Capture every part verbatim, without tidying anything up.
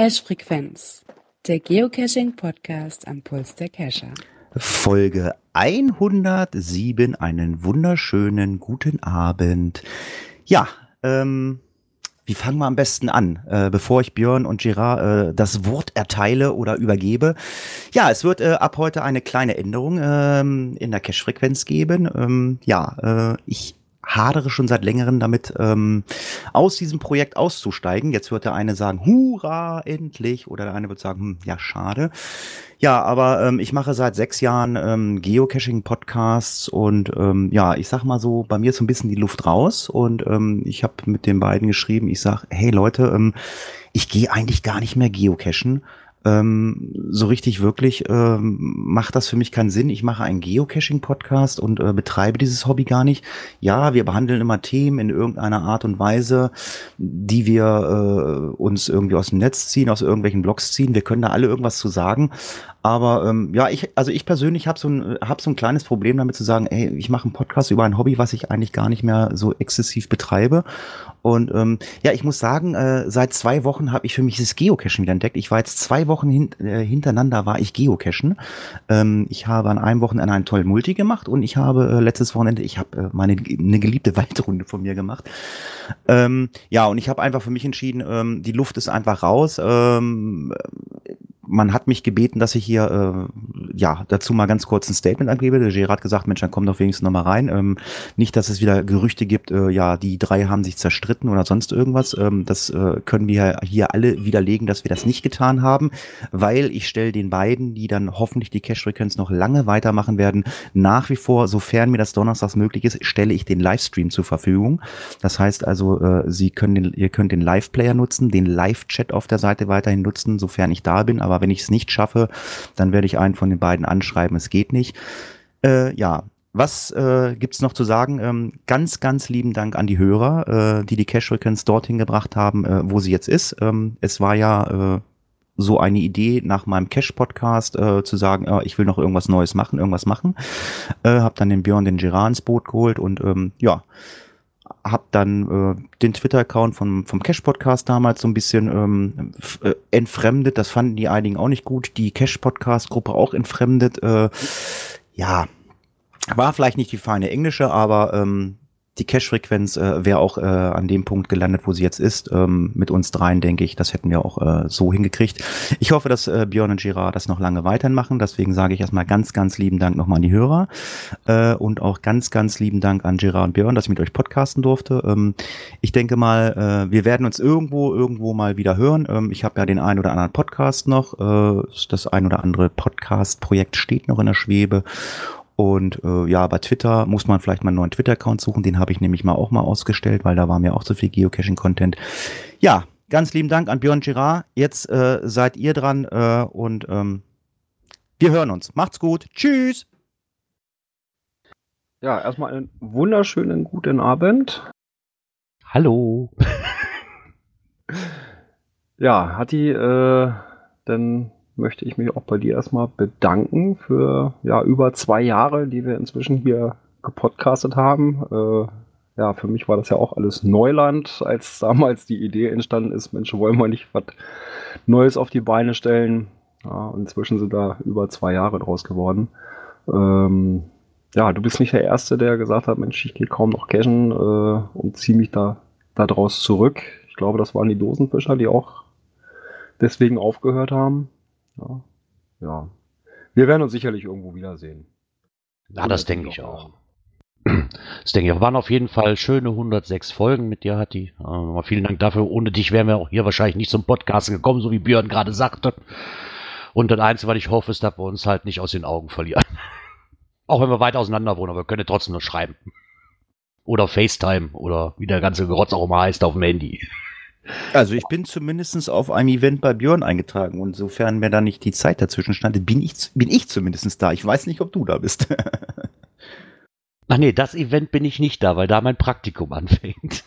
Cache-Frequenz, der Geocaching-Podcast am Puls der Cacher. Folge hundertsieben, einen wunderschönen guten Abend. Ja, ähm, wie fangen wir am besten an, äh, bevor ich Björn und Gerard äh, das Wort erteile oder übergebe? Ja, es wird äh, ab heute eine kleine Änderung ähm, in der Cache-Frequenz geben. Ähm, ja, äh, ich hadere schon seit längerem damit, ähm, aus diesem Projekt auszusteigen. Jetzt wird der eine sagen, hurra, endlich. Oder der eine wird sagen, hm, ja, schade. Ja, aber ähm, ich mache seit sechs Jahren ähm, Geocaching-Podcasts und ähm, ja, ich sag mal so, bei mir ist so ein bisschen die Luft raus und ähm, ich habe mit den beiden geschrieben, ich sag, hey Leute, ähm, ich gehe eigentlich gar nicht mehr geocachen. Ähm, so richtig wirklich ähm, macht das für mich keinen Sinn. Ich mache einen Geocaching-Podcast und äh, betreibe dieses Hobby gar nicht. Ja, wir behandeln immer Themen in irgendeiner Art und Weise, die wir äh, uns irgendwie aus dem Netz ziehen, aus irgendwelchen Blogs ziehen. Wir können da alle irgendwas zu sagen. Aber ähm, ja, ich, also ich persönlich habe so ein, hab so ein kleines Problem damit zu sagen, ey, ich mache einen Podcast über ein Hobby, was ich eigentlich gar nicht mehr so exzessiv betreibe. Und ähm, ja, ich muss sagen, äh, seit zwei Wochen habe ich für mich das Geocachen wieder entdeckt. Ich war jetzt zwei Wochen hin, äh, hintereinander war ich Geocachen. Ähm, ich habe an einem Wochenende einen tollen Multi gemacht und ich habe äh, letztes Wochenende, ich habe äh, meine eine geliebte Waldrunde von mir gemacht. Ähm, ja, und ich habe einfach für mich entschieden, ähm, die Luft ist einfach raus. Ähm, Man hat mich gebeten, dass ich hier äh, ja dazu mal ganz kurz ein Statement abgebe. Der Gerard hat gesagt, Mensch, dann komm doch wenigstens noch mal rein. Ähm, nicht, dass es wieder Gerüchte gibt, äh, ja, die drei haben sich zerstritten oder sonst irgendwas. Ähm, das äh, können wir hier alle widerlegen, dass wir das nicht getan haben, weil ich stelle den beiden, die dann hoffentlich die Cache-Frequenz noch lange weitermachen werden, nach wie vor, sofern mir das donnerstags möglich ist, stelle ich den Livestream zur Verfügung. Das heißt also, äh, Sie können den, ihr könnt den Live-Player nutzen, den Live-Chat auf der Seite weiterhin nutzen, sofern ich da bin, aber wenn ich es nicht schaffe, dann werde ich einen von den beiden anschreiben, es geht nicht. Äh, ja, was äh, gibt's noch zu sagen? Ähm, ganz, ganz lieben Dank an die Hörer, äh, die die Cache-Frequenz dorthin gebracht haben, äh, wo sie jetzt ist. Ähm, es war ja äh, so eine Idee nach meinem Cache-Podcast äh, zu sagen, äh, ich will noch irgendwas Neues machen, irgendwas machen. Äh, hab dann den Björn, den Gerard ins Boot geholt und ähm, ja, hab dann äh, den Twitter-Account vom, vom Cache-Podcast damals so ein bisschen ähm, f- äh, entfremdet. Das fanden die einigen auch nicht gut. Die Cache-Podcast-Gruppe auch entfremdet. Äh, ja, war vielleicht nicht die feine englische, aber ähm, die Cache-Frequenz äh, wäre auch äh, an dem Punkt gelandet, wo sie jetzt ist. Ähm, mit uns dreien, denke ich, das hätten wir auch äh, so hingekriegt. Ich hoffe, dass äh, Björn und Gerard das noch lange weitermachen. Deswegen sage ich erstmal ganz, ganz lieben Dank nochmal an die Hörer. Äh, und auch ganz, ganz lieben Dank an Gerard und Björn, dass ich mit euch podcasten durfte. Ähm, ich denke mal, äh, wir werden uns irgendwo, irgendwo mal wieder hören. Ähm, ich habe ja den einen oder anderen Podcast noch. Äh, das ein oder andere Podcast-Projekt steht noch in der Schwebe. Und äh, ja, bei Twitter muss man vielleicht mal einen neuen Twitter-Account suchen. Den habe ich nämlich mal auch mal ausgestellt, weil da war mir auch zu viel Geocaching-Content. Ja, ganz lieben Dank an Björn Gerard. Jetzt äh, seid ihr dran äh, und ähm, wir hören uns. Macht's gut. Tschüss. Ja, erstmal einen wunderschönen guten Abend. Hallo. Ja, Hatti, äh, dann möchte ich mich auch bei dir erstmal bedanken für ja über zwei Jahre, die wir inzwischen hier gepodcastet haben. Äh, ja, für mich war das ja auch alles Neuland, als damals die Idee entstanden ist, Mensch, wollen wir nicht was Neues auf die Beine stellen. Ja, und inzwischen sind da über zwei Jahre draus geworden. Ähm, ja, du bist nicht der Erste, der gesagt hat, Mensch, ich gehe kaum noch cashen äh, und ziehe mich da, da draus zurück. Ich glaube, das waren die Dosenfischer, die auch deswegen aufgehört haben. Ja, ja. Wir werden uns sicherlich irgendwo wiedersehen. Ja, das denke ich auch. Das denke ich auch. Waren auf jeden Fall schöne hundertsechs Folgen mit dir, Hatti. Äh, vielen Dank dafür. Ohne dich wären wir auch hier wahrscheinlich nicht zum Podcast gekommen, so wie Björn gerade sagte. Und das Einzige, was ich hoffe, ist, dass wir uns halt nicht aus den Augen verlieren. Auch wenn wir weit auseinander wohnen, aber wir können trotzdem nur schreiben. Oder FaceTime oder wie der ganze Gerotz auch immer heißt auf dem Handy. Also ich bin zumindest auf einem Event bei Björn eingetragen und sofern mir da nicht die Zeit dazwischen stand, bin ich, bin ich zumindest da. Ich weiß nicht, ob du da bist. Ach nee, das Event bin ich nicht da, weil da mein Praktikum anfängt.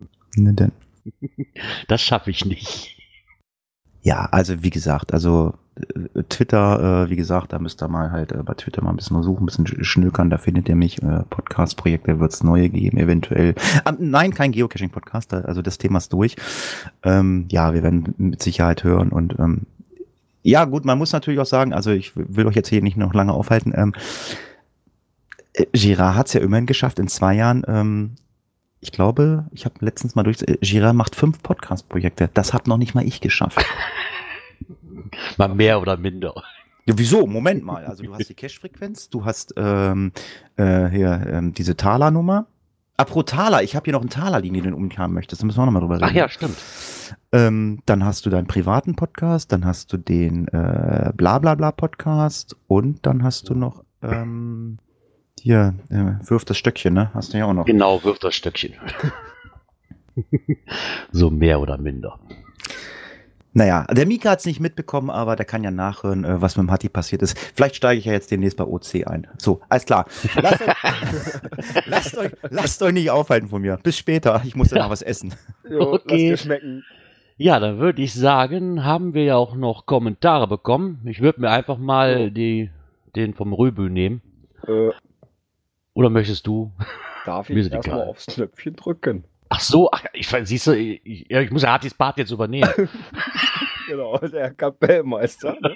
Ne, denn. Das schaffe ich nicht. Ja, also wie gesagt, also äh, Twitter, äh, wie gesagt, da müsst ihr mal halt äh, bei Twitter mal ein bisschen suchen, ein bisschen schnökern, da findet ihr mich. Äh, Podcast-Projekte wird es neue geben, eventuell. Ah, nein, kein Geocaching-Podcast, also das Thema ist durch. Ähm, ja, wir werden mit Sicherheit hören und ähm, ja, gut, man muss natürlich auch sagen, also ich will euch jetzt hier nicht noch lange aufhalten, ähm, äh, Girard hat es ja immerhin geschafft, in zwei Jahren, ähm, ich glaube, ich habe letztens mal durch, äh, Girard macht fünf Podcast-Projekte, das hat noch nicht mal ich geschafft. Mal mehr oder minder. Ja, wieso? Moment mal, also du hast die Cache-Frequenz, du hast ähm, äh, hier ähm, diese Taler-Nummer. Ah, pro Taler, ich habe hier noch einen Taler-Linie, den du unbedingt haben möchtest, da müssen wir auch nochmal drüber reden. Ach ja, stimmt. Ähm, dann hast du deinen privaten Podcast, dann hast du den äh, Blablabla-Podcast und dann hast du noch ähm, hier, äh, wirf das Stöckchen, ne? Hast du ja auch noch. Genau, wirf das Stöckchen. So mehr oder minder. Naja, der Mika hat es nicht mitbekommen, aber der kann ja nachhören, äh, was mit dem Hatti passiert ist. Vielleicht steige ich ja jetzt demnächst bei O C ein. So, alles klar. Lasst euch, lasst euch, lasst euch nicht aufhalten von mir. Bis später. Ich muss ja noch was essen. Jo, Okay. lass dir schmecken. Ja, dann würde ich sagen, haben wir ja auch noch Kommentare bekommen. Ich würde mir einfach mal die, den vom Rübel nehmen. Äh, Oder möchtest du? darf Mir ist ich es erstmal egal. aufs Knöpfchen drücken? Ach so, ach, ich siehst du, ich, ich muss ja Hattis Part jetzt übernehmen. Genau, der Kapellmeister. Ne?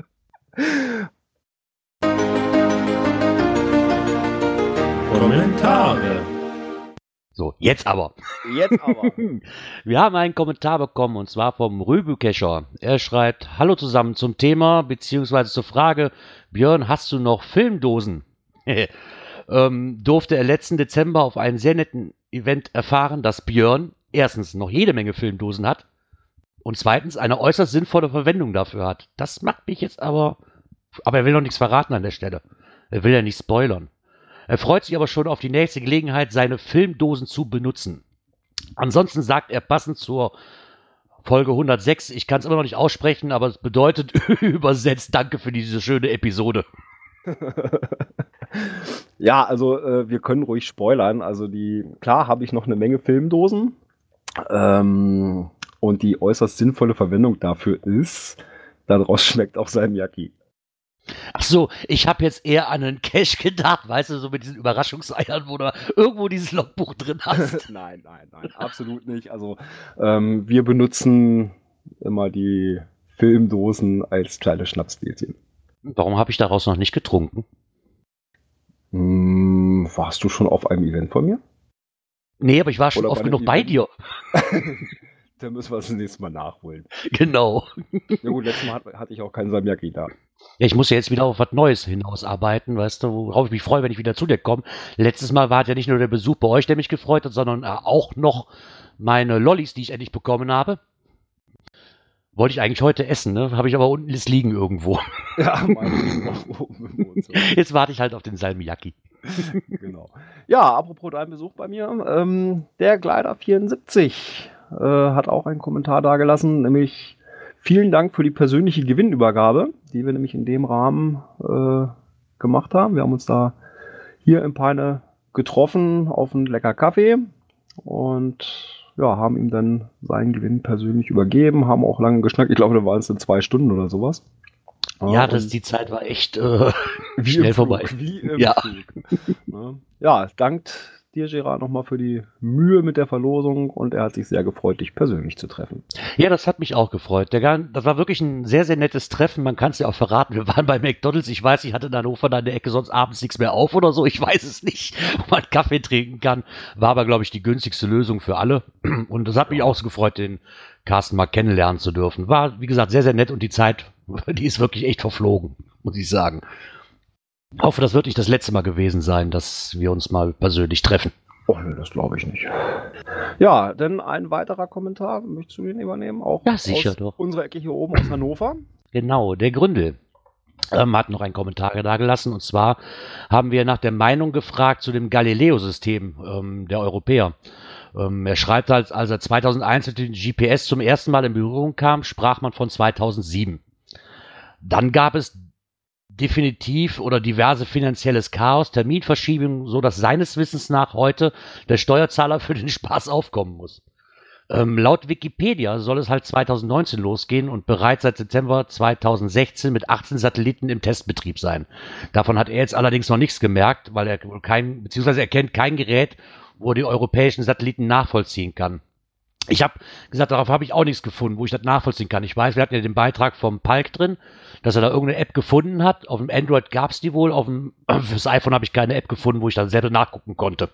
Kommentare. So, jetzt aber. Jetzt aber. Wir haben einen Kommentar bekommen und zwar vom Rübelkescher. Er schreibt: Hallo zusammen zum Thema beziehungsweise zur Frage: Björn, hast du noch Filmdosen? ähm, durfte er letzten Dezember auf einem sehr netten Event erfahren, dass Björn erstens noch jede Menge Filmdosen hat und zweitens eine äußerst sinnvolle Verwendung dafür hat. Das macht mich jetzt aber... Aber er will noch nichts verraten an der Stelle. Er will ja nicht spoilern. Er freut sich aber schon auf die nächste Gelegenheit, seine Filmdosen zu benutzen. Ansonsten sagt er passend zur Folge hundertsechs, ich kann es immer noch nicht aussprechen, aber es bedeutet übersetzt, danke für diese schöne Episode. Ja, also äh, wir können ruhig spoilern. Also die, klar habe ich noch eine Menge Filmdosen. Ähm, und die äußerst sinnvolle Verwendung dafür ist, daraus schmeckt auch Salmiakki. Ach so, ich habe jetzt eher an einen Cache gedacht, weißt du, so mit diesen Überraschungseiern, wo du irgendwo dieses Logbuch drin hast. Nein, nein, nein, absolut nicht. Also ähm, wir benutzen immer die Filmdosen als kleine Schnapsbildchen. Warum habe ich daraus noch nicht getrunken? Hm, warst du schon auf einem Event von mir? Nee, aber ich war schon Oder oft bei einem genug bei Event? dir. Da müssen wir das nächste Mal nachholen. Genau. Ja gut, letztes Mal hat, hatte ich auch keinen Salmiakki da. Ja, ich muss ja jetzt wieder auf was Neues hinausarbeiten, weißt du, worauf ich mich freue, wenn ich wieder zu dir komme. Letztes Mal war es ja nicht nur der Besuch bei euch, der mich gefreut hat, sondern äh, auch noch meine Lollis, die ich endlich bekommen habe. Wollte ich eigentlich heute essen, ne? Habe ich aber unten das liegen irgendwo. Ja, meine liegen auch oben im Wohnzimmer. Jetzt warte ich halt auf den Salmiakki. Genau. Ja, apropos dein Besuch bei mir, ähm, der Glider vierundsiebzig äh, hat auch einen Kommentar dagelassen, nämlich vielen Dank für die persönliche Gewinnübergabe, die wir nämlich in dem Rahmen äh, gemacht haben. Wir haben uns da hier im Peine getroffen auf einen lecker Kaffee und ja, haben ihm dann seinen Gewinn persönlich übergeben, haben auch lange geschnackt. Ich glaube, da waren es dann zwei Stunden oder sowas. Ja, und das, die Zeit war echt äh, wie schnell im Flug, vorbei. Wie im Ja. Flug. Ja. Ja, dankt dir, Gerard, nochmal für die Mühe mit der Verlosung und er hat sich sehr gefreut, dich persönlich zu treffen. Ja, das hat mich auch gefreut. Der, Gar- das war wirklich ein sehr, sehr nettes Treffen. Man kann es ja auch verraten. Wir waren bei McDonalds. Ich weiß, ich hatte in Hannover da in der Ecke sonst abends nichts mehr auf oder so. Ich weiß es nicht, wo man Kaffee trinken kann. War aber, glaube ich, die günstigste Lösung für alle. Und das hat mich auch so gefreut, den Carsten mal kennenlernen zu dürfen. War, wie gesagt, sehr, sehr nett und die Zeit, die ist wirklich echt verflogen, muss ich sagen. Ich hoffe, das wird nicht das letzte Mal gewesen sein, dass wir uns mal persönlich treffen. Oh ne, das glaube ich nicht. Ja, dann ein weiterer Kommentar. Möchtest du den übernehmen? Auch Ja, sicher aus doch. unserer Ecke hier oben aus Hannover. Genau, der Gründel ähm, hat noch einen Kommentar dagelassen. Und zwar haben wir nach der Meinung gefragt zu dem Galileo-System ähm, der Europäer. Ähm, er schreibt, als, als er zweitausendeins mit dem G P S zum ersten Mal in Berührung kam, sprach man von zweitausendsieben. Dann gab es definitiv oder diverse finanzielles Chaos, Terminverschiebungen, so dass seines Wissens nach heute der Steuerzahler für den Spaß aufkommen muss. Ähm, laut Wikipedia soll es halt zwanzig neunzehn losgehen und bereits seit September zwanzig sechzehn mit achtzehn Satelliten im Testbetrieb sein. Davon hat er jetzt allerdings noch nichts gemerkt, weil er kein, beziehungsweise er kennt kein Gerät, wo er die europäischen Satelliten nachvollziehen kann. Ich habe gesagt, darauf habe ich auch nichts gefunden, wo ich das nachvollziehen kann. Ich weiß, wir hatten ja den Beitrag vom Palk drin, dass er da irgendeine App gefunden hat. Auf dem Android gab es die wohl, auf dem, fürs iPhone habe ich keine App gefunden, wo ich dann selber nachgucken konnte.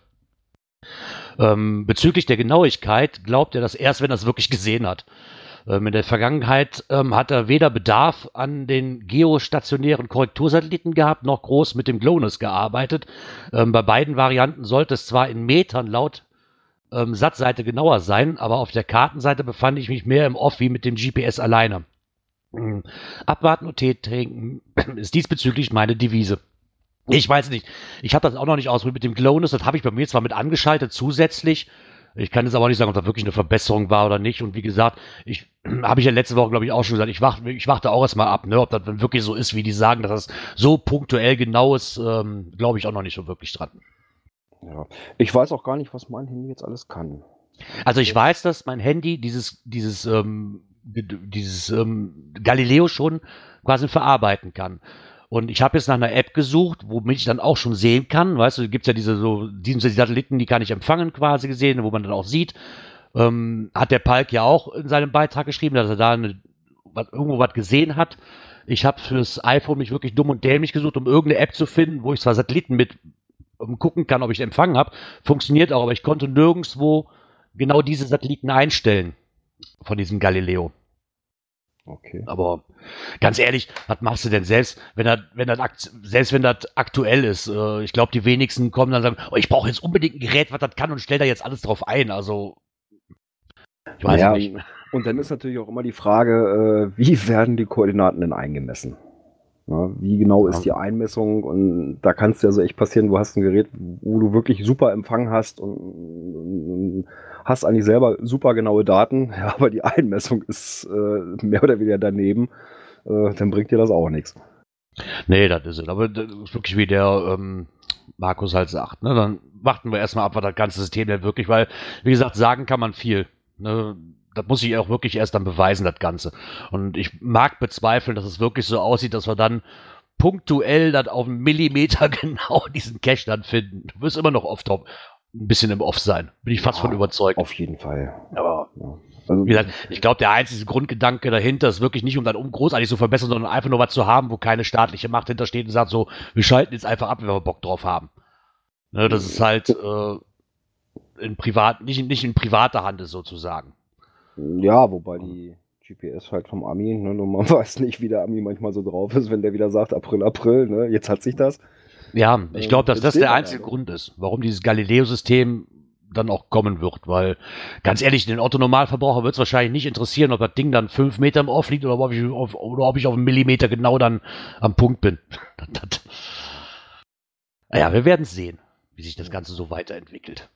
Ähm, bezüglich der Genauigkeit glaubt er das erst, wenn er es wirklich gesehen hat. Ähm, in der Vergangenheit ähm, hat er weder Bedarf an den geostationären Korrektursatelliten gehabt, noch groß mit dem GLONASS gearbeitet. Ähm, bei beiden Varianten sollte es zwar in Metern laut ähm, Satzseite genauer sein, aber auf der Kartenseite befand ich mich mehr im Off wie mit dem G P S alleine. Ähm, abwarten und Tee trinken ist diesbezüglich meine Devise. Ich weiß nicht, ich habe das auch noch nicht ausprobiert mit dem GLONASS, das habe ich bei mir zwar mit angeschaltet zusätzlich. Ich kann jetzt aber nicht sagen, ob das wirklich eine Verbesserung war oder nicht. Und wie gesagt, ich habe ich ja letzte Woche, glaube ich, auch schon gesagt, ich, wach, ich warte auch erstmal ab, ne, ob das dann wirklich so ist, wie die sagen, dass das so punktuell genau ist, ähm, glaube ich auch noch nicht so wirklich dran. Ja. Ich weiß auch gar nicht, was mein Handy jetzt alles kann. Also ich weiß, dass mein Handy dieses, dieses, ähm, dieses ähm, Galileo schon quasi verarbeiten kann. Und ich habe jetzt nach einer App gesucht, womit ich dann auch schon sehen kann. Weißt du, gibt es ja diese so diese Satelliten, die kann ich empfangen quasi gesehen, wo man dann auch sieht. Ähm, hat der Palk ja auch in seinem Beitrag geschrieben, dass er da eine, was, irgendwo was gesehen hat. Ich habe fürs iPhone mich wirklich dumm und dämlich gesucht, um irgendeine App zu finden, wo ich zwar Satelliten mit um, gucken kann, ob ich empfangen habe. Funktioniert auch, aber ich konnte nirgendwo genau diese Satelliten einstellen von diesem Galileo. Okay. Aber ganz ehrlich, was machst du denn selbst, wenn das, wenn das, selbst wenn das aktuell ist? Äh, ich glaube, die wenigsten kommen dann und sagen, oh, ich brauche jetzt unbedingt ein Gerät, was das kann und stell da jetzt alles drauf ein. Also, ich weiß ja, nicht. Und dann ist natürlich auch immer die Frage, äh, wie werden die Koordinaten denn eingemessen? Ja, wie genau ist die Einmessung? Und da kann es ja so echt passieren, du hast ein Gerät, wo du wirklich super Empfang hast und, und hast eigentlich selber super genaue Daten, ja, aber die Einmessung ist äh, mehr oder weniger daneben, äh, dann bringt dir das auch nichts. Nee, das ist es. Aber das ist wirklich wie der ähm, Markus halt sagt. Ne? Dann warten wir erstmal ab, was das ganze System denn wirklich, weil, wie gesagt, sagen kann man viel. Ne? Das muss ich auch wirklich erst dann beweisen, das Ganze. Und ich mag bezweifeln, dass es wirklich so aussieht, dass wir dann punktuell dann auf einen Millimeter genau diesen Cache dann finden. Du wirst immer noch oft ein bisschen im Off sein. Bin ich fast Ja, von überzeugt. Auf jeden Fall. Aber ja. Also, wie gesagt, ich glaube, der einzige Grundgedanke dahinter ist wirklich nicht, um dann um großartig zu verbessern, sondern einfach nur was zu haben, wo keine staatliche Macht hintersteht und sagt so, wir schalten jetzt einfach ab, wenn wir Bock drauf haben. Ne, das ist halt äh, in privat, nicht, nicht in privater Hand ist sozusagen. Ja, wobei die G P S halt vom Ami, ne, und man weiß nicht, wie der Ami manchmal so drauf ist, wenn der wieder sagt, April, April, ne, jetzt hat sich das. Ja, ich glaube, dass Jetzt das steht der er einzige da, ne? Grund ist, warum dieses Galileo-System dann auch kommen wird, weil ganz ehrlich, den Otto-Normalverbraucher wird es wahrscheinlich nicht interessieren, ob das Ding dann fünf Meter im Off liegt oder ob ich auf, oder ob ich auf einen Millimeter genau dann am Punkt bin. Das, das. Naja, wir werden sehen, wie sich das Ganze so weiterentwickelt.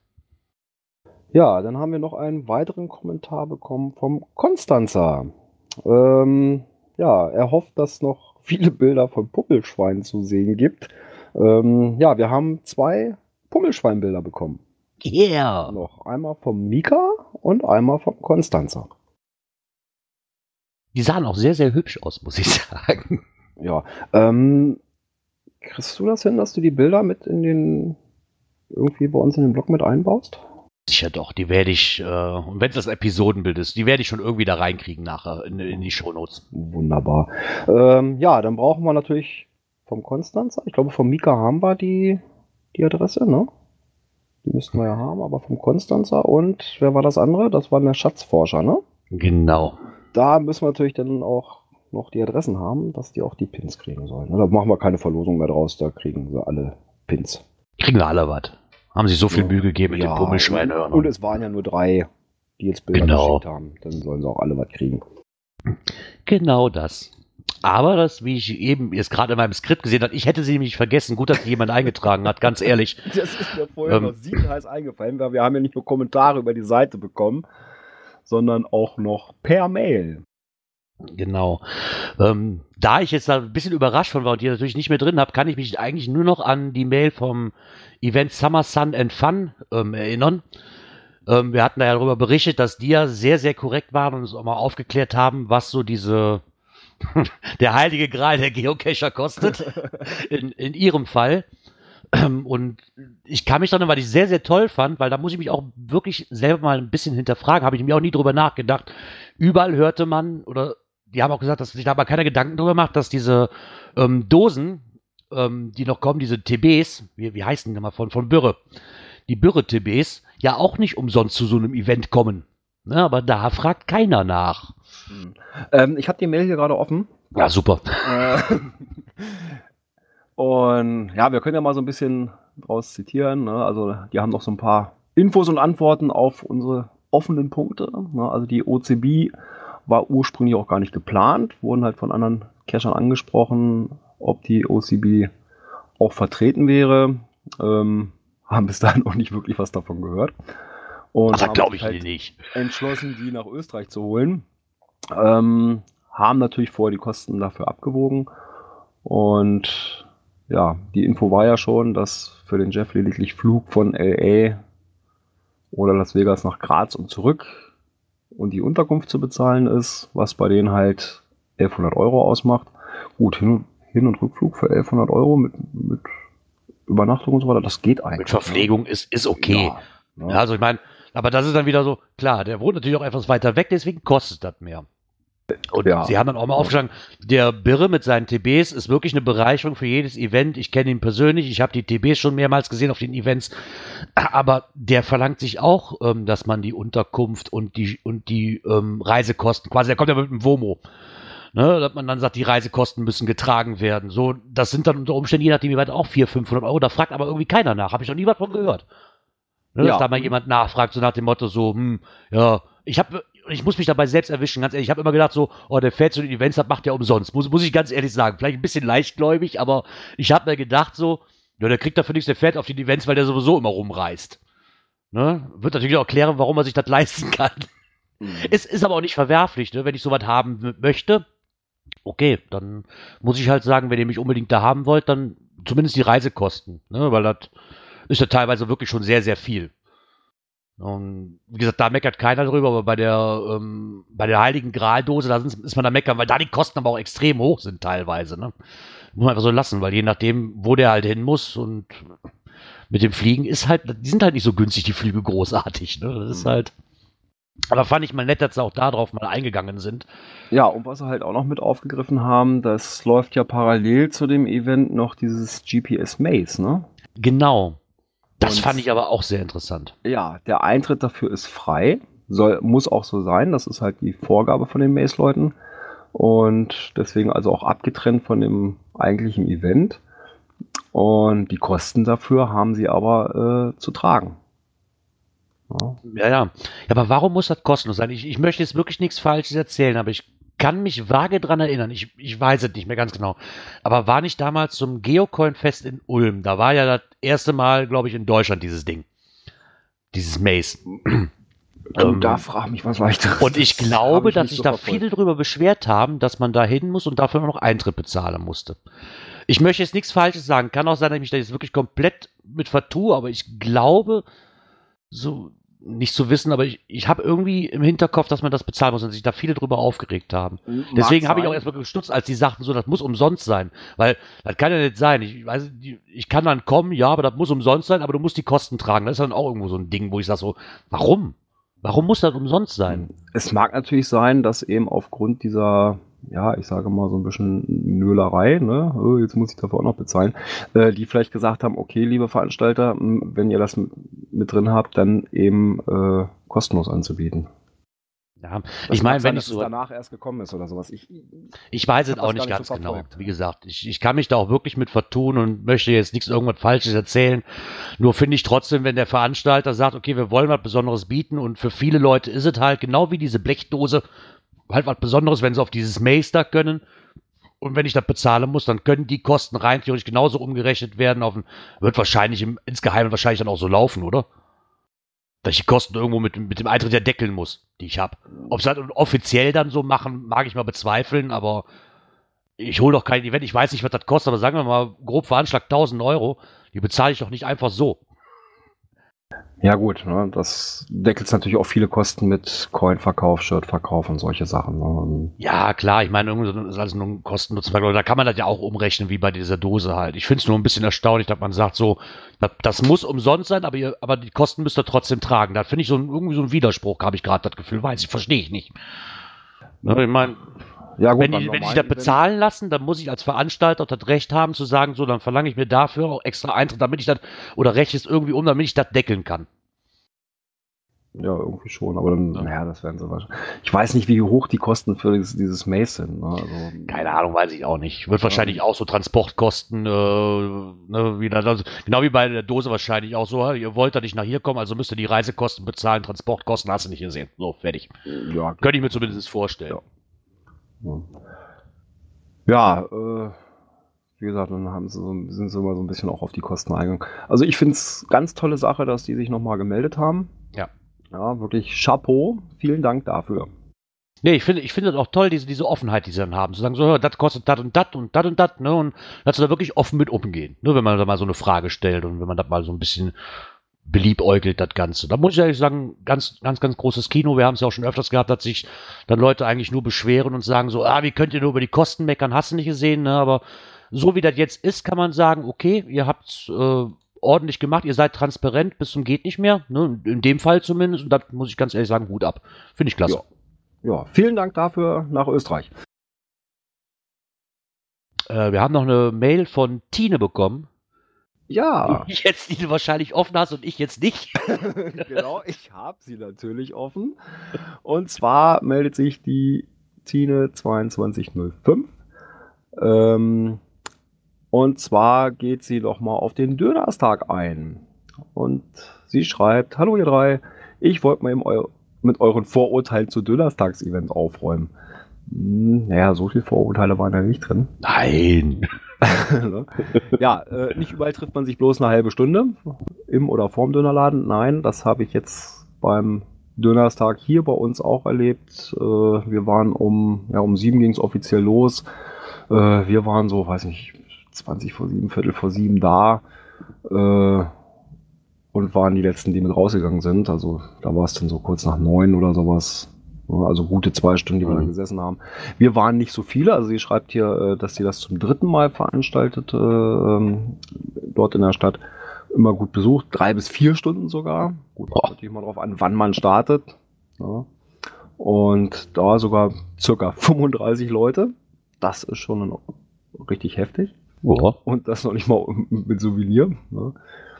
Ja, dann haben wir noch einen weiteren Kommentar bekommen vom Konstanzer. Ähm, ja, er hofft, dass noch viele Bilder von Pummelschweinen zu sehen gibt. Ähm, ja, wir haben zwei Pummelschweinbilder bekommen. Yeah! Noch einmal vom Mika und einmal vom Konstanzer. Die sahen auch sehr, sehr hübsch aus, muss ich sagen. Ja, ähm, kriegst du das hin, dass du die Bilder mit in den, irgendwie bei uns in den Blog mit einbaust? Sicher doch, die werde ich, äh, und wenn es das Episodenbild ist, die werde ich schon irgendwie da reinkriegen nachher in, in die Shownotes. Wunderbar. Ähm, ja, dann brauchen wir natürlich vom Konstanzer, ich glaube vom Mika haben wir die, die Adresse, ne? Die müssten wir ja haben, aber vom Konstanzer und wer war das andere? Das war der Schatzforscher, ne? Genau. Da müssen wir natürlich dann auch noch die Adressen haben, dass die auch die Pins kriegen sollen. Da machen wir keine Verlosung mehr draus, da kriegen sie alle Pins. Kriegen wir alle was. Haben sich so viel Ja. Mühe gegeben mit Ja, den Pummelschweinhörnern. Und es waren ja nur drei, die jetzt Bilder Genau. geschickt haben. Dann sollen sie auch alle was kriegen. Genau das. Aber das, wie ich eben jetzt gerade in meinem Skript gesehen habe, ich hätte sie nämlich vergessen. Gut, dass jemand eingetragen hat, ganz ehrlich. Das ist mir vorher Ähm. noch siebenheiß eingefallen, weil wir haben ja nicht nur Kommentare über die Seite bekommen, sondern auch noch per Mail. Genau. Ähm, da ich jetzt da ein bisschen überrascht von war und die natürlich nicht mehr drin habe, kann ich mich eigentlich nur noch an die Mail vom Event Summer Sun and Fun ähm, erinnern. Ähm, wir hatten da ja darüber berichtet, dass die ja sehr, sehr korrekt waren und uns auch mal aufgeklärt haben, was so diese der heilige Gral der Geocacher kostet. in, in ihrem Fall. Und ich kann mich dann, weil ich es sehr, sehr toll fand, weil da muss ich mich auch wirklich selber mal ein bisschen hinterfragen, habe ich mir auch nie drüber nachgedacht. Überall hörte man, oder die haben auch gesagt, dass sich da aber keiner Gedanken drüber macht, dass diese ähm, Dosen, ähm, die noch kommen, diese T Bs, wie, wie heißen die nochmal, von, von Bürre, die Bürre-T Bs, ja auch nicht umsonst zu so einem Event kommen. Ne, aber da fragt keiner nach. Hm. Ähm, ich habe die Mail hier gerade offen. Ja, super. Äh, Und ja, wir können ja mal so ein bisschen draus zitieren. Ne? Also die haben noch so ein paar Infos und Antworten auf unsere offenen Punkte. Ne? Also die O C B war ursprünglich auch gar nicht geplant, wurden halt von anderen Cachern angesprochen, ob die O C B auch vertreten wäre. Ähm, haben bis dahin auch nicht wirklich was davon gehört. Und Aber haben glaube sich ich halt nicht. entschlossen, die nach Österreich zu holen. Ähm, haben natürlich vorher die Kosten dafür abgewogen. Und ja, die Info war ja schon, dass für den Jeff lediglich Flug von L A oder Las Vegas nach Graz und zurück und die Unterkunft zu bezahlen ist, was bei denen halt elfhundert Euro ausmacht. Gut, Hin- Hin- und Rückflug für elfhundert Euro mit, mit Übernachtung und so weiter, das geht eigentlich. Mit Verpflegung ist, ist okay. Ja, ne? Ja, also ich meine, aber das ist dann wieder so, klar, der wohnt natürlich auch etwas weiter weg, deswegen kostet das mehr. Und Ja. sie haben dann auch mal aufgeschlagen, der Birre mit seinen T Bs ist wirklich eine Bereicherung für jedes Event. Ich kenne ihn persönlich, ich habe die T Bs schon mehrmals gesehen auf den Events, aber der verlangt sich auch, ähm, dass man die Unterkunft und die, und die ähm, Reisekosten, quasi, der kommt ja mit dem Womo, ne, dass man dann sagt, die Reisekosten müssen getragen werden. So, das sind dann unter Umständen, je nachdem wie weit, auch vierhundert, fünfhundert Euro, da fragt aber irgendwie keiner nach, habe ich noch nie was von gehört. Ne, Ja. dass da mal jemand nachfragt, so nach dem Motto so, hm, ja, ich habe, ich muss mich dabei selbst erwischen, ganz ehrlich, ich habe immer gedacht so, oh, der fährt zu den Events, das macht der umsonst, muss, muss ich ganz ehrlich sagen, vielleicht ein bisschen leichtgläubig, aber ich habe mir gedacht so, ja, der kriegt dafür nichts, der fährt auf die Events, weil der sowieso immer rumreist. Ne? Wird natürlich auch erklären, warum er sich das leisten kann. Es ist aber auch nicht verwerflich, ne? Wenn ich sowas haben m- möchte, okay, dann muss ich halt sagen, wenn ihr mich unbedingt da haben wollt, dann zumindest die Reisekosten, ne? Weil das ist ja teilweise wirklich schon sehr, sehr viel. Und wie gesagt, da meckert keiner drüber, aber bei der, ähm, bei der Heiligen Graaldose, da sind, ist man da meckern, weil da die Kosten aber auch extrem hoch sind teilweise. Ne? Muss man einfach so lassen, weil je nachdem, wo der halt hin muss und mit dem Fliegen ist halt, die sind halt nicht so günstig, die Flüge großartig. Ne? Das ist halt. Aber fand ich mal nett, dass sie auch darauf mal eingegangen sind. Ja, und was sie halt auch noch mit aufgegriffen haben, das läuft ja parallel zu dem Event noch dieses G P S Maze, ne? Genau. Das Und- fand ich aber auch sehr interessant. Ja, der Eintritt dafür ist frei. Soll, muss auch so sein. Das ist halt die Vorgabe von den Maze-Leuten. Und deswegen also auch abgetrennt von dem eigentlichen Event. Und die Kosten dafür haben sie aber äh, zu tragen. Ja. Ja, ja. Ja, aber warum muss das kostenlos sein? Ich, ich möchte jetzt wirklich nichts Falsches erzählen, aber ich kann mich vage dran erinnern. Ich, ich weiß es nicht mehr ganz genau. Aber war nicht damals zum Geocoin-Fest in Ulm? Da war ja das erste Mal, glaube ich, in Deutschland dieses Ding. Dieses Maze. Ähm, da frag mich was leichteres. Und ich Das glaube, hab ich dass nicht sich so da verfolgt. viele drüber beschwert haben, dass man da hin muss und dafür noch Eintritt bezahlen musste. Ich möchte jetzt nichts Falsches sagen. Kann auch sein, dass ich mich da jetzt wirklich komplett mit vertue, aber ich glaube, so nicht zu wissen, aber ich, ich habe irgendwie im Hinterkopf, dass man das bezahlen muss und sich da viele drüber aufgeregt haben. Mag Deswegen habe ich sein. auch erstmal gestutzt, als die sagten, so, das muss umsonst sein. Weil das kann ja nicht sein. Ich weiß, die- ich kann dann kommen, ja, aber das muss umsonst sein, aber du musst die Kosten tragen. Das ist dann auch irgendwo so ein Ding, wo ich sage so, warum? Warum muss das umsonst sein? Es mag natürlich sein, dass eben aufgrund dieser, ja, ich sage mal so ein bisschen Nölerei, ne, oh, jetzt muss ich dafür auch noch bezahlen, äh, die vielleicht gesagt haben, okay, liebe Veranstalter, m, wenn ihr das m- mit drin habt, dann eben äh, kostenlos anzubieten. Ja, Das ich mag meine, sein, wenn dass ich es so, danach erst gekommen ist oder sowas. Ich, ich weiß es hab auch das nicht gar ganz nicht so genau. verfolgt. Wie gesagt, ich, ich kann mich da auch wirklich mit vertun und möchte jetzt nichts irgendwas Falsches erzählen. Nur finde ich trotzdem, wenn der Veranstalter sagt, okay, wir wollen was Besonderes bieten und für viele Leute ist es halt genau wie diese Blechdose halt was Besonderes, wenn sie auf dieses Maze da können. Und wenn ich das bezahlen muss, dann können die Kosten rein theoretisch genauso umgerechnet werden auf ein, wird wahrscheinlich im, insgeheim wahrscheinlich dann auch so laufen, oder? Dass ich die Kosten irgendwo mit, mit dem Eintritt ja deckeln muss, die ich habe. Ob sie das offiziell dann so machen, mag ich mal bezweifeln, aber ich hole doch kein Event, ich weiß nicht, was das kostet, aber sagen wir mal, grob veranschlagt tausend Euro, die bezahle ich doch nicht einfach so. Ja gut, ne, das deckelt natürlich auch viele Kosten mit Coin-Verkauf, Shirt-Verkauf und solche Sachen. Ne. Und Ja, klar, ich meine, irgendwie so- das ist also nur ein Kosten-Nutzen-Vergleich. Da kann man das ja auch umrechnen, wie bei dieser Dose halt. Ich finde es nur ein bisschen erstaunlich, dass man sagt, so, das, das muss umsonst sein, aber, ihr, aber die Kosten müsst ihr trotzdem tragen. Da finde ich so ein, irgendwie so ein Widerspruch, habe ich gerade das Gefühl. Weiß ich, verstehe ich nicht. Ne, ich meine, ja gut, wenn beim die, wenn die sich normalen das Event- bezahlen lassen, dann muss ich als Veranstalter das Recht haben, zu sagen, so, dann verlange ich mir dafür auch extra Eintritt, damit ich das, oder rechne es irgendwie um, damit ich das deckeln kann. Ja, irgendwie schon, aber dann, Ja. naja, das werden sie wahrscheinlich. Ich weiß nicht, wie hoch die Kosten für dieses, dieses Maze sind. Ne? Also, Keine Ahnung, weiß ich auch nicht. Wird wahrscheinlich auch so Transportkosten, äh, ne, wieder, also, genau wie bei der Dose wahrscheinlich auch so, ihr wollt da nicht nach hier kommen, also müsst ihr die Reisekosten bezahlen, Transportkosten hast du nicht gesehen. So, fertig. Ja, Könnte ich mir zumindest vorstellen. Ja. Ja, äh, wie gesagt, dann haben sie so, sind sie immer so ein bisschen auch auf die Kosten eingegangen. Also ich finde es ganz tolle Sache, dass die sich nochmal gemeldet haben. Ja. Ja, wirklich Chapeau. Vielen Dank dafür. Nee, ich finde ich finde das auch toll, diese, diese Offenheit, die sie dann haben. Zu sagen, so, hör, das kostet das und das und das und das, ne? Und dass sie da wirklich offen mit umgehen, ne? Wenn man da mal so eine Frage stellt und wenn man das mal so ein bisschen beliebäugelt, das Ganze. Da muss ich ehrlich sagen, ganz, ganz, ganz großes Kino. Wir haben es ja auch schon öfters gehabt, dass sich dann Leute eigentlich nur beschweren und sagen so, ah, wie könnt ihr nur über die Kosten meckern, hast du nicht gesehen, ne? Aber so wie das jetzt ist, kann man sagen, okay, ihr habt äh, ordentlich gemacht, ihr seid transparent bis zum geht nicht mehr, ne? In dem Fall zumindest. Und das muss ich ganz ehrlich sagen, Hut ab. Finde ich klasse. Ja. Ja, vielen Dank dafür nach Österreich. Äh, wir haben noch eine Mail von Tine bekommen. Ja, Die jetzt die du wahrscheinlich offen hast und ich jetzt nicht. genau, ich habe sie natürlich offen. Und zwar meldet sich die Tine zweiundzwanzig null fünf. Ähm, und zwar geht sie doch mal auf den Dönerstag ein. Und sie schreibt, hallo ihr drei, ich wollte mal im Eu mit euren Vorurteilen zu Dönerstags-Event aufräumen. Hm, naja, so viele Vorurteile waren da nicht drin. Nein. Ja, äh, nicht überall trifft man sich bloß eine halbe Stunde im oder vorm Dönerladen. Nein, das habe ich jetzt beim Dönerstag hier bei uns auch erlebt. Äh, wir waren um, ja, um sieben ging es offiziell los. Äh, wir waren so, weiß nicht, zwanzig vor sieben, Viertel vor sieben da. Äh, und waren die letzten, die mit rausgegangen sind. Also da war es dann so kurz nach neun oder sowas. Also gute zwei Stunden, die wir Mhm. da gesessen haben. Wir waren nicht so viele. Also sie schreibt hier, dass sie das zum dritten Mal veranstaltet, äh, dort in der Stadt. Immer gut besucht. Drei bis vier Stunden sogar. Gut, kommt natürlich mal drauf an, wann man startet. Ja. Und da sogar circa fünfunddreißig Leute. Das ist schon ein, richtig heftig. Ja. Und das noch nicht mal mit Souvenir. Ne?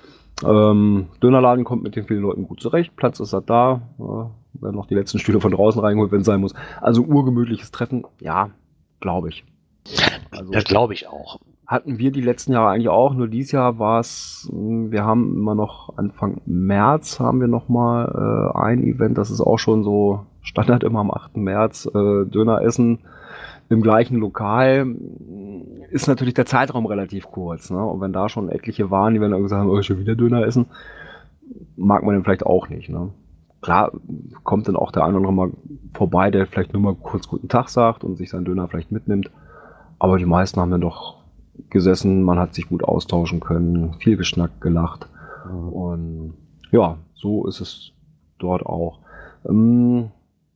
Ähm, Dönerladen kommt mit den vielen Leuten gut zurecht. Platz ist halt da. Ja, werden noch die letzten Stühle von draußen reingeholt, wenn es sein muss. Also urgemütliches Treffen, ja, glaube ich. Also, Das glaube ich auch. hatten wir die letzten Jahre eigentlich auch. Nur dieses Jahr war es, wir haben immer noch Anfang März haben wir noch mal äh, ein Event. Das ist auch schon so Standard immer am achten März. Äh, Döner essen im gleichen Lokal. Ist natürlich der Zeitraum relativ kurz. Ne? Und wenn da schon etliche waren, die werden dann gesagt haben, oh, schon wieder Döner essen, mag man den vielleicht auch nicht. Ne? Klar, kommt dann auch der eine oder andere mal vorbei, der vielleicht nur mal kurz guten Tag sagt und sich seinen Döner vielleicht mitnimmt. Aber die meisten haben dann doch gesessen, man hat sich gut austauschen können, viel geschnackt, gelacht. Mhm. Und ja, so ist es dort auch. Ähm,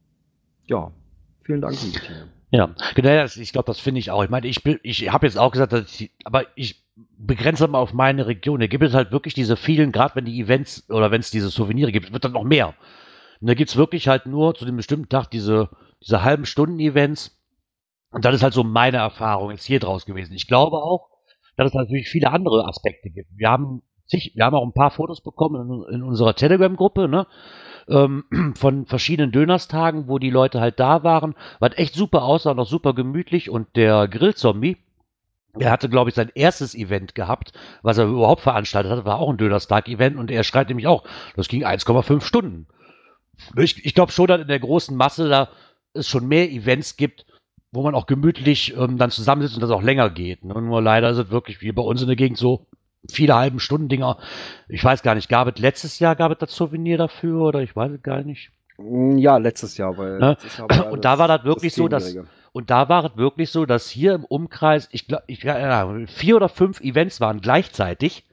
ja, vielen Dank, liebe Tine. Ja, genau, das- ich glaube, das finde ich auch. Ich meine, ich, bin- ich habe jetzt auch gesagt, dass ich, aber ich begrenze mal auf meine Region. Da gibt es halt wirklich diese vielen, gerade wenn die Events oder wenn es diese Souvenire gibt, wird dann noch mehr. Und da gibt es wirklich halt nur zu dem bestimmten Tag diese, diese halben Stunden-Events. Und das ist halt so meine Erfahrung jetzt hier draus gewesen. Ich glaube auch, dass es natürlich viele andere Aspekte gibt. Wir haben, zig, wir haben auch ein paar Fotos bekommen in, in unserer Telegram-Gruppe, ne? ähm, von verschiedenen Dönerstagen, wo die Leute halt da waren, was echt super aussah und auch super gemütlich. Und der Grillzombie, der hatte, glaube ich, sein erstes Event gehabt, was er überhaupt veranstaltet hat, war auch ein Dönerstag-Event und er schreibt nämlich auch, das ging eins Komma fünf Stunden. Ich, ich glaube schon, dass in der großen Masse da es schon mehr Events gibt, wo man auch gemütlich ähm, dann zusammensitzt und das auch länger geht. Ne? Nur leider ist es wirklich wie bei uns in der Gegend so viele halben Stunden Dinger. Ich weiß gar nicht, gab es letztes Jahr, gab es das Souvenir dafür oder ich weiß es gar nicht. Ja, letztes Jahr, weil Ne? letztes Jahr war Und da war das wirklich so, dass Zehnjährige. und da war es wirklich so, dass hier im Umkreis, ich glaube, ich, ja, vier oder fünf Events waren gleichzeitig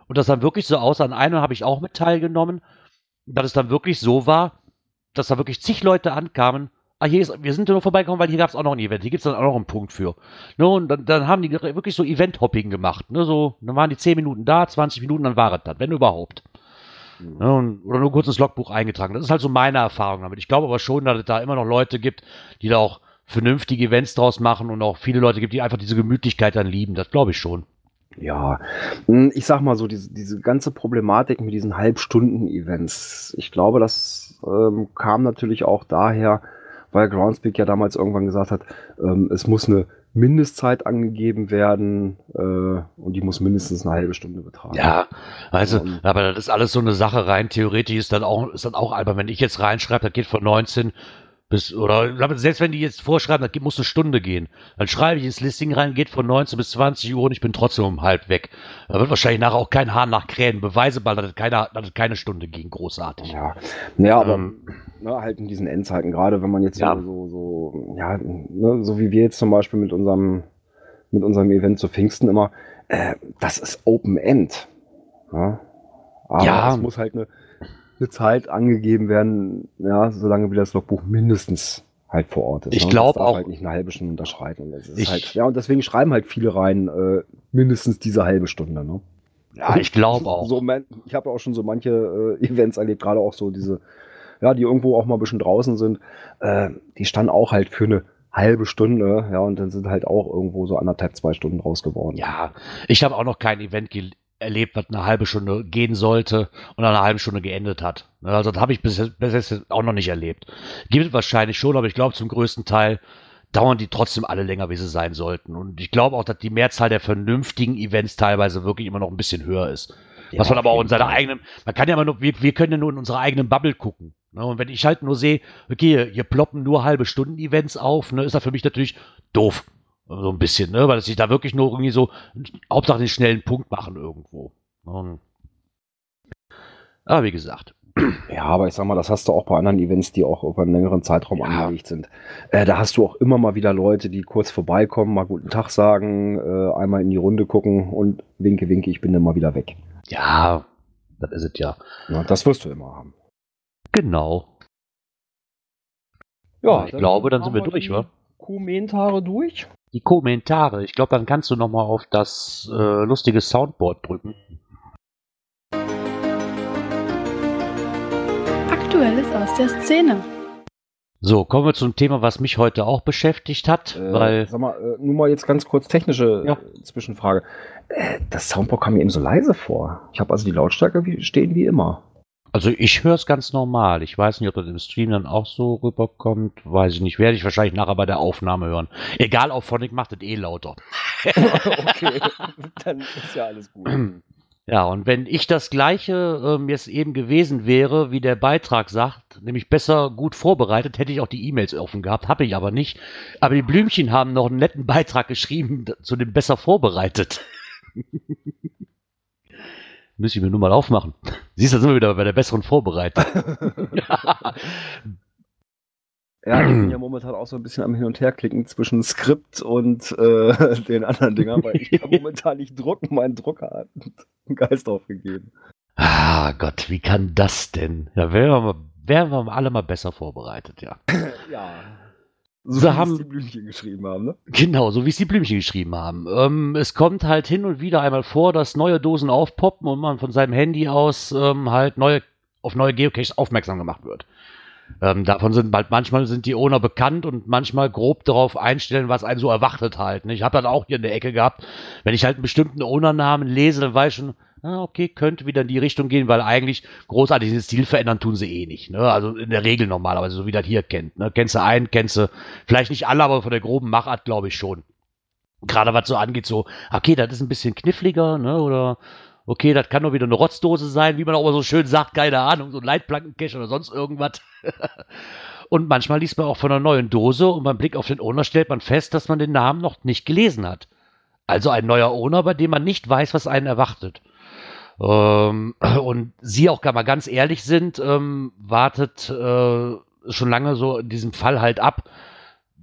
und das dann wirklich so aus, an einem habe ich auch mit teilgenommen, dass es dann wirklich so war, dass da wirklich zig Leute ankamen, ah, hier ist, wir sind nur vorbeigekommen, weil hier gab es auch noch ein Event, hier gibt es dann auch noch einen Punkt für. Ne, und dann, dann haben die wirklich so Event-Hopping gemacht, ne, so, dann waren die zehn Minuten da, zwanzig Minuten, dann war es das, wenn überhaupt. Mhm. Ne, und, oder nur kurz ins Logbuch eingetragen. Das ist halt so meine Erfahrung damit. Ich glaube aber schon, dass es da immer noch Leute gibt, die da auch vernünftige Events draus machen und auch viele Leute gibt, die einfach diese Gemütlichkeit dann lieben. Das glaube ich schon. Ja, ich sag mal so, diese, diese ganze Problematik mit diesen Halbstunden-Events, ich glaube, das ähm, kam natürlich auch daher, weil Groundspeak ja damals irgendwann gesagt hat, ähm, es muss eine Mindestzeit angegeben werden äh, und die muss mindestens eine halbe Stunde betragen. Ja, also, um, aber das ist alles so eine Sache rein. Theoretisch ist dann auch, ist dann auch albern, wenn ich jetzt reinschreibe, das geht von neunzehn bis, oder selbst wenn die jetzt vorschreiben, das muss eine Stunde gehen, dann schreibe ich ins Listing rein, geht von neunzehn bis zwanzig Uhr und ich bin trotzdem um halb weg. Da wird wahrscheinlich nachher auch kein Hahn nach Krähen. Beweise mal, dass es keine, dass es keine Stunde ging, großartig. Ja, ja, aber Ähm, ne, halt in diesen Endzeiten, gerade wenn man jetzt Ja. so, so, so, ja, ne, so wie wir jetzt zum Beispiel mit unserem, mit unserem Event zu Pfingsten immer, äh, das ist Open End. Ja, aber Ja. es muss halt eine, eine Zeit angegeben werden, ja, solange wie das Logbuch mindestens halt vor Ort ist. Ich ne? glaub Das darf auch- halt nicht eine halbe Stunde unterschreiten. Und das ist Ich- halt, ja, und deswegen schreiben halt viele rein, äh, mindestens diese halbe Stunde, ne? Ja, ich glaube auch. So, man, ich habe auch schon so manche äh, Events erlebt, gerade auch so diese, ja, die irgendwo auch mal ein bisschen draußen sind, äh, die standen auch halt für eine halbe Stunde, ja, und dann sind halt auch irgendwo so anderthalb, zwei Stunden raus geworden. Ja, ich habe auch noch kein Event ge- erlebt, was eine halbe Stunde gehen sollte und nach einer halben Stunde geendet hat. Ne, Also das habe ich bis jetzt, bis jetzt auch noch nicht erlebt. Gibt es wahrscheinlich schon, aber ich glaube zum größten Teil dauern die trotzdem alle länger, wie sie sein sollten. Und ich glaube auch, dass die Mehrzahl der vernünftigen Events teilweise wirklich immer noch ein bisschen höher ist. Ja, Was man auf aber auch in jeden seiner Fall. eigenen, man kann ja immer nur, wir, wir können ja nur in unserer eigenen Bubble gucken. Ne? Und wenn ich halt nur sehe, okay, hier, hier ploppen nur halbe Stunden Events auf, ne, ist das für mich natürlich doof. So ein bisschen, ne, weil sich da wirklich nur irgendwie so, Hauptsache den schnellen Punkt machen irgendwo. Und, aber wie gesagt, Ja, aber ich sag mal, das hast du auch bei anderen Events, die auch über einen längeren Zeitraum Ja. angelegt sind. Äh, da hast du auch immer mal wieder Leute, die kurz vorbeikommen, mal guten Tag sagen, äh, einmal in die Runde gucken und winke, winke, ich bin dann mal wieder weg. ja, das ist es ja. Ja, das wirst du immer haben. Genau. Ich glaube, dann sind wir durch, wa? Kommentare durch. Die Kommentare, ich glaube, dann kannst du nochmal auf das äh, lustige Soundboard drücken. Aktuelles aus der Szene. So, kommen wir zum Thema, was mich heute auch beschäftigt hat, Äh, weil, sag mal, äh, nur mal jetzt ganz kurz technische Ja. äh, Zwischenfrage. Äh, das Soundboard kam mir eben so leise vor. Ich habe also die Lautstärke wie, stehen wie immer. also ich höre es ganz normal. Ich weiß nicht, ob das im Stream dann auch so rüberkommt, weiß ich nicht. Werde ich wahrscheinlich nachher bei der Aufnahme hören. Egal, auf Phonic macht es eh lauter. Okay, dann ist ja alles gut. Ja, und wenn ich das Gleiche ähm, jetzt eben gewesen wäre, wie der Beitrag sagt, nämlich besser gut vorbereitet, hätte ich auch die E-Mails offen gehabt, habe ich aber nicht. Aber die Blümchen haben noch einen netten Beitrag geschrieben d- zu dem besser vorbereitet. Müssen wir nur mal aufmachen. Siehst du, da sind wir wieder bei der besseren Vorbereitung. Ja, ich bin ja momentan auch so ein bisschen am Hin- und Herklicken zwischen Skript und äh, den anderen Dingern, weil ich kann momentan nicht drucken. Mein Drucker hat einen Geist aufgegeben. Ah Gott, wie kann das denn? Ja, wären wir, mal, wären wir alle mal besser vorbereitet, ja. Ja. So Wir wie haben- es die Blümchen geschrieben haben, ne? Genau, so wie es die Blümchen geschrieben haben. Ähm, es kommt halt hin und wieder einmal vor, dass neue Dosen aufpoppen und man von seinem Handy aus ähm, halt neue, auf neue Geocaches aufmerksam gemacht wird. Ähm, davon sind bald manchmal sind die Owner bekannt und manchmal grob darauf einstellen, was einen so erwartet halt. Ne? Ich habe dann auch hier in der Ecke gehabt, wenn ich halt einen bestimmten Ownernamen lese, dann weiß ich schon, ah, okay, könnte wieder in die Richtung gehen, weil eigentlich großartig den Stil verändern tun sie eh nicht. Ne? Also in der Regel normalerweise, so wie das hier kennt. Ne? Kennst du einen, kennst du vielleicht nicht alle, aber von der groben Machart glaube ich schon. Gerade was so angeht, so, okay, das ist ein bisschen kniffliger, ne? Oder okay, das kann doch wieder eine Rotzdose sein, wie man auch immer so schön sagt, keine Ahnung, so ein Leitplankencache oder sonst irgendwas. Und manchmal liest man auch von einer neuen Dose und beim Blick auf den Owner stellt man fest, dass man den Namen noch nicht gelesen hat. Also ein neuer Owner, bei dem man nicht weiß, was einen erwartet. Ähm, und Sie auch gar mal ganz ehrlich sind, ähm, wartet äh, schon lange so in diesem Fall halt ab,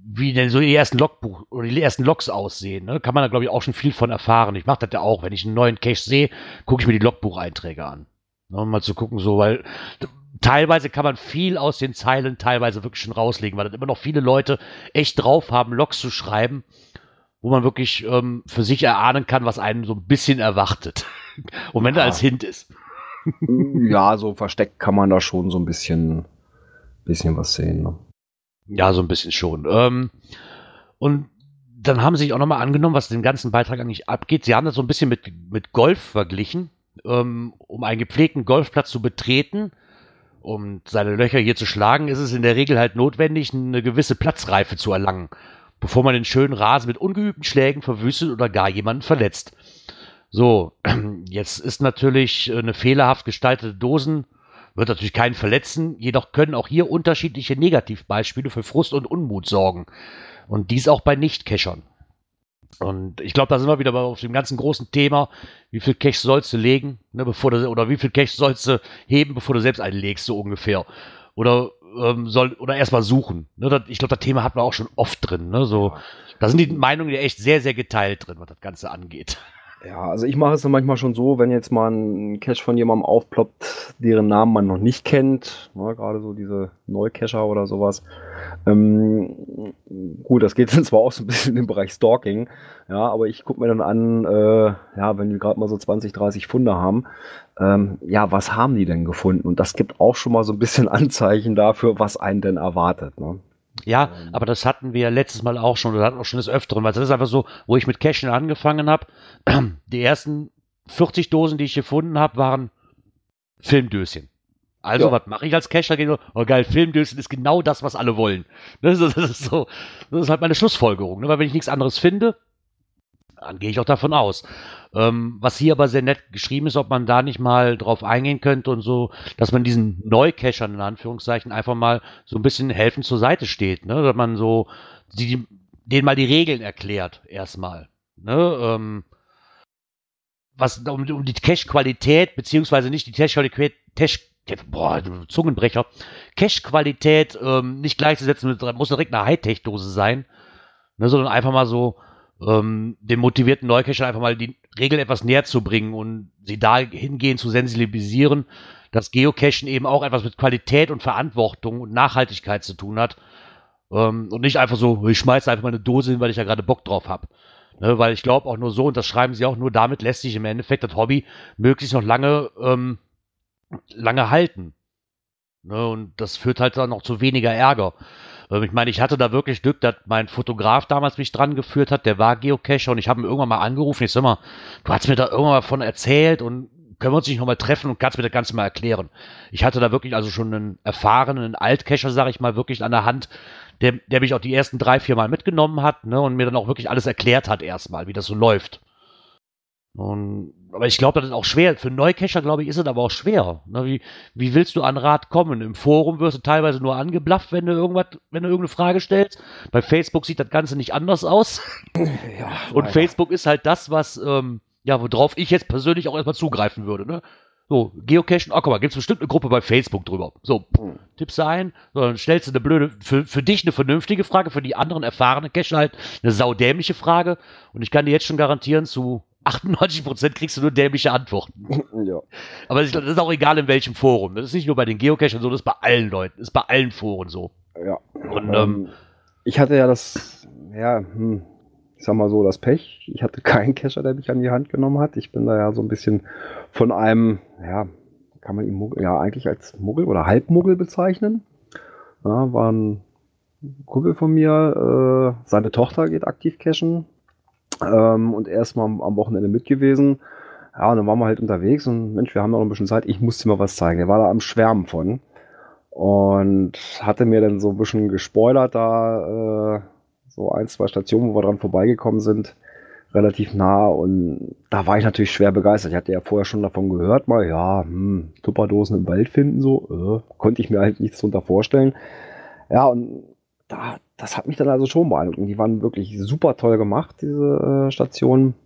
wie denn so die ersten Logbuch oder die ersten Logs aussehen. Ne? Kann man da, glaube ich, auch schon viel von erfahren. Ich mache das ja auch. Wenn ich einen neuen Cache sehe, gucke ich mir die Logbucheinträge an. Ne, um mal zu gucken, so, weil teilweise kann man viel aus den Zeilen teilweise wirklich schon rauslegen, weil das immer noch viele Leute echt drauf haben, Logs zu schreiben, wo man wirklich ähm, für sich erahnen kann, was einen so ein bisschen erwartet. Und wenn ja. da als Hint ist. Ja, so versteckt kann man da schon so ein bisschen, bisschen was sehen. Ne? Ja, so ein bisschen schon. Ähm, und dann haben sie sich auch nochmal angenommen, was den ganzen Beitrag eigentlich abgeht. Sie haben das so ein bisschen mit, mit Golf verglichen, ähm, um einen gepflegten Golfplatz zu betreten, um seine Löcher hier zu schlagen, ist es in der Regel halt notwendig, eine gewisse Platzreife zu erlangen, bevor man den schönen Rasen mit ungeübten Schlägen verwüstet oder gar jemanden verletzt. So, jetzt ist natürlich eine fehlerhaft gestaltete Dosen, wird natürlich keinen verletzen, jedoch können auch hier unterschiedliche Negativbeispiele für Frust und Unmut sorgen. Und dies auch bei Nicht-Cachern. Und ich glaube, da sind wir wieder auf dem ganzen großen Thema, wie viel Cache sollst du legen, ne, bevor du, oder wie viel Cache sollst du heben, bevor du selbst einen legst, so ungefähr. Oder ähm, soll, oder erstmal suchen. Ne, das, ich glaube, das Thema hatten wir auch schon oft drin. Ne, so, da sind die Meinungen ja echt sehr, sehr geteilt drin, was das Ganze angeht. Ja, also ich mache es dann manchmal schon so, wenn jetzt mal ein Cache von jemandem aufploppt, deren Namen man noch nicht kennt, ne, gerade so diese Neucacher oder sowas. Ähm, gut, das geht dann zwar auch so ein bisschen in den Bereich Stalking, ja, aber ich gucke mir dann an, äh, ja, wenn die gerade mal so zwanzig, dreißig Funde haben, ähm, ja, was haben die denn gefunden? Und das gibt auch schon mal so ein bisschen Anzeichen dafür, was einen denn erwartet, ne? Ja, aber das hatten wir ja letztes Mal auch schon, oder hatten auch schon des Öfteren, weil das ist einfach so, wo ich mit Cachen angefangen habe, die ersten vierzig Dosen, die ich gefunden habe, waren Filmdöschen. Also, ja. Was mache ich als Cacher? Oh geil, Filmdöschen ist genau das, was alle wollen. Das ist, das ist so, das ist halt meine Schlussfolgerung, ne? Weil wenn ich nichts anderes finde, dann gehe ich auch davon aus. Ähm, was hier aber sehr nett geschrieben ist, ob man da nicht mal drauf eingehen könnte und so, dass man diesen Neukachern in Anführungszeichen einfach mal so ein bisschen helfend zur Seite steht, ne? Dass man so die, denen mal die Regeln erklärt erstmal, ne? Ähm, was um, um die Cache-Qualität beziehungsweise nicht die Cache-Qualität, Cache, boah, Zungenbrecher, Cache-Qualität ähm, nicht gleichzusetzen mit, muss direkt eine Hightech-Dose sein, ne? Sondern einfach mal so ähm, den motivierten Neucacher einfach mal die Regeln etwas näher zu bringen und sie dahingehend zu sensibilisieren, dass Geocachen eben auch etwas mit Qualität und Verantwortung und Nachhaltigkeit zu tun hat. Ähm, und nicht einfach so, ich schmeiße einfach mal eine Dose hin, weil ich ja gerade Bock drauf habe. Ne, weil ich glaube auch nur so, und das schreiben sie auch, nur damit lässt sich im Endeffekt das Hobby möglichst noch lange, ähm, lange halten. Ne, und das führt halt dann noch zu weniger Ärger. Ich meine, ich hatte da wirklich Glück, dass mein Fotograf damals mich dran geführt hat, der war Geocacher und ich habe ihn irgendwann mal angerufen. Ich sag mal, du hast mir da irgendwann mal von erzählt und können wir uns nicht nochmal treffen und kannst mir das Ganze mal erklären. Ich hatte da wirklich also schon einen erfahrenen Altcacher, sag ich mal, wirklich an der Hand, der, der mich auch die ersten drei, vier Mal mitgenommen hat, ne, und mir dann auch wirklich alles erklärt hat erstmal, wie das so läuft. Und, aber ich glaube, das ist auch schwer. Für Neucacher, glaube ich, ist es aber auch schwer. Ne, wie, wie willst du an Rat kommen? Im Forum wirst du teilweise nur angeblafft, wenn du irgendwas, wenn du irgendeine Frage stellst. Bei Facebook sieht das Ganze nicht anders aus. Ja, und Facebook ist halt das, was, ähm, ja, worauf ich jetzt persönlich auch erstmal zugreifen würde, ne? So, Geocachen, oh, guck mal, gibt es bestimmt eine Gruppe bei Facebook drüber. So, mhm. tippst du ein, so, dann stellst du eine blöde, für, für dich eine vernünftige Frage, für die anderen erfahrenen Cacher halt eine saudämliche Frage. Und ich kann dir jetzt schon garantieren, zu achtundneunzig Prozent kriegst du nur dämliche Antworten. Ja. Aber das ist auch egal, in welchem Forum. Das ist nicht nur bei den Geocachern so, das ist bei allen Leuten, das ist bei allen Foren so. Ja. Und, ähm, ähm, ich hatte ja das, ja, hm, ich sag mal so, das Pech. Ich hatte keinen Cacher, der mich an die Hand genommen hat. Ich bin da ja so ein bisschen von einem, ja, kann man ihn Muggel, ja eigentlich als Muggel oder Halbmuggel bezeichnen. Ja, war ein Kumpel von mir, äh, seine Tochter geht aktiv cachen. Ähm, und er ist mal am Wochenende mit gewesen. Ja, und dann waren wir halt unterwegs und Mensch, wir haben noch ein bisschen Zeit. Ich musste mir was zeigen. Er war da am Schwärmen von. Und hatte mir dann so ein bisschen gespoilert da, äh, so ein, zwei Stationen, wo wir dran vorbeigekommen sind, relativ nah. Und da war ich natürlich schwer begeistert. Ich hatte ja vorher schon davon gehört, mal, ja, hm, Tupperdosen im Wald finden, so. Äh, konnte ich mir halt nichts drunter vorstellen. Ja, und da, das hat mich dann also schon beeindruckt. Und die waren wirklich super toll gemacht, diese äh, Stationen.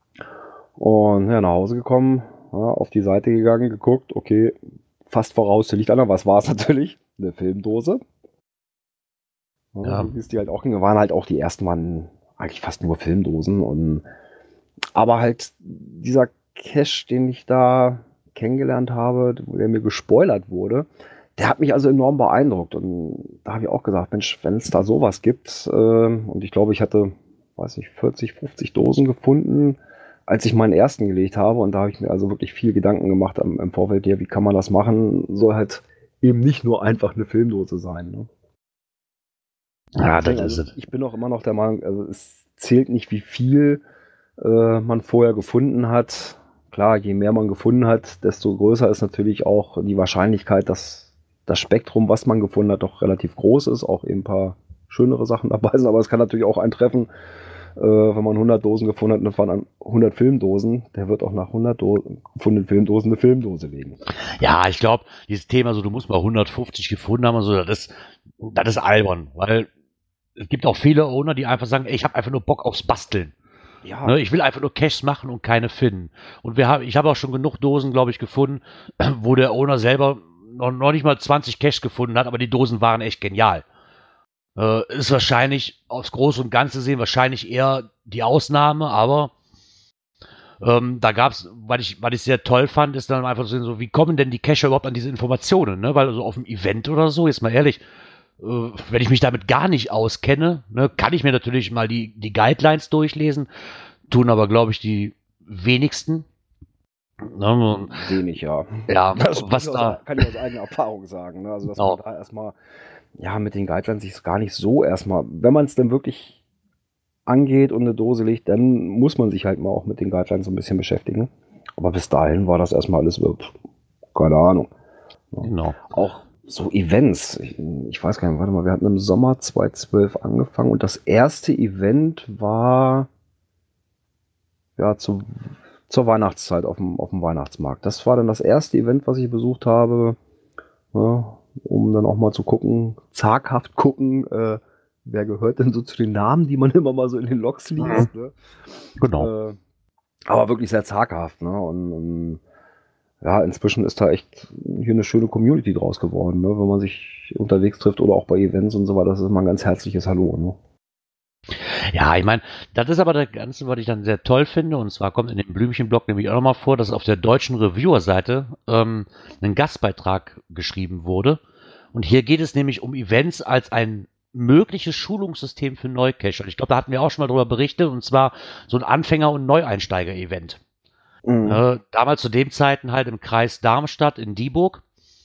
Und ja, nach Hause gekommen, ja, auf die Seite gegangen, geguckt, okay, fast voraus, liegt an, was war es natürlich? Eine Filmdose. Ja, Ja. Wie es die halt auch ging, waren halt auch die ersten waren eigentlich fast nur Filmdosen. Und aber halt dieser Cache, den ich da kennengelernt habe, der mir gespoilert wurde, der hat mich also enorm beeindruckt. Und da habe ich auch gesagt, Mensch, wenn es da sowas gibt, äh, und ich glaube, ich hatte, weiß ich, vierzig, fünfzig Dosen gefunden, als ich meinen ersten gelegt habe. Und da habe ich mir also wirklich viel Gedanken gemacht im, im Vorfeld, ja, wie kann man das machen? Soll halt eben nicht nur einfach eine Filmdose sein. Ne? Ja, das also, ist es. Ich bin auch immer noch der Meinung, also es zählt nicht, wie viel äh, man vorher gefunden hat. Klar, je mehr man gefunden hat, desto größer ist natürlich auch die Wahrscheinlichkeit, dass das Spektrum, was man gefunden hat, doch relativ groß ist. Auch eben ein paar schönere Sachen dabei sind. Aber es kann natürlich auch eintreffen, äh, wenn man hundert Dosen gefunden hat und es waren hundert Filmdosen, der wird auch nach hundert Dosen, gefundenen Filmdosen eine Filmdose legen. Ja, ich glaube, dieses Thema, so du musst mal hundertfünfzig gefunden haben, und so, das ist, das ist albern, weil es gibt auch viele Owner, die einfach sagen, ey, ich habe einfach nur Bock aufs Basteln. Ja. Ne, ich will einfach nur Caches machen und keine finden. Und wir haben, ich habe auch schon genug Dosen, glaube ich, gefunden, wo der Owner selber noch, noch nicht mal zwanzig Caches gefunden hat, aber die Dosen waren echt genial. Äh, ist wahrscheinlich aufs Große und Ganze sehen wahrscheinlich eher die Ausnahme, aber ähm, da gab es, weil ich, weil ich sehr toll fand, ist dann einfach so, wie kommen denn die Cacher überhaupt an diese Informationen? Ne? Weil also auf dem Event oder so, jetzt mal ehrlich, äh, wenn ich mich damit gar nicht auskenne, ne, kann ich mir natürlich mal die, die Guidelines durchlesen, tun aber, glaube ich, die wenigsten. Ne? Wenig, ja. Ja, das was kann da. Ich aus, kann ich aus eigener Erfahrung sagen. Ne? Also, dass Genau. man da erstmal, ja, mit den Guidelines sich gar nicht so erstmal, wenn man es denn wirklich angeht und eine Dose legt, dann muss man sich halt mal auch mit den Guidelines so ein bisschen beschäftigen. Aber bis dahin war das erstmal alles, pff, keine Ahnung. Ja. Genau. Auch so Events. Ich, ich weiß gar nicht, warte mal, wir hatten im Sommer zweitausendzwölf angefangen und das erste Event war ja zu, zur Weihnachtszeit auf dem, auf dem Weihnachtsmarkt. Das war dann das erste Event, was ich besucht habe, ja, um dann auch mal zu gucken, zaghaft gucken, äh, wer gehört denn so zu den Namen, die man immer mal so in den Logs liest. Mhm. Ne? Genau. Äh, aber wirklich sehr zaghaft. Ne? Und, und ja, inzwischen ist da echt hier eine schöne Community draus geworden, ne? Wenn man sich unterwegs trifft oder auch bei Events und so weiter. Das ist immer ein ganz herzliches Hallo. Ne? Ja, ich meine, das ist aber das Ganze, was ich dann sehr toll finde, und zwar kommt in dem Blümchen-Blog nämlich auch nochmal vor, dass auf der deutschen Reviewer-Seite ähm, ein Gastbeitrag geschrieben wurde. Und hier geht es nämlich um Events als ein mögliches Schulungssystem für Neucacher. Ich glaube, da hatten wir auch schon mal drüber berichtet, und zwar so ein Anfänger- und Neueinsteiger-Event. Mhm. Äh, damals zu den Zeiten halt im Kreis Darmstadt in Dieburg.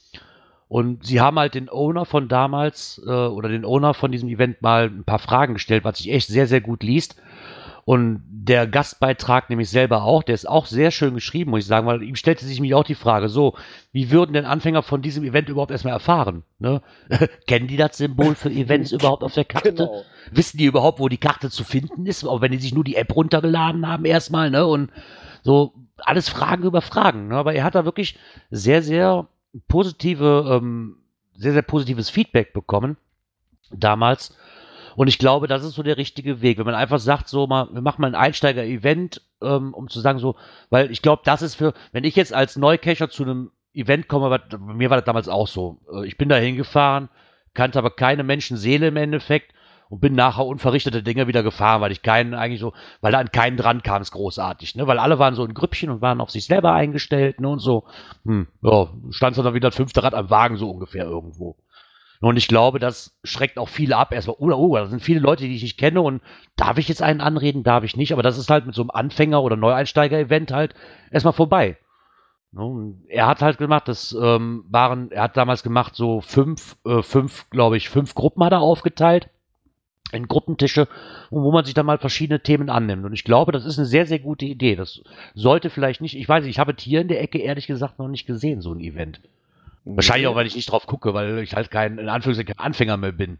Und sie haben halt den Owner von damals äh, oder den Owner von diesem Event mal ein paar Fragen gestellt, was sich echt sehr, sehr gut liest. Und der Gastbeitrag nämlich selber auch, der ist auch sehr schön geschrieben, muss ich sagen, weil ihm stellte sich mir auch die Frage, so, wie würden denn Anfänger von diesem Event überhaupt erstmal erfahren? Ne? Kennen die das Symbol für Events überhaupt auf der Karte? Genau. Wissen die überhaupt, wo die Karte zu finden ist? Auch wenn die sich nur die App runtergeladen haben erstmal, ne? Und so, alles Fragen über Fragen. Ne? Aber er hat da wirklich sehr, sehr positive, ähm, sehr, sehr positives Feedback bekommen damals. Und ich glaube, das ist so der richtige Weg, wenn man einfach sagt, so mal, wir machen mal ein Einsteiger-Event, ähm, um zu sagen so, weil ich glaube, das ist für, wenn ich jetzt als Neucacher zu einem Event komme, bei mir war das damals auch so. Ich bin da hingefahren, kannte aber keine Menschenseele im Endeffekt und bin nachher unverrichtete Dinge wieder gefahren, weil ich keinen eigentlich so, weil da an keinen dran kam, es großartig, ne, weil alle waren so in Grüppchen und waren auf sich selber eingestellt, ne, und so, hm, ja, stand dann wieder das fünfte Rad am Wagen so ungefähr irgendwo. Und ich glaube, das schreckt auch viele ab. Erstmal, oh, oh, da sind viele Leute, die ich nicht kenne und darf ich jetzt einen anreden, darf ich nicht. Aber das ist halt mit so einem Anfänger- oder Neueinsteiger-Event halt erstmal vorbei. Und er hat halt gemacht, das ähm, waren, er hat damals gemacht so fünf, äh, fünf, glaube ich, fünf Gruppen hat er aufgeteilt in Gruppentische, wo man sich dann mal verschiedene Themen annimmt. Und ich glaube, das ist eine sehr, sehr gute Idee. Das sollte vielleicht nicht, ich weiß nicht, ich habe es hier in der Ecke ehrlich gesagt noch nicht gesehen, so ein Event. Wahrscheinlich auch, weil ich nicht drauf gucke, weil ich halt kein, in Anführungszeichen, kein Anfänger mehr bin.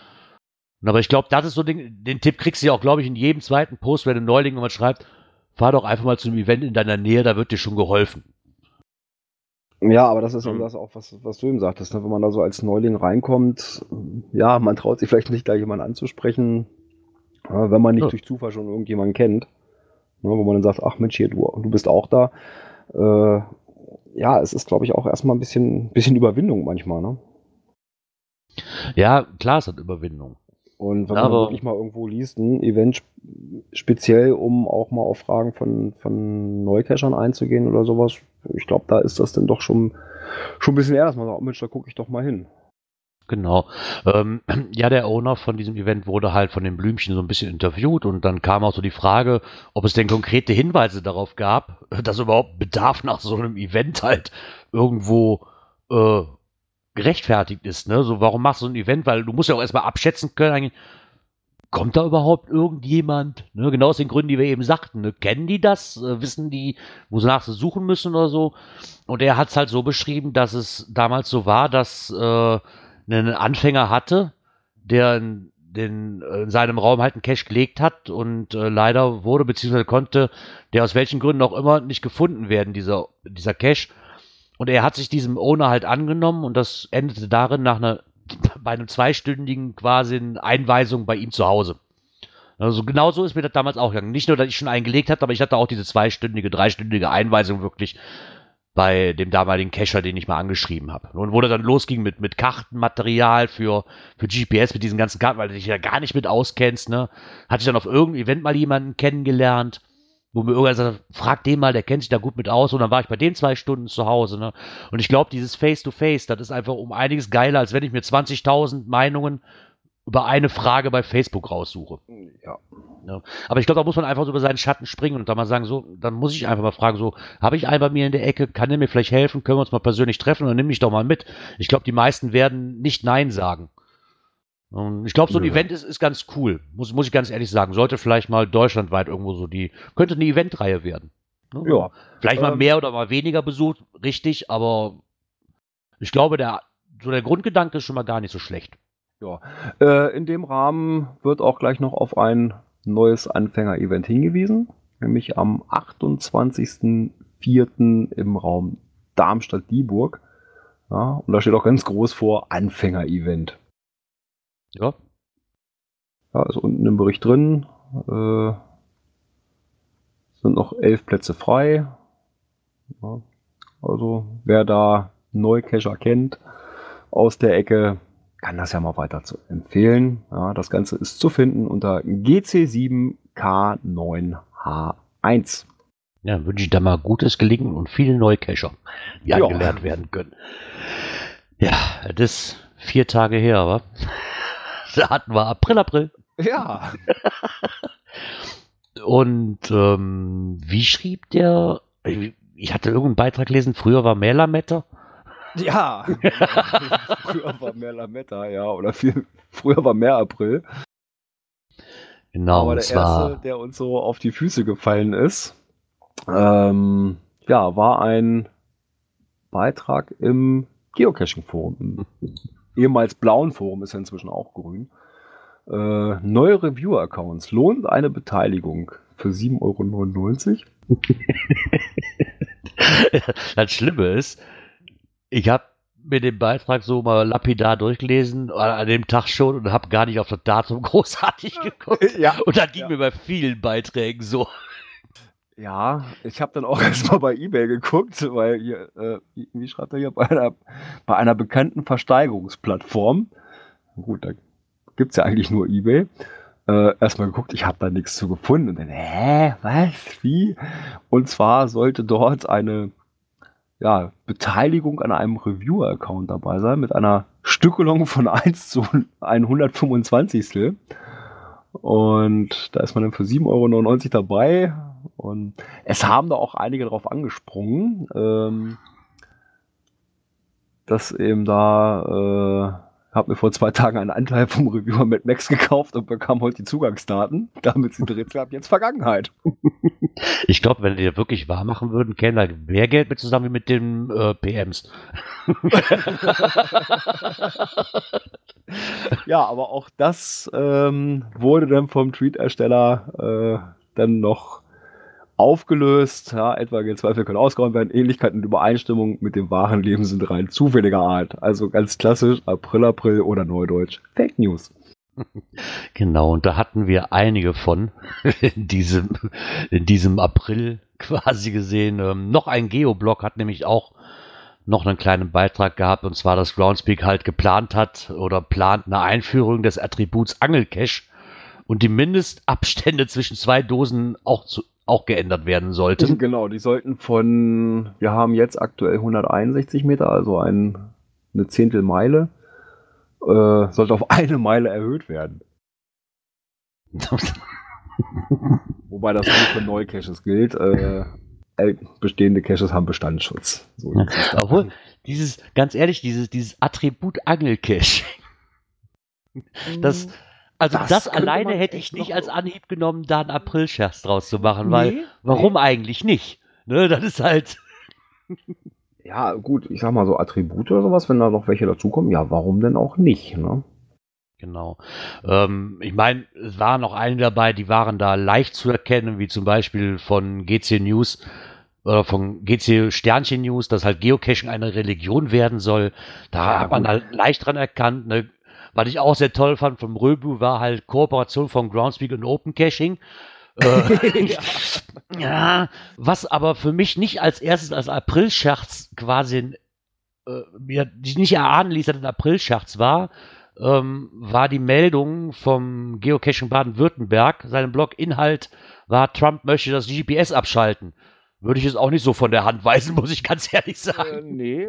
Aber ich glaube, das ist so, den, den Tipp kriegst du ja auch, glaube ich, in jedem zweiten Post, wenn ein Neuling jemand schreibt, fahr doch einfach mal zu einem Event in deiner Nähe, da wird dir schon geholfen. Ja, aber das ist eben das auch, was, was du eben sagtest, ne? Wenn man da so als Neuling reinkommt, ja, man traut sich vielleicht nicht, da jemanden anzusprechen, wenn man nicht ja. durch Zufall schon irgendjemanden kennt, ne? Wo man dann sagt, ach Mensch, hier, du, du bist auch da. Äh, ja, es ist, glaube ich, auch erstmal ein bisschen, bisschen Überwindung manchmal, ne? Ja, klar, es hat Überwindung. Und wenn Ja, man aber- wirklich mal irgendwo liest, ein Event sp- speziell, um auch mal auf Fragen von, von Neucachern einzugehen oder sowas, ich glaube, da ist das dann doch schon, schon ein bisschen eher, dass man sagt, oh Mensch, da gucke ich doch mal hin. Genau. Ähm, ja, der Owner von diesem Event wurde halt von den Blümchen so ein bisschen interviewt und dann kam auch so die Frage, ob es denn konkrete Hinweise darauf gab, dass überhaupt Bedarf nach so einem Event halt irgendwo äh, gerechtfertigt ist. Ne? So, warum machst du so ein Event? Weil du musst ja auch erstmal abschätzen können, eigentlich, kommt da überhaupt irgendjemand? Ne? Genau aus den Gründen, die wir eben sagten. Ne? Kennen die das? Äh, wissen die, wonach sie suchen müssen oder so? Und er hat es halt so beschrieben, dass es damals so war, dass äh, einen Anfänger hatte, der in, den, in seinem Raum halt einen Cache gelegt hat und äh, leider wurde, beziehungsweise konnte der aus welchen Gründen auch immer nicht gefunden werden, dieser, dieser Cache. Und er hat sich diesem Owner halt angenommen und das endete darin nach einer, bei einem zweistündigen quasi Einweisung bei ihm zu Hause. Also genau so ist mir das damals auch gegangen. Nicht nur, dass ich schon einen gelegt hatte, aber ich hatte auch diese zweistündige, dreistündige Einweisung wirklich bei dem damaligen Cacher, den ich mal angeschrieben habe. Und wo das dann losging mit, mit Kartenmaterial für, für G P S, mit diesen ganzen Karten, weil du dich ja gar nicht mit auskennst, ne, hatte ich dann auf irgendeinem Event mal jemanden kennengelernt, wo mir irgendwer sagt, frag den mal, der kennt sich da gut mit aus. Und dann war ich bei den zwei Stunden zu Hause. Ne? Und ich glaube, dieses Face-to-Face, das ist einfach um einiges geiler, als wenn ich mir zwanzigtausend Meinungen über eine Frage bei Facebook raussuche. Ja. Ja. Aber ich glaube, da muss man einfach so über seinen Schatten springen und da mal sagen, so, dann muss ich einfach mal fragen, so, habe ich einen bei mir in der Ecke, kann der mir vielleicht helfen, können wir uns mal persönlich treffen und nimm mich doch mal mit. Ich glaube, die meisten werden nicht Nein sagen. Und ich glaube, so ein Ja. Event ist, ist ganz cool, muss, muss ich ganz ehrlich sagen. Sollte vielleicht mal deutschlandweit irgendwo so die, könnte eine Eventreihe werden. Ne? Ja. Vielleicht mal Ähm, mehr oder mal weniger besucht, richtig, aber ich glaube, der, so der Grundgedanke ist schon mal gar nicht so schlecht. Ja. Äh, in dem Rahmen wird auch gleich noch auf ein neues Anfänger-Event hingewiesen, nämlich am achtundzwanzigsten vierten im Raum Darmstadt-Dieburg. Ja, und da steht auch ganz groß vor Anfänger-Event. Ja, Ja, ist unten im Bericht drin. Äh, sind noch elf Plätze frei. Ja, also wer da Neucacher kennt aus der Ecke, kann das ja mal weiter zu empfehlen. Ja, das Ganze ist zu finden unter G C sieben K neun H eins. ja, wünsche ich da mal gutes Gelingen und viele Neucacher, die Ja. angelernt werden können. Ja, das ist vier Tage her, aber da hatten wir April, April. Ja. Und ähm, wie schrieb der, ich hatte irgendeinen Beitrag gelesen, früher war mehr Lametta. Ja. Früher war mehr Lametta, ja. Oder viel, früher war mehr April. Genau, Aber und der zwar, erste, der uns so auf die Füße gefallen ist, ähm, ja, war ein Beitrag im Geocaching-Forum. Im ehemals blauen Forum, ist ja inzwischen auch grün. Äh, neue Reviewer-Accounts. Lohnt eine Beteiligung für sieben Euro neunundneunzig? das Schlimme ist, ich habe mir den Beitrag so mal lapidar durchgelesen, an dem Tag schon, und habe gar nicht auf das Datum großartig geguckt. Ja. Und das ging Ja. mir bei vielen Beiträgen so. Ja, ich habe dann auch erstmal bei eBay geguckt, weil hier, äh, wie, wie schreibt er hier, bei einer, bei einer bekannten Versteigerungsplattform. Gut, da gibt's ja eigentlich nur eBay. Äh, erstmal geguckt, ich habe da nichts zu gefunden. Und dann, hä, was, wie? Und zwar sollte dort eine ja, Beteiligung an einem Reviewer-Account dabei sein, mit einer Stückelung von eins zu hundertfünfundzwanzig. Und da ist man dann für sieben Euro neunundneunzig dabei. Und es haben da auch einige drauf angesprungen, ähm, dass eben da, äh, habe mir vor zwei Tagen einen Anteil vom Reviewer Mad Max gekauft und bekam heute die Zugangsdaten. Damit sind die Rätsel ab jetzt Vergangenheit. Ich glaube, wenn die das wirklich wahr machen würden, käme da mehr Geld mit zusammen wie mit den äh, P Ms. Ja, aber auch das ähm, wurde dann vom Tweet-Ersteller äh, dann noch aufgelöst. Ja, etwaige Zweifel können ausgeräumt werden. Ähnlichkeiten und Übereinstimmung mit dem wahren Leben sind rein zufälliger Art. Also ganz klassisch April, April oder Neudeutsch Fake News. Genau, und da hatten wir einige von in diesem, in diesem April quasi gesehen. Ähm, noch ein Geoblog hat nämlich auch noch einen kleinen Beitrag gehabt, und zwar, dass Groundspeak halt geplant hat oder plant eine Einführung des Attributs Angelcache und die Mindestabstände zwischen zwei Dosen auch, zu, auch geändert werden sollten. Genau, die sollten von, wir haben jetzt aktuell hunderteinundsechzig Meter, also ein, eine Zehntelmeile, äh, sollte auf eine Meile erhöht werden. Wobei das nur für neue Caches gilt. Äh, bestehende Caches haben Bestandsschutz. So ja. Obwohl, dieses, ganz ehrlich, dieses, dieses Attribut Angelcache, das, also das, das alleine hätte ich nicht als Anhieb genommen, da einen April-Scherz draus zu machen, nee, weil, warum nee. eigentlich nicht? Ne, das ist halt... Ja, gut, ich sag mal so Attribute oder sowas, wenn da noch welche dazukommen, ja, warum denn auch nicht, ne? Genau. Ähm, ich meine, es waren noch einige dabei, die waren da leicht zu erkennen, wie zum Beispiel von G C News oder von G C Sternchen News, dass halt Geocaching eine Religion werden soll. Da ja, hat man gut. halt leicht dran erkannt. Ne? Was ich auch sehr toll fand vom Röbu war halt Kooperation von Groundspeak und Open Caching. äh, ja. ja, was aber für mich nicht als erstes als April-Scherz quasi äh, mir nicht erahnen ließ, dass ein April-Scherz war, ähm, war die Meldung vom Geocaching Baden-Württemberg. Sein Blog-Inhalt war, Trump möchte das G P S abschalten. Würde ich es auch nicht so von der Hand weisen, muss ich ganz ehrlich sagen. Äh, nee.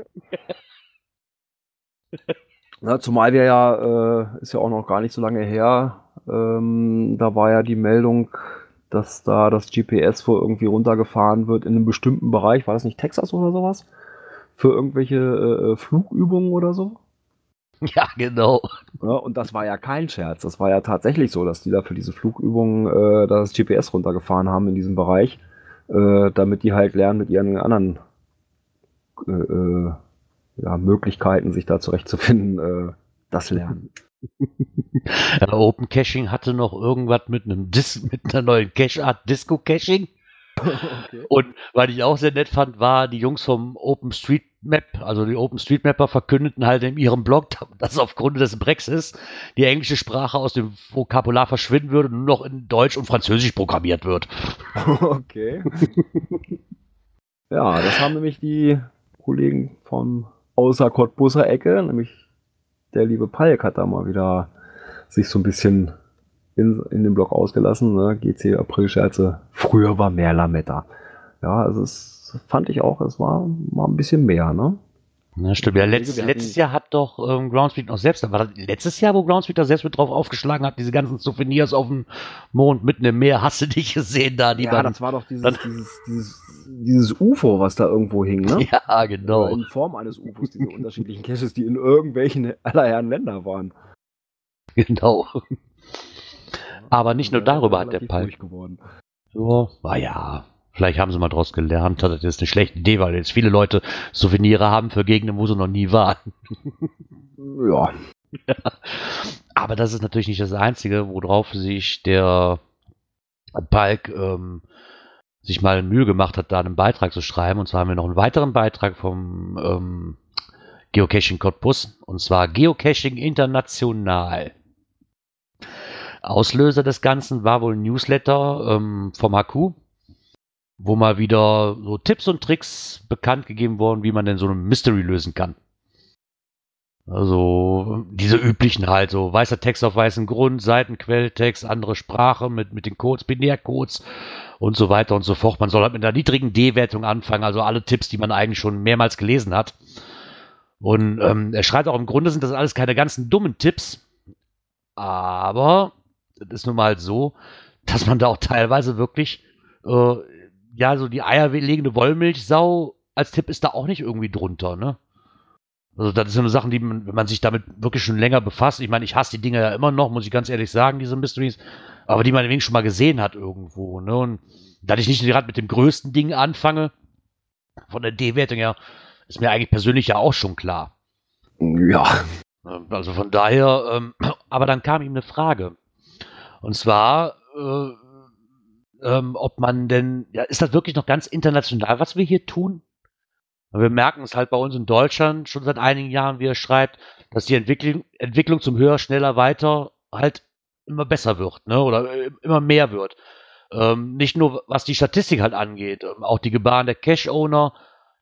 Na, zumal wir ja, äh, ist ja auch noch gar nicht so lange her, ähm, da war ja die Meldung, dass da das G P S wohl irgendwie runtergefahren wird in einem bestimmten Bereich. War das nicht Texas oder sowas? Für irgendwelche äh, Flugübungen oder so? Ja, genau. Ja, und das war ja kein Scherz. Das war ja tatsächlich so, dass die da für diese Flugübungen äh, das G P S runtergefahren haben in diesem Bereich, äh, damit die halt lernen, mit ihren anderen äh, äh, ja, Möglichkeiten, sich da zurechtzufinden, äh, das lernen. Ja, Open Caching hatte noch irgendwas mit einem Dis mit einer neuen Cache-Art, Disco Caching. Okay. Und was ich auch sehr nett fand, war, die Jungs vom OpenStreetMap, also die OpenStreetMapper verkündeten halt in ihrem Blog, dass aufgrund des Brexits die englische Sprache aus dem Vokabular verschwinden würde und nur noch in Deutsch und Französisch programmiert wird. Okay. Ja, das haben nämlich die Kollegen vom außer Cottbuser Ecke, nämlich der liebe Palk hat da mal wieder sich so ein bisschen in, in dem Blog ausgelassen, ne? G C April-Scherze, früher war mehr Lametta. Ja, also es fand ich auch, es war mal ein bisschen mehr, ne? Na, stimmt. Ja, letzt, letztes Jahr hat doch ähm, Groundspeak noch selbst, war das letztes Jahr, wo Groundspeak da selbst mit drauf aufgeschlagen hat, diese ganzen Souvenirs auf dem Mond mitten im Meer, hast du nicht gesehen da? Die ja, man, das war doch dieses, dann, dieses, dieses, dieses U F O, was da irgendwo hing, ne? Ja, genau. In Form eines U F Os, diese unterschiedlichen Caches, die in irgendwelchen aller Herren Länder waren. Genau. Aber nicht nur darüber hat der Palk. So, war ja. Vielleicht haben sie mal draus gelernt, dass das eine schlechte Idee war, weil jetzt viele Leute Souvenire haben für Gegenden, wo sie noch nie waren. Ja. Aber das ist natürlich nicht das Einzige, worauf sich der Palk ähm, sich mal Mühe gemacht hat, da einen Beitrag zu schreiben. Und zwar haben wir noch einen weiteren Beitrag vom ähm, Geocaching Cottbus, und zwar Geocaching International. Auslöser des Ganzen war wohl ein Newsletter ähm, vom H Q, wo mal wieder so Tipps und Tricks bekannt gegeben wurden, wie man denn so ein Mystery lösen kann. Also diese üblichen halt, so weißer Text auf weißem Grund, Seitenquelltext, andere Sprache mit, mit den Codes, Binärcodes und so weiter und so fort. Man soll halt mit einer niedrigen D-Wertung anfangen, also alle Tipps, die man eigentlich schon mehrmals gelesen hat. Und ähm, er schreibt auch, im Grunde sind das alles keine ganzen dummen Tipps, aber das ist nun mal so, dass man da auch teilweise wirklich äh, ja, so die eierlegende Wollmilchsau als Tipp ist da auch nicht irgendwie drunter, ne? Also das sind so Sachen, die man, wenn man sich damit wirklich schon länger befasst, ich meine, ich hasse die Dinger ja immer noch, muss ich ganz ehrlich sagen, diese Mysteries, aber die man wenigstens schon mal gesehen hat irgendwo, ne? Und da ich nicht gerade mit dem größten Ding anfange, von der D-Wertung her, ist mir eigentlich persönlich ja auch schon klar. Ja. Also von daher, ähm, aber dann kam ihm eine Frage. Und zwar, äh, ähm, ob man denn, ja, ist das wirklich noch ganz international, was wir hier tun? Wir merken es halt bei uns in Deutschland schon seit einigen Jahren, wie er schreibt, dass die Entwicklung, Entwicklung zum Höher, Schneller, Weiter halt immer besser wird, ne? Oder immer mehr wird. Ähm, nicht nur was die Statistik halt angeht, ähm, auch die Gebaren der Cache-Owner,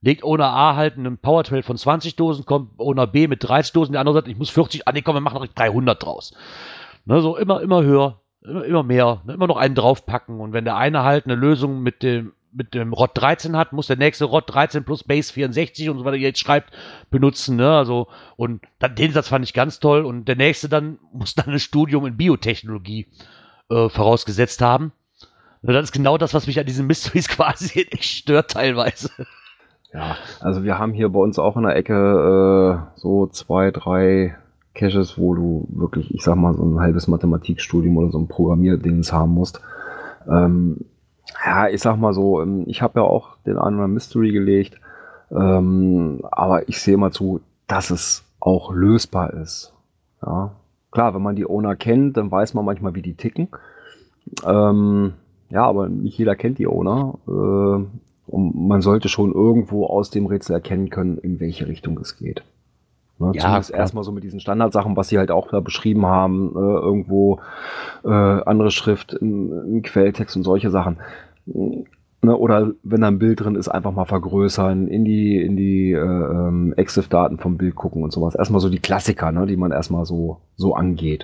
legt Owner A halt einen Power Trail von zwanzig Dosen, kommt Owner B mit dreißig Dosen, der andere sagt, ich muss vierzig, ah nee, komm, wir machen noch dreihundert draus. Ne, so immer, immer höher, immer, immer mehr, ne, immer noch einen draufpacken. Und wenn der eine halt eine Lösung mit dem, mit dem R O T dreizehn hat, muss der nächste R O T dreizehn plus Base vierundsechzig und so weiter, jetzt schreibt, benutzen, ne, also, und dann, den Satz fand ich ganz toll. Und der nächste dann muss dann ein Studium in Biotechnologie äh, vorausgesetzt haben. Und das ist genau das, was mich an diesen Mysteries quasi echt stört teilweise. Ja, also wir haben hier bei uns auch in der Ecke äh, so zwei, drei Caches, wo du wirklich, ich sag mal, so ein halbes Mathematikstudium oder so ein Programmierdings haben musst. Ähm, ja, ich sag mal so, ich habe ja auch den einen oder anderen Mystery gelegt, ähm, aber ich sehe mal zu, dass es auch lösbar ist. Ja, klar, wenn man die Owner kennt, dann weiß man manchmal, wie die ticken. Ähm, ja, aber nicht jeder kennt die Owner. Äh, und man sollte schon irgendwo aus dem Rätsel erkennen können, in welche Richtung es geht. Ne, Ja, zumindest klar. erstmal so mit diesen Standardsachen, was sie halt auch da beschrieben haben, äh, irgendwo äh, andere Schrift im, im Quelltext und solche Sachen. Ne, oder wenn da ein Bild drin ist, einfach mal vergrößern, in die, in die äh, ähm, EXIF-Daten vom Bild gucken und sowas. Erstmal so die Klassiker, ne, die man erstmal so, so angeht.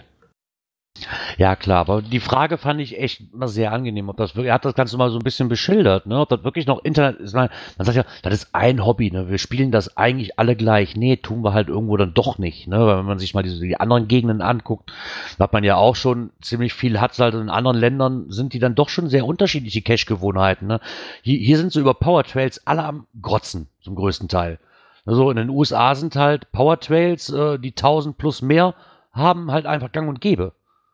Ja, klar, aber die Frage fand ich echt mal sehr angenehm, ob das wirklich, er hat das Ganze mal so ein bisschen beschildert, ne, ob das wirklich noch Internet ist. Man sagt ja, das ist ein Hobby, ne, wir spielen das eigentlich alle gleich. Nee, tun wir halt irgendwo dann doch nicht, ne, weil wenn man sich mal diese, die anderen Gegenden anguckt, hat man ja auch schon ziemlich viel, hat halt in anderen Ländern sind die dann doch schon sehr unterschiedliche Cache-Gewohnheiten, ne. Hier, hier sind so über Power Trails alle am Grotzen, zum größten Teil. Also in den U S A sind halt Power Trails, äh, die tausend plus mehr haben halt einfach gang und gäbe.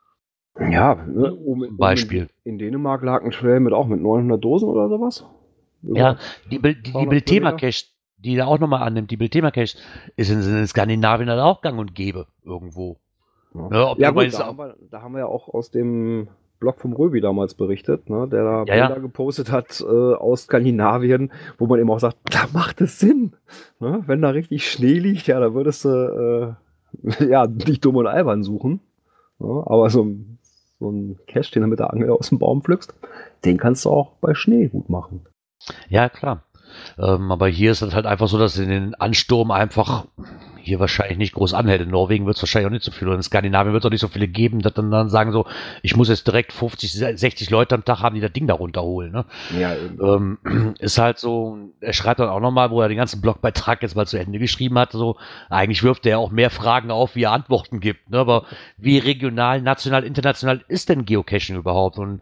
Ja, ne, um, um Beispiel. In, in Dänemark lag ein Trail mit auch mit neunhundert Dosen oder sowas. Ja, die, Bil- die, die zweihundert Biltema Kilometer. Cache, die da auch nochmal annimmt, die Biltema Cache, ist in, in Skandinavien halt auch gang und gäbe irgendwo. Ja, Ja, ob ja du mal gut, jetzt da auch- haben, wir, da haben wir ja auch aus dem Blog vom Röbi damals berichtet, ne, der da Ja, ja. Bilder gepostet hat äh, aus Skandinavien, wo man eben auch sagt, da macht es Sinn. Ne? Wenn da richtig Schnee liegt, ja, da würdest du äh, ja, nicht dumm und albern suchen. Ne? Aber so, ein- so ein Cache, den du mit der Angel aus dem Baum pflückst, den kannst du auch bei Schnee gut machen. Ja, klar. Ähm, aber hier ist es halt einfach so, dass in den Ansturm einfach hier wahrscheinlich nicht groß anhält. In Norwegen wird es wahrscheinlich auch nicht so viel. Und in Skandinavien wird es auch nicht so viele geben, dass dann, dann sagen so, ich muss jetzt direkt fünfzig, sechzig Leute am Tag haben, die das Ding da runterholen. Ne? Ja, Ähm, ist halt so, er schreibt dann auch nochmal, wo er den ganzen Blogbeitrag jetzt mal zu Ende geschrieben hat, so, eigentlich wirft er ja auch mehr Fragen auf, wie er Antworten gibt, ne? Aber wie regional, national, international ist denn Geocaching überhaupt? Und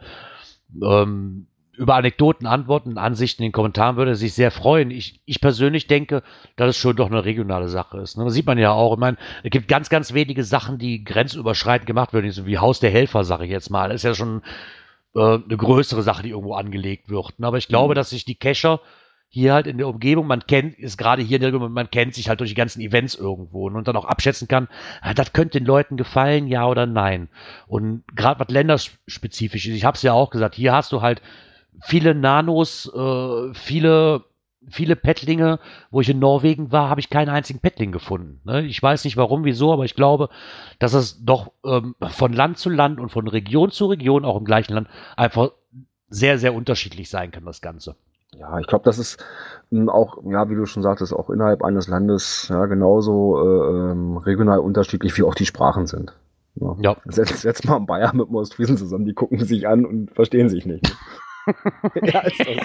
ähm, über Anekdoten, Antworten, Ansichten in den Kommentaren würde er sich sehr freuen. Ich, ich persönlich denke, dass es schon doch eine regionale Sache ist. Ne? Das sieht man ja auch. Ich meine, es gibt ganz, ganz wenige Sachen, die grenzüberschreitend gemacht werden, so wie Haus der Helfer, sage ich jetzt mal. Das ist ja schon äh, eine größere Sache, die irgendwo angelegt wird. Ne? Aber ich glaube, dass sich die Cacher hier halt in der Umgebung, man kennt, ist gerade hier in der Umgebung, man kennt sich halt durch die ganzen Events irgendwo und dann auch abschätzen kann, ah, das könnte den Leuten gefallen, ja oder nein. Und gerade was länderspezifisch ist, ich habe es ja auch gesagt, hier hast du halt viele Nanos, äh, viele, viele Pettlinge. Wo ich in Norwegen war, habe ich keinen einzigen Pettling gefunden. Ne? Ich weiß nicht warum, wieso, aber ich glaube, dass es doch ähm, von Land zu Land und von Region zu Region, auch im gleichen Land, einfach sehr, sehr unterschiedlich sein kann, das Ganze. Ja, ich glaube, das ist ähm, auch, ja, wie du schon sagtest, auch innerhalb eines Landes ja genauso äh, ähm, regional unterschiedlich, wie auch die Sprachen sind. Ja. Ja. Setz, setz mal einen Bayer mit einem Ostfriesen zusammen, die gucken sich an und verstehen sich nicht. Ne? Ja, ist das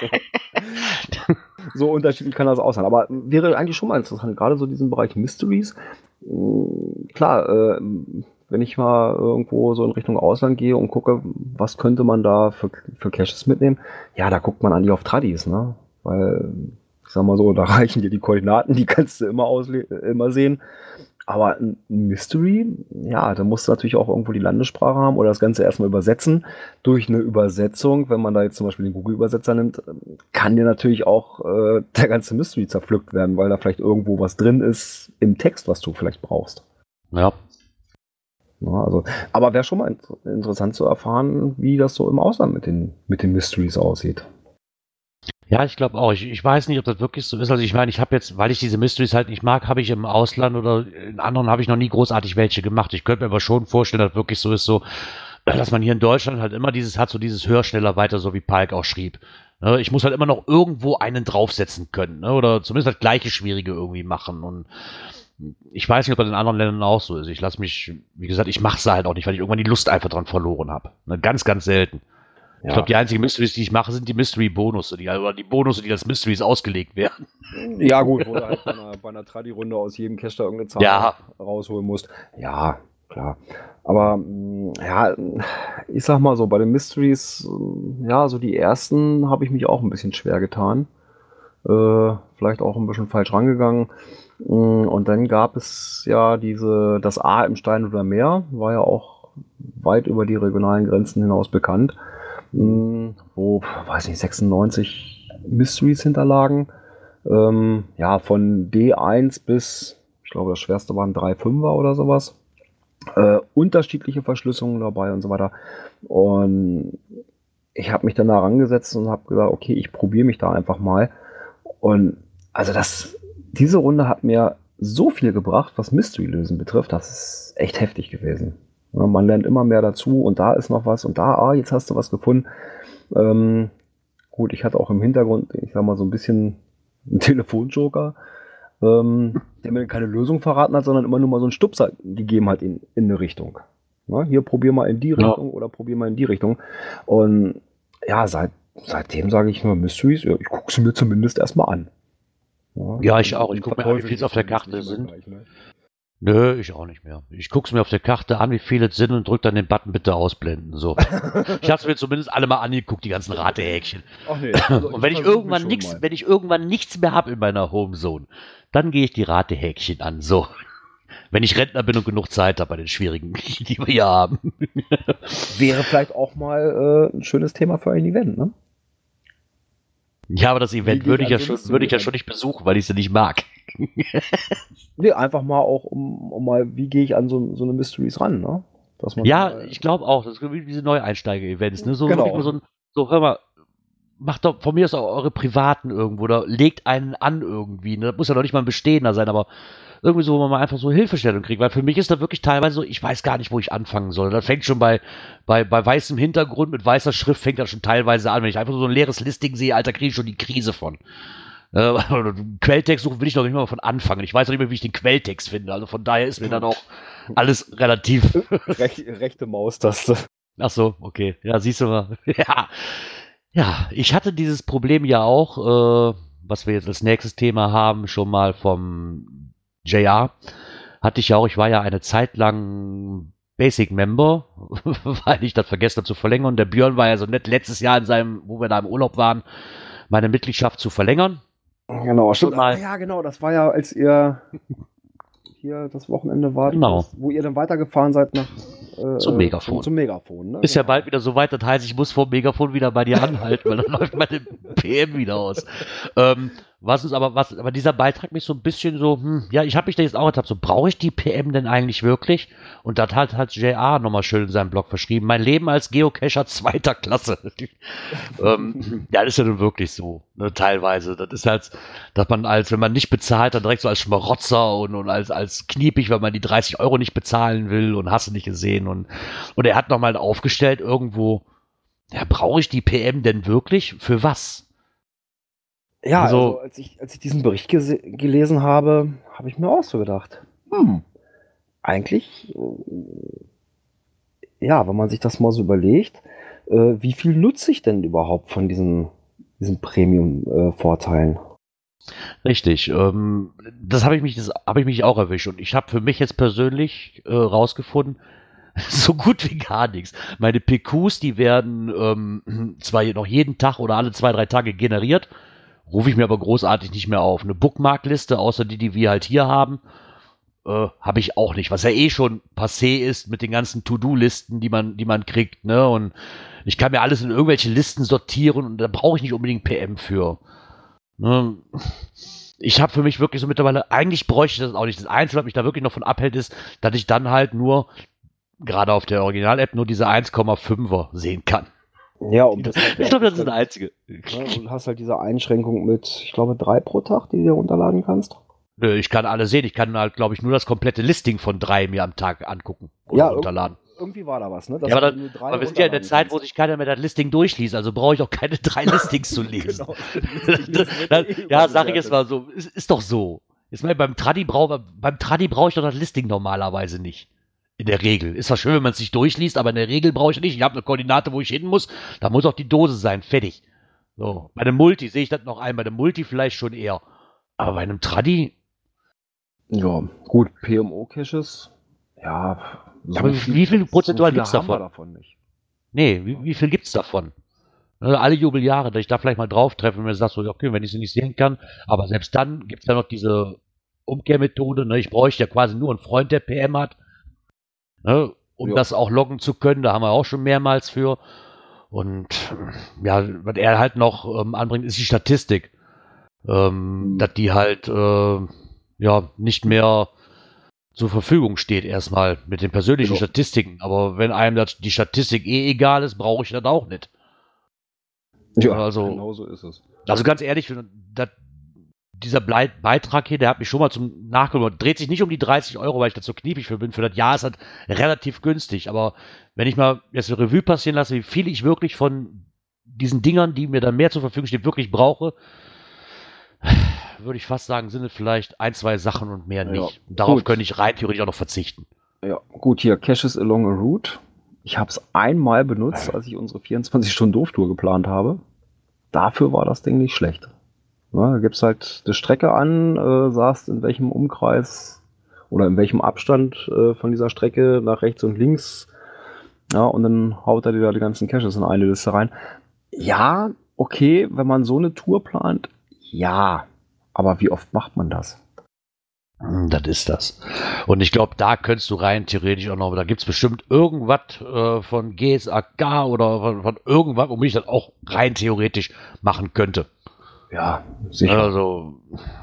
so. So unterschiedlich kann das auch sein. Aber wäre eigentlich schon mal interessant, gerade so diesen Bereich Mysteries. Mh, Klar, äh, wenn ich mal irgendwo so in Richtung Ausland gehe und gucke, was könnte man da für, für Caches mitnehmen, ja, da guckt man eigentlich auf Tradis, ne? Weil, ich sag mal so, da reichen dir die Koordinaten, die kannst du immer, ausle- immer sehen. Aber ein Mystery, ja, da musst du natürlich auch irgendwo die Landessprache haben oder das Ganze erstmal übersetzen. Durch eine Übersetzung, wenn man da jetzt zum Beispiel den Google-Übersetzer nimmt, kann dir natürlich auch äh, der ganze Mystery zerpflückt werden, weil da vielleicht irgendwo was drin ist im Text, was du vielleicht brauchst. Ja. Ja, also, aber wäre schon mal int- interessant zu erfahren, wie das so im Ausland mit den, mit den Mysteries aussieht. Ja, ich glaube auch. Ich, ich weiß nicht, ob das wirklich so ist. Also ich meine, ich habe jetzt, weil ich diese Mysteries halt nicht mag, habe ich im Ausland oder in anderen habe ich noch nie großartig welche gemacht. Ich könnte mir aber schon vorstellen, dass wirklich so ist, so, dass man hier in Deutschland halt immer dieses hat, so dieses höher, schneller, weiter, so wie Palk auch schrieb. Ne, ich muss halt immer noch irgendwo einen draufsetzen können, ne? Oder zumindest halt gleiche Schwierige irgendwie machen. Und ich weiß nicht, ob das in anderen Ländern auch so ist. Ich lasse mich, wie gesagt, ich mache es halt auch nicht, weil ich irgendwann die Lust einfach dran verloren habe. Ne? Ganz, ganz selten. Ja. Ich glaube, die einzigen Mysteries, die ich mache, sind die Mystery-Bonusse, die, oder die Bonusse, die als Mysteries ausgelegt werden. Ja, gut, wo du halt bei einer, bei einer Tradi-Runde aus jedem Cache da irgendeine Zahl Ja. rausholen musst. Ja, klar. Aber mh, ja, ich sag mal so, bei den Mysteries, äh, ja, so die ersten habe ich mich auch ein bisschen schwer getan. Äh, vielleicht auch ein bisschen falsch rangegangen. Mh, Und dann gab es ja diese, das A im Stein oder Meer, war ja auch weit über die regionalen Grenzen hinaus bekannt. Mh, Wo, weiß nicht, sechsundneunzig Mysteries hinterlagen. Ähm, ja, von D eins bis, ich glaube, das schwerste waren drei Fünfer oder sowas. Äh, unterschiedliche Verschlüsselungen dabei und so weiter. Und ich habe mich dann da rangesetzt und habe gesagt, okay, ich probiere mich da einfach mal. Und also das, diese Runde hat mir so viel gebracht, was Mystery-Lösen betrifft. Das ist echt heftig gewesen. Ja, man lernt immer mehr dazu und da ist noch was und da, ah, jetzt hast du was gefunden. Ähm, gut, ich hatte auch im Hintergrund, ich sag mal, so ein bisschen einen Telefonjoker, ähm, der mir keine Lösung verraten hat, sondern immer nur mal so einen Stupser gegeben hat in, in eine Richtung. Na, hier probier mal in die Ja. Richtung oder probier mal in die Richtung. Und ja, seit, seitdem sage ich nur Mysteries, ja, ich gucke sie mir zumindest erstmal an. Ja, ich auch. Ich Und guck mir an, wie verteufel viel es sie auf der zumindest Karte nicht immer sind. gleich, ne? Nö, ich auch nicht mehr. Ich guck's mir auf der Karte an, wie viele es sind und drück dann den Button bitte ausblenden. So. Ich hab's mir zumindest alle mal angeguckt, die ganzen Ratehäkchen. Ach nee, also Und wenn ich versuch mich irgendwann schon nichts, mal. wenn ich irgendwann nichts mehr habe in meiner Homezone, dann gehe ich die Ratehäkchen an. So. Wenn ich Rentner bin und genug Zeit habe bei den schwierigen, die wir hier haben. Wäre vielleicht auch mal äh, ein schönes Thema für ein Event, ne? Ja, aber das Wie Event geht würde ich ja also schon, das würde ich ja Event? schon nicht besuchen, weil ich sie nicht mag. Nee, einfach mal auch, um, um mal, wie gehe ich an so, so eine Mysteries ran, ne? Dass man Ja, mal, ich glaube auch. Das ist wie diese Neueinsteiger-Events, ne? So Genau. wirklich mal so ein, so, hör mal, macht doch von mir aus auch eure privaten irgendwo oder legt einen an irgendwie, ne? Das muss ja doch nicht mal ein bestehender sein, aber irgendwie so, wo man mal einfach so Hilfestellung kriegt, weil für mich ist da wirklich teilweise so, ich weiß gar nicht, wo ich anfangen soll. Das fängt schon bei, bei, bei weißem Hintergrund mit weißer Schrift fängt das schon teilweise an. Wenn ich einfach so ein leeres Listing sehe, Alter, kriege ich schon die Krise von. Äh, Quelltext suchen will ich noch nicht mal von anfangen. Ich weiß noch nicht mehr, wie ich den Quelltext finde. Also von daher ist mir dann auch alles relativ. Rech, rechte Maustaste. Ach so, okay. Ja, siehst du mal. Ja. Ja, ich hatte dieses Problem ja auch, äh, was wir jetzt als nächstes Thema haben, schon mal vom J R. Hatte ich ja auch, ich war ja eine Zeit lang Basic Member, weil ich das vergessen habe zu verlängern. Und der Björn war ja so nett, letztes Jahr in seinem, wo wir da im Urlaub waren, meine Mitgliedschaft zu verlängern. Genau, stimmt. mal- Ah, ja, genau, das war ja, als ihr hier das Wochenende wart, Genau. wo ihr dann weitergefahren seid nach äh, Zum äh, Megafon. Zum, zum Megafon, ne? Ist ja Genau. bald wieder so weit, das heißt, ich muss vor dem Megafon wieder bei dir anhalten, weil dann läuft meine P M wieder aus. Ähm, was ist aber, was, aber dieser Beitrag mich so ein bisschen so, hm, ja, ich habe mich da jetzt auch gedacht, so, brauche ich die P M denn eigentlich wirklich? Und das hat, hat J R nochmal schön in seinem Blog verschrieben. Mein Leben als Geocacher zweiter Klasse. ähm, ja, das ist ja nun wirklich so, ne, teilweise. Das ist halt, dass man als, wenn man nicht bezahlt, dann direkt so als Schmarotzer und, und als, als kniepig, weil man die dreißig Euro nicht bezahlen will und hast du nicht gesehen. Und, und er hat nochmal aufgestellt irgendwo, ja, brauche ich die P M denn wirklich? Für was? Ja, Also- also, als, ich, als ich diesen Bericht gese- gelesen habe, habe ich mir auch so gedacht, hm, eigentlich, äh, ja, wenn man sich das mal so überlegt, äh, wie viel nutze ich denn überhaupt von diesen, diesen Premium-Vorteilen? Richtig. Ähm, das habe ich mich, das habe ich mich auch erwischt. Und ich habe für mich jetzt persönlich äh, rausgefunden, so gut wie gar nichts. Meine P Qs, die werden ähm, zwar noch jeden Tag oder alle zwei, drei Tage generiert, rufe ich mir aber großartig nicht mehr auf. Eine Bookmarkliste, außer die, die wir halt hier haben, äh, habe ich auch nicht. Was ja eh schon passé ist mit den ganzen To-Do-Listen, die man, die man kriegt, ne? Und ich kann mir alles in irgendwelche Listen sortieren und da brauche ich nicht unbedingt P M für. Ne? Ich habe für mich wirklich so mittlerweile, eigentlich bräuchte ich das auch nicht. Das Einzige, was mich da wirklich noch von abhält, ist, dass ich dann halt nur, gerade auf der Original-App, nur diese eins Komma fünfer sehen kann. Ja, und das Ich glaube, das ist das Einzige. Ja, du hast halt diese Einschränkung mit, ich glaube, drei pro Tag, die du dir runterladen kannst. Nö, ich kann alle sehen. Ich kann halt, glaube ich, nur das komplette Listing von drei mir am Tag angucken oder Ja, runterladen. irgendwie war da was, ne? Dass Ja, aber, du nur dann, drei aber wir sind ja in der runterladen Zeit, wo kannst. sich keiner mehr das Listing durchliest, also brauche ich auch keine drei Listings zu lesen. Genau. das, das, ja, sag ich jetzt mal so, ist, ist doch so. Ist mal beim Tradi brauche beim Tradi brauche ich doch das Listing normalerweise nicht. In der Regel. Ist zwar schön, wenn man es sich durchliest, aber in der Regel brauche ich nicht. Ich habe eine Koordinate, wo ich hin muss. Da muss auch die Dose sein. Fertig. So. Bei einem Multi sehe ich das noch ein. Bei einem Multi vielleicht schon eher. Aber bei einem Tradi. Ja, gut. P M O-Caches. Ja. So aber viel, wie viel prozentual so gibt es haben wir davon? davon nicht. Nee, wie, wie viel gibt es davon? Also alle Jubeljahre, dass ich da vielleicht mal drauf treffe und mir sage, so, okay, wenn ich sie nicht sehen kann. Aber selbst dann gibt es ja noch diese Umkehrmethode. Ne? Ich bräuchte ja quasi nur einen Freund, der P M hat. Ne? Um Ja. das auch loggen zu können. Da haben wir auch schon mehrmals für. Und ja, was er halt noch ähm, anbringt, ist die Statistik. Ähm, Mhm. Dass die halt äh, ja nicht mehr zur Verfügung steht erstmal mit den persönlichen Genau. Statistiken. Aber wenn einem das, die Statistik eh egal ist, brauche ich das auch nicht. Ja, Also- genau so ist es. Also ganz ehrlich, das, dieser Blei- Beitrag hier, der hat mich schon mal zum Nachgucken. Dreht sich nicht um die dreißig Euro, weil ich da so kniepig für bin. Für das Jahr ist das relativ günstig. Aber wenn ich mal jetzt eine Revue passieren lasse, wie viel ich wirklich von diesen Dingern, die mir dann mehr zur Verfügung stehen, wirklich brauche, würde ich fast sagen, sind es vielleicht ein, zwei Sachen und mehr Ja, nicht. Und darauf gut. könnte ich rein theoretisch auch noch verzichten. Ja, gut, hier Caches along a route. Ich habe es einmal benutzt, als ich unsere vierundzwanzig-Stunden-Doof-Tour geplant habe. Dafür war das Ding nicht schlecht. Ja, da gibst halt eine Strecke an, äh, sagst in welchem Umkreis oder in welchem Abstand äh, von dieser Strecke nach rechts und links. Ja, und dann haut er dir da die ganzen Caches in eine Liste rein. Ja, okay, wenn man so eine Tour plant, ja. Aber wie oft macht man das? Hm, Das ist das. Und ich glaube, da könntest du rein theoretisch auch noch, da gibt es bestimmt irgendwas äh, von G S A K oder von, von irgendwas, womit ich das auch rein theoretisch machen könnte. Ja, sicher. Also,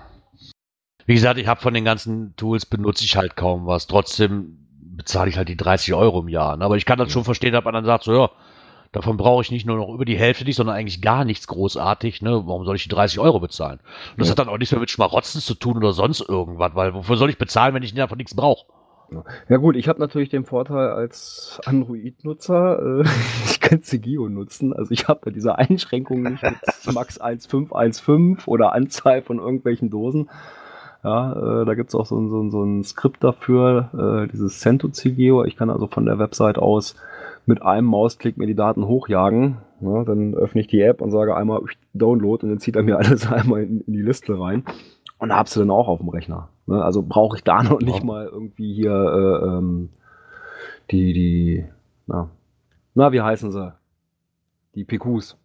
wie gesagt, ich habe von den ganzen Tools benutze ich halt kaum was. Trotzdem bezahle ich halt die dreißig Euro im Jahr. Ne? Aber ich kann das schon verstehen, dass man dann sagt, so ja, davon brauche ich nicht nur noch über die Hälfte nicht, sondern eigentlich gar nichts großartig. Ne? Warum soll ich die dreißig Euro bezahlen? Und das Ja. hat dann auch nichts mehr mit Schmarotzen zu tun oder sonst irgendwas, weil wofür soll ich bezahlen, wenn ich davon nichts brauche? Ja gut, ich habe natürlich den Vorteil als Android-Nutzer, äh, ich kann Cegio nutzen. Also ich habe ja diese Einschränkungen nicht mit Max eins Punkt fünf eins Punkt fünf oder Anzahl von irgendwelchen Dosen. Ja, äh, da gibt es auch so ein, so, ein, so ein Skript dafür, äh, dieses Cento-Cegio. Ich kann also von der Website aus mit einem Mausklick mir die Daten hochjagen. Ja, dann öffne ich die App und sage einmal Download und dann zieht er mir alles einmal in, in die Liste rein. Und da hab's du dann auch auf dem Rechner. Ne? Also brauche ich da noch nicht Ja. mal irgendwie hier äh, ähm, die, die, na, na, wie heißen sie? Die P Qs.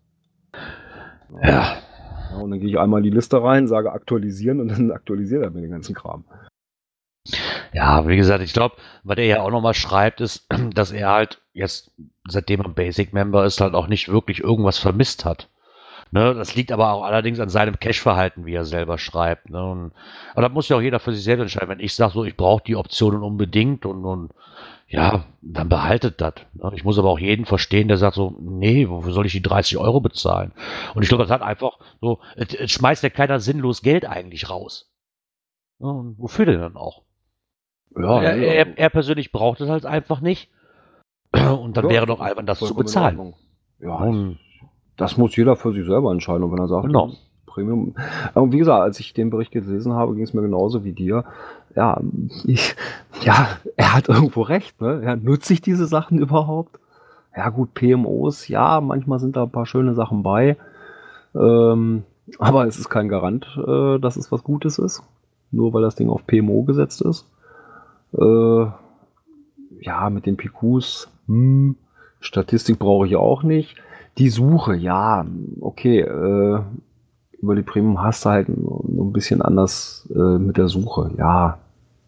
Ja. Ja, und dann gehe ich einmal in die Liste rein, sage aktualisieren und dann aktualisiert er mir den ganzen Kram. Ja, wie gesagt, ich glaube, was er ja auch nochmal schreibt, ist, dass er halt jetzt, seitdem er Basic-Member ist, halt auch nicht wirklich irgendwas vermisst hat. Ne, das liegt aber auch allerdings an seinem Cache-Verhalten, wie er selber schreibt. Ne? Und, aber da muss ja auch jeder für sich selbst entscheiden. Wenn ich sage, so, ich brauche die Optionen unbedingt und, und ja, dann behaltet das. Ne? Ich muss aber auch jeden verstehen, der sagt so, nee, wofür soll ich die dreißig Euro bezahlen? Und ich glaube, das hat einfach so, es, es schmeißt ja keiner sinnlos Geld eigentlich raus. Ne? Und wofür denn dann auch? Ja, er, er, er persönlich braucht es halt einfach nicht. Und dann Ja, wäre doch albern, das zu vollkommen in bezahlen. Ordnung. Ja, Und, das muss jeder für sich selber entscheiden. Und wenn er sagt, Genau. Premium. Und wie gesagt, als ich den Bericht gelesen habe, ging es mir genauso wie dir. Ja, ich, ja, er hat irgendwo recht. Ne? Ja, nutze ich diese Sachen überhaupt? Ja gut, P M Os, ja, manchmal sind da ein paar schöne Sachen bei. Ähm, aber es ist kein Garant, äh, dass es was Gutes ist. Nur weil das Ding auf P M O gesetzt ist. Äh, ja, mit den P Qs, hm, Statistik brauche ich auch nicht. Die Suche, ja, okay, äh, über die Premium hast du halt nur ein bisschen anders äh, mit der Suche, ja.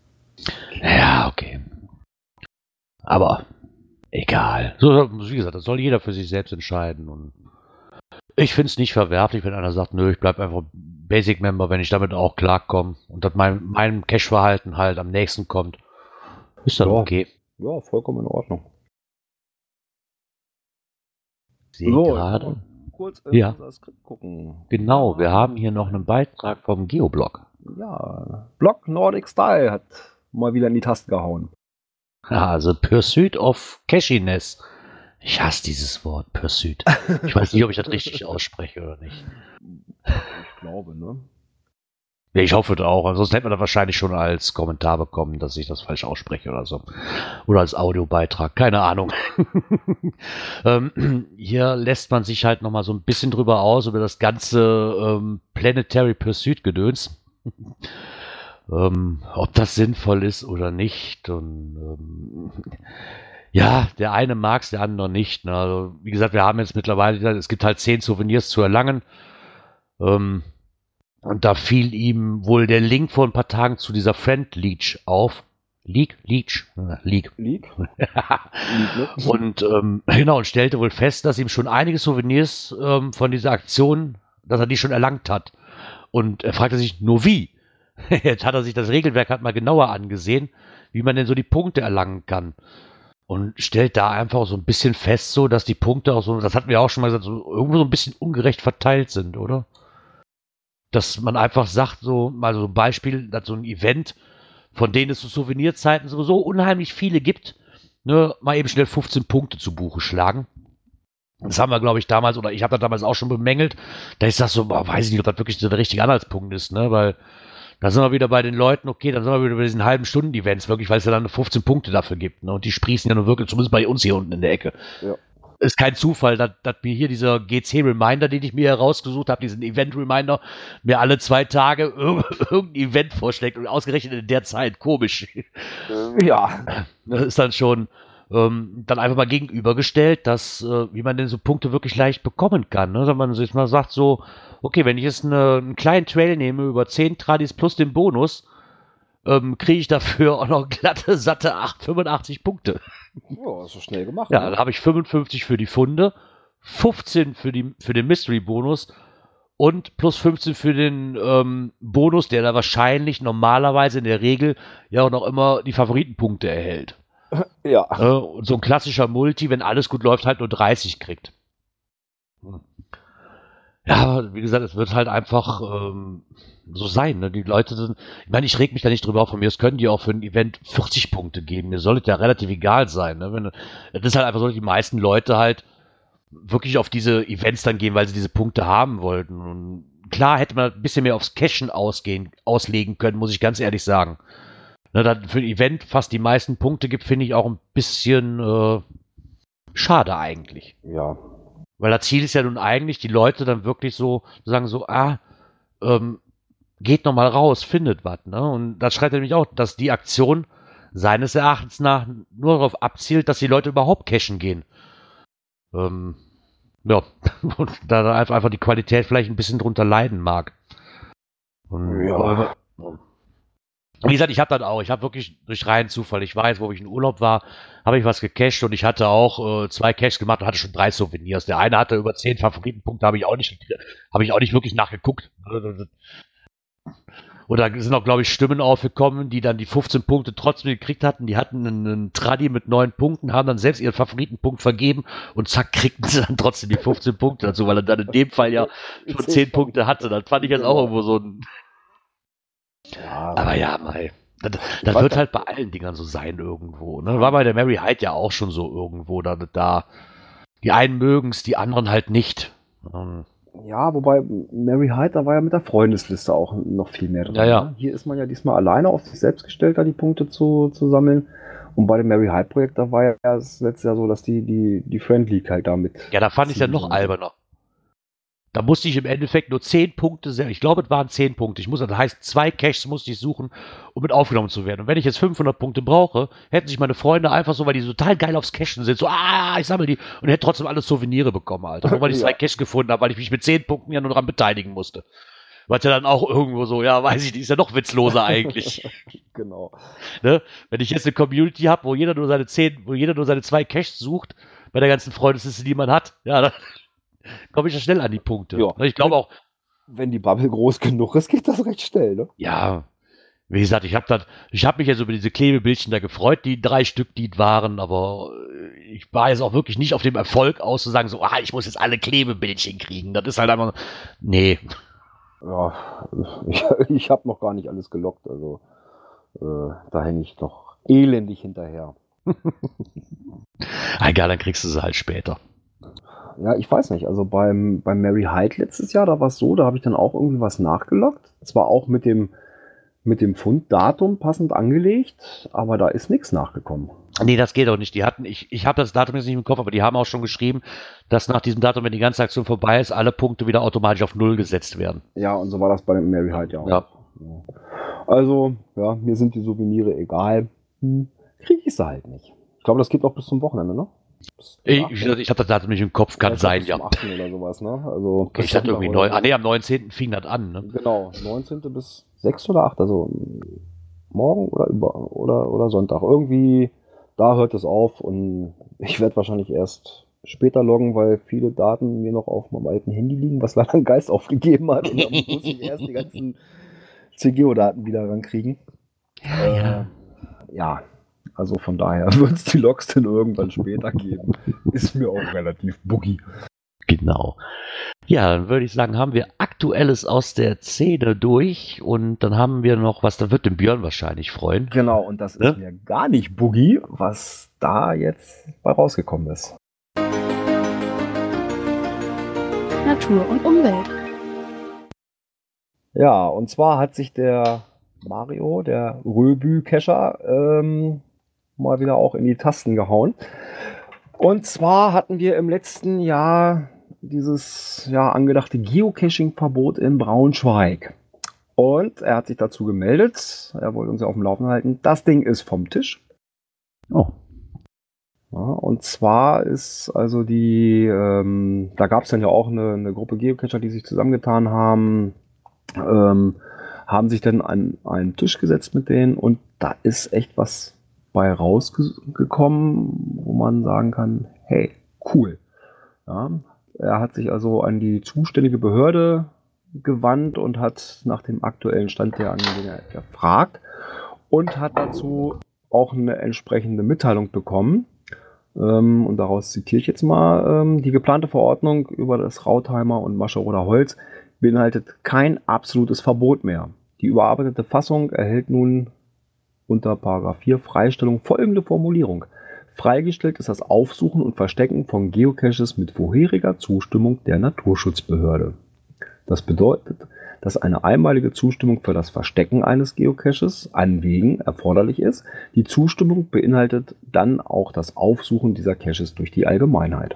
ja, okay. Aber egal. So, wie gesagt, das soll jeder für sich selbst entscheiden. Und ich finde es nicht verwerflich, wenn einer sagt, nö, ich bleibe einfach Basic-Member, wenn ich damit auch klarkomme und dass mein, meinem Cache-Verhalten halt am nächsten kommt. Ist dann Ja. okay. Ja, vollkommen in Ordnung. Ich sehe So, gerade. jetzt mal kurz in Ja. unser Skript gucken. Genau, wir haben hier noch einen Beitrag vom Geoblog. Ja, Block Nordic Style hat mal wieder in die Tasten gehauen. Ja, also Pursuit of Cashiness. Ich hasse dieses Wort, Pursuit. Ich weiß nicht, ob ich das richtig ausspreche oder nicht. Ich glaube, ne? Ja, ich hoffe auch. Ansonsten hätte man das wahrscheinlich schon als Kommentar bekommen, dass ich das falsch ausspreche oder so. Oder als Audiobeitrag, keine Ahnung. ähm, hier lässt man sich halt nochmal so ein bisschen drüber aus, über das ganze ähm, Planetary Pursuit-Gedöns. ähm, ob das sinnvoll ist oder nicht. Und ähm, ja, der eine mag es, der andere nicht. Ne? Also, wie gesagt, wir haben jetzt mittlerweile, es gibt halt zehn Souvenirs zu erlangen. Ähm, und da fiel ihm wohl der Link vor ein paar Tagen zu dieser Friend Leech auf. Leak? Leech? Leak. Leak? Und ähm, genau, und stellte wohl fest, dass ihm schon einige Souvenirs ähm, von dieser Aktion, dass er die schon erlangt hat. Und er fragte sich, nur wie? Jetzt hat er sich das Regelwerk halt mal genauer angesehen, wie man denn so die Punkte erlangen kann. Und stellt da einfach so ein bisschen fest, so, dass die Punkte auch so, das hatten wir auch schon mal gesagt, so irgendwo so ein bisschen ungerecht verteilt sind, oder? Dass man einfach sagt, so, mal so ein Beispiel, dass so ein Event, von denen es so Souvenirzeiten sowieso unheimlich viele gibt, ne, mal eben schnell fünfzehn Punkte zu Buche schlagen. Das haben wir, glaube ich, damals, oder ich habe das damals auch schon bemängelt, da ich sage so, boah, weiß ich nicht, ob das wirklich so der richtige Anhaltspunkt ist, ne, weil da sind wir wieder bei den Leuten, okay, dann sind wir wieder bei diesen halben Stunden-Events, wirklich, weil es ja dann fünfzehn Punkte dafür gibt, ne, und die sprießen ja nur wirklich, zumindest bei uns hier unten in der Ecke. Ja. Ist kein Zufall, dass, dass mir hier dieser G C-Reminder, den ich mir herausgesucht habe, diesen Event-Reminder, mir alle zwei Tage irg- irgendein Event vorschlägt und ausgerechnet in der Zeit, komisch. Ja. Das ist dann schon ähm, dann einfach mal gegenübergestellt, dass, äh, wie man denn so Punkte wirklich leicht bekommen kann. Ne? Wenn man sich mal sagt so, okay, wenn ich jetzt eine, einen kleinen Trail nehme über zehn Tradis plus den Bonus, ähm, kriege ich dafür auch noch glatte, satte fünfundachtzig Punkte. Ja, ist so schnell gemacht. Ja, ne? dann habe ich fünfundfünfzig für die Funde, fünfzehn für, die, für den Mystery-Bonus und plus fünfzehn für den ähm, Bonus, der da wahrscheinlich normalerweise in der Regel ja auch noch immer die Favoritenpunkte erhält. Ja. Äh, und so ein klassischer Multi, wenn alles gut läuft, halt nur dreißig kriegt. Hm. Ja, aber wie gesagt, es wird halt einfach ähm, so sein. Ne? Die Leute sind, ich meine, ich reg mich da nicht drüber auf, von mir, es können die auch für ein Event vierzig Punkte geben. Mir soll es ja relativ egal sein. Ne? Wenn, das ist halt einfach so, dass die meisten Leute halt wirklich auf diese Events dann gehen, weil sie diese Punkte haben wollten. Und klar hätte man ein bisschen mehr aufs Cashen ausgehen, auslegen können, muss ich ganz ehrlich sagen. Ne, dass für ein Event fast die meisten Punkte gibt, finde ich auch ein bisschen äh, schade eigentlich. Ja. Weil das Ziel ist ja nun eigentlich, die Leute dann wirklich so sagen so, ah, ähm, geht noch mal raus, findet was. Ne? Und das schreibt er nämlich auch, dass die Aktion seines Erachtens nach nur darauf abzielt, dass die Leute überhaupt cashen gehen. Ähm, ja, und da dann einfach, einfach die Qualität vielleicht ein bisschen drunter leiden mag. Und, Ja. aber, wie gesagt, ich habe dann auch, ich habe wirklich durch reinen Zufall, ich weiß, wo ich in Urlaub war, habe ich was gecached und ich hatte auch äh, zwei Caches gemacht und hatte schon drei Souvenirs. Der eine hatte über zehn Favoritenpunkte, habe ich auch nicht, habe ich auch nicht wirklich nachgeguckt. Oder sind auch, glaube ich, Stimmen aufgekommen, die dann die fünfzehn Punkte trotzdem gekriegt hatten. Die hatten einen, einen Tradi mit neun Punkten, haben dann selbst ihren Favoritenpunkt vergeben und zack, kriegten sie dann trotzdem die fünfzehn Punkte dazu, weil er dann in dem Fall ja schon zehn Punkte hatte. Das fand ich jetzt auch irgendwo so ein... Ja. Aber ja, mei. Das, das wird halt bei allen Dingern so sein irgendwo. Ne? War bei der Mary Hyde ja auch schon so irgendwo. Da, da die einen mögen es, die anderen halt nicht. Ähm, Ja, wobei Mary Hyde, da war ja mit der Freundesliste auch noch viel mehr drin. Ja, ja. Ne? Hier ist man ja diesmal alleine auf sich selbst gestellt, da die Punkte zu, zu sammeln. Und bei dem Mary Hyde Projekt, da war ja das letzte Jahr so, dass die, die, die Friend League halt damit. ja, da fand ich es ja noch alberner. Da musste ich im Endeffekt nur zehn Punkte, ich glaube, es waren zehn Punkte. Ich muss, das heißt, zwei Caches musste ich suchen, um mit aufgenommen zu werden. Und wenn ich jetzt fünfhundert Punkte brauche, hätten sich meine Freunde einfach so, weil die so total geil aufs Cashen sind, so, ah, ich sammle die, und hätte trotzdem alle Souvenirs bekommen, Alter. Nur weil ich Ja. zwei Caches gefunden habe, weil ich mich mit zehn Punkten ja nur daran beteiligen musste. Was ja dann auch irgendwo so, ja, weiß ich nicht, ist ja noch witzloser eigentlich. Genau. Ne? Wenn ich jetzt eine Community habe, wo jeder nur seine zehn, wo jeder nur seine zwei Caches sucht, bei der ganzen Freundesliste, die man hat, ja, dann komme ich ja schnell an die Punkte. Ja. Ich glaube auch, Wenn die Bubble groß genug ist, geht das recht schnell, ne? ja, wie gesagt, ich habe das, ich habe mich jetzt über diese Klebebildchen da gefreut, die drei Stück, die waren, aber ich war jetzt auch wirklich nicht auf dem Erfolg aus, zu sagen so, ah, ich muss jetzt alle Klebebildchen kriegen. Das ist halt einfach, nee. Ja, ich, ich habe noch gar nicht alles gelockt, also äh, da hänge ich noch elendig hinterher. Egal, dann kriegst du sie halt später. Ja, ich weiß nicht. Also beim, beim Mary Hyde letztes Jahr, da war es so, da habe ich dann auch irgendwie was nachgeloggt. Zwar auch mit dem, mit dem Funddatum passend angelegt, aber da ist nichts nachgekommen. Nee, das geht auch nicht. Die hatten, ich, ich habe das Datum jetzt nicht im Kopf, aber die haben auch schon geschrieben, dass nach diesem Datum, wenn die ganze Aktion vorbei ist, alle Punkte wieder automatisch auf Null gesetzt werden. Ja, und so war das bei dem Mary Hyde ja auch. Ja. Also, ja, mir sind die Souvenire egal. Hm, kriege ich sie halt nicht. Ich glaube, das geht auch bis zum Wochenende, ne? Ich, ich, ich habe das Datum nicht im Kopf, kann sein, ja. achten oder sowas, ne? Also, Okay, ich dachte irgendwie neun. Ah, nee, am neunzehnten fing das an, ne? Genau, neunzehnten bis sechs oder acht, also morgen oder über oder, oder Sonntag. Irgendwie, da hört es auf und ich werde wahrscheinlich erst später loggen, weil viele Daten mir noch auf meinem alten Handy liegen, was leider ein Geist aufgegeben hat. Und dann muss ich erst die ganzen C G O-Daten wieder rankriegen. Ja, ja. Äh, ja, also von daher wird es die Logs dann irgendwann später geben. Ist mir auch relativ buggy. Genau. Ja, dann würde ich sagen, haben wir Aktuelles aus der Szene durch und dann haben wir noch was, da wird den Björn wahrscheinlich freuen. Genau, und das ist Ne? mir gar nicht buggy, was da jetzt bei rausgekommen ist. Natur und Umwelt. Ja, und zwar hat sich der Mario, der Röbü-Cacher, ähm, mal wieder auch in die Tasten gehauen. Und zwar hatten wir im letzten Jahr dieses ja, angedachte Geocaching-Verbot in Braunschweig. Und er hat sich dazu gemeldet. Er wollte uns ja auf dem Laufenden halten. Das Ding ist vom Tisch. Oh. Ja, und zwar ist also die, ähm, da gab es dann ja auch eine, eine Gruppe Geocacher, die sich zusammengetan haben, ähm, haben sich dann an einen Tisch gesetzt mit denen und da ist echt was bei rausgekommen, wo man sagen kann, hey, cool. Ja, er hat sich also an die zuständige Behörde gewandt und hat nach dem aktuellen Stand der Angelegenheit gefragt und hat dazu auch eine entsprechende Mitteilung bekommen. Ähm, und daraus zitiere ich jetzt mal, ähm, die geplante Verordnung über das Rautheimer und Mascheroder Holz beinhaltet kein absolutes Verbot mehr. Die überarbeitete Fassung erhält nun unter Paragraph vier Freistellung folgende Formulierung. Freigestellt ist das Aufsuchen und Verstecken von Geocaches mit vorheriger Zustimmung der Naturschutzbehörde. Das bedeutet, dass eine einmalige Zustimmung für das Verstecken eines Geocaches anwegen erforderlich ist. Die Zustimmung beinhaltet dann auch das Aufsuchen dieser Caches durch die Allgemeinheit.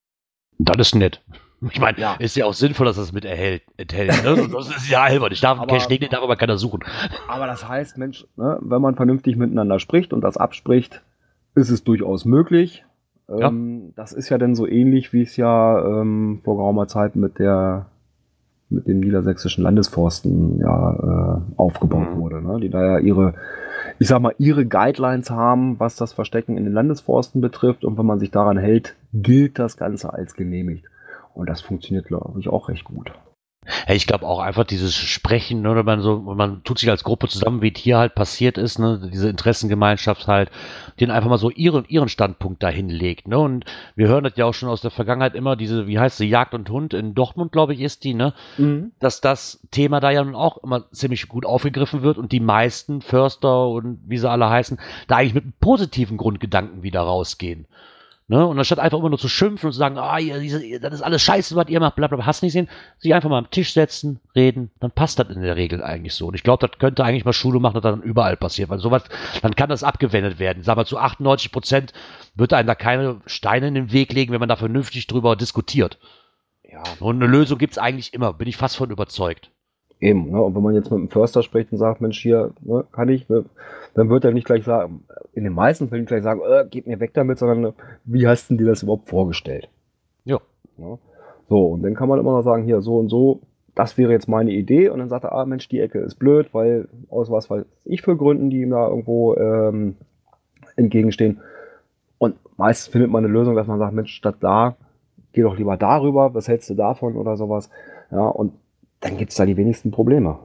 Das ist nett. Ich meine, Ja. ist ja auch sinnvoll, dass das mit erhält, enthält. Ne? Das ist ja albern. Ich darf einen Aber- Cache nicht, darüber kann er suchen. Aber das heißt, Mensch, ne, wenn man vernünftig miteinander spricht und das abspricht, ist es durchaus möglich. Ähm, das ist ja dann so ähnlich, wie es ja ähm, vor geraumer Zeit mit der mit den niedersächsischen Landesforsten ja äh, aufgebaut Mhm. wurde, ne? Die da ja ihre, ich sag mal, ihre Guidelines haben, was das Verstecken in den Landesforsten betrifft. Und wenn man sich daran hält, gilt das Ganze als genehmigt. Und das funktioniert, glaube ich, auch recht gut. Ja, ich glaube auch einfach dieses Sprechen, ne, wenn man so, man tut sich als Gruppe zusammen, wie es hier halt passiert ist, ne, diese Interessengemeinschaft halt, denen einfach mal so ihren, ihren Standpunkt dahin legt, ne, und wir hören das ja auch schon aus der Vergangenheit immer, diese, wie heißt sie, Jagd und Hund in Dortmund, glaube ich, ist die, ne, dass das Thema da ja nun auch immer ziemlich gut aufgegriffen wird und die meisten Förster und wie sie alle heißen, da eigentlich mit einem positiven Grundgedanken wieder rausgehen. Ne? Und anstatt einfach immer nur zu schimpfen und zu sagen, ah, ihr, ihr, das ist alles scheiße, was ihr macht, blablabla, hast nicht sehen, sich einfach mal am Tisch setzen, reden, dann passt das in der Regel eigentlich so. Und ich glaube, das könnte eigentlich mal Schule machen, dass das dann überall passiert, weil sowas, dann kann das abgewendet werden. Sag mal, zu achtundneunzig Prozent wird einem da keine Steine in den Weg legen, wenn man da vernünftig drüber diskutiert. Ja, Und eine Lösung gibt es eigentlich immer, bin ich fast von überzeugt. eben. Ne? Und wenn man jetzt mit einem Förster spricht und sagt, Mensch, hier, ne, kann ich, ne, dann wird er nicht gleich sagen, in den meisten Fällen nicht gleich sagen, äh, geht mir weg damit, sondern äh, wie hast du dir das überhaupt vorgestellt? Ja. Ne? So, und dann kann man immer noch sagen, hier, so und so, das wäre jetzt meine Idee. Und dann sagt er, ah, Mensch, die Ecke ist blöd, weil aus was weiß ich für Gründen, die ihm da irgendwo ähm, entgegenstehen. Und meistens findet man eine Lösung, dass man sagt, Mensch, statt da, geh doch lieber darüber, was hältst du davon oder sowas. Ja, und dann gibt es da die wenigsten Probleme.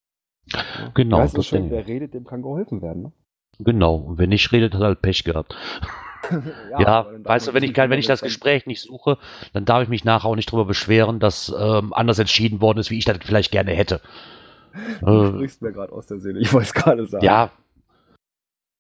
Genau, Weißt du das schon, denke wer redet, dem kann geholfen werden. Ne? Genau. Und wenn nicht redet, hat er halt Pech gehabt. Ja, aber dann darf weißt man du, wenn sich ich, kein, nicht wenn ich das dann- Gespräch nicht suche, dann darf ich mich nachher auch nicht darüber beschweren, dass ähm, anders entschieden worden ist, wie ich das vielleicht gerne hätte. Du Äh, sprichst mir gerade aus der Seele, ich wollte es gerade sagen. ja,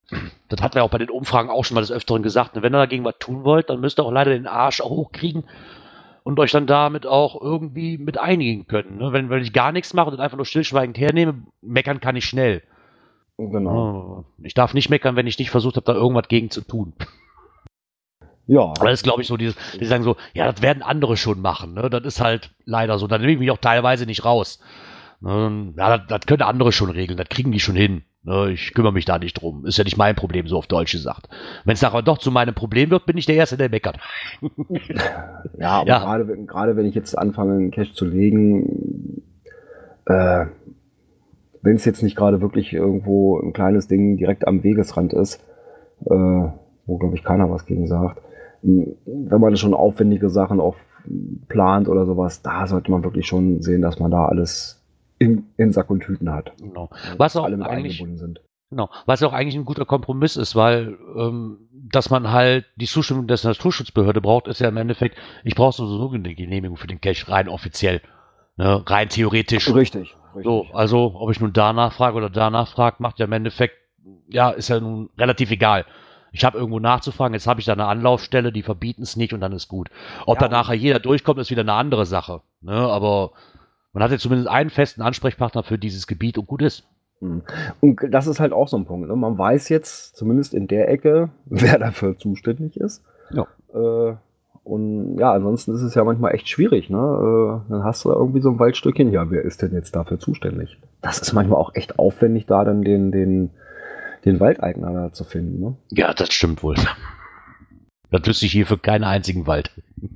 Das hatten wir auch bei den Umfragen auch schon mal des Öfteren gesagt. Wenn ihr dagegen was tun wollt, dann müsst ihr auch leider den Arsch auch hochkriegen und euch dann damit auch irgendwie mit einigen können. Ne? Wenn, wenn ich gar nichts mache und einfach nur stillschweigend hernehme, meckern kann ich schnell. Genau. Ich darf nicht meckern, wenn ich nicht versucht habe, da irgendwas gegen zu tun. Ja. Aber das ist, glaube ich, so dieses, die sagen so, ja, das werden andere schon machen. Ne? Das ist halt leider so. Da nehme ich mich auch teilweise nicht raus. Ne? Ja, das, das können andere schon regeln. Das kriegen die schon hin. Ne? Ich kümmere mich da nicht drum. Ist ja nicht mein Problem, so auf Deutsch gesagt. Wenn es nachher doch zu meinem Problem wird, bin ich der Erste, der meckert. Ja, aber Ja. gerade wenn- gerade wenn ich jetzt anfange, einen Cache zu legen, äh, wenn es jetzt nicht gerade wirklich irgendwo ein kleines Ding direkt am Wegesrand ist, äh, wo, glaube ich, keiner was gegen sagt, m, wenn man schon aufwendige Sachen auch plant oder sowas, da sollte man wirklich schon sehen, dass man da alles in, in Sack und Tüten hat. Genau. Dass Was auch alle mit eigentlich, eingebunden sind. genau, was auch eigentlich ein guter Kompromiss ist, weil ähm, dass man halt die Zustimmung der Naturschutzbehörde braucht, ist ja im Endeffekt, ich brauche sowieso eine Genehmigung für den Cache rein offiziell. Ne? Rein theoretisch. Richtig, richtig. So, also ob ich nun da nachfrage oder da nachfrage, macht ja im Endeffekt, ja, ist ja nun relativ egal. Ich habe irgendwo nachzufragen, jetzt habe ich da eine Anlaufstelle, die verbieten es nicht und dann ist gut. Ob Ja, da nachher jeder durchkommt, ist wieder eine andere Sache. Ne? Aber man hat jetzt zumindest einen festen Ansprechpartner für dieses Gebiet und gut ist. Mhm. Und das ist halt auch so ein Punkt. Ne? Man weiß jetzt, zumindest in der Ecke, wer dafür zuständig ist. Ja. Äh, und ja, ansonsten ist es ja manchmal echt schwierig. Ne? Äh, dann hast du irgendwie so ein Waldstückchen. Ja, wer ist denn jetzt dafür zuständig? Das ist manchmal auch echt aufwendig, da dann den, den, den Waldeigner da zu finden. Ne? Ja, das stimmt wohl. Das wüsste ich hier für keinen einzigen Wald.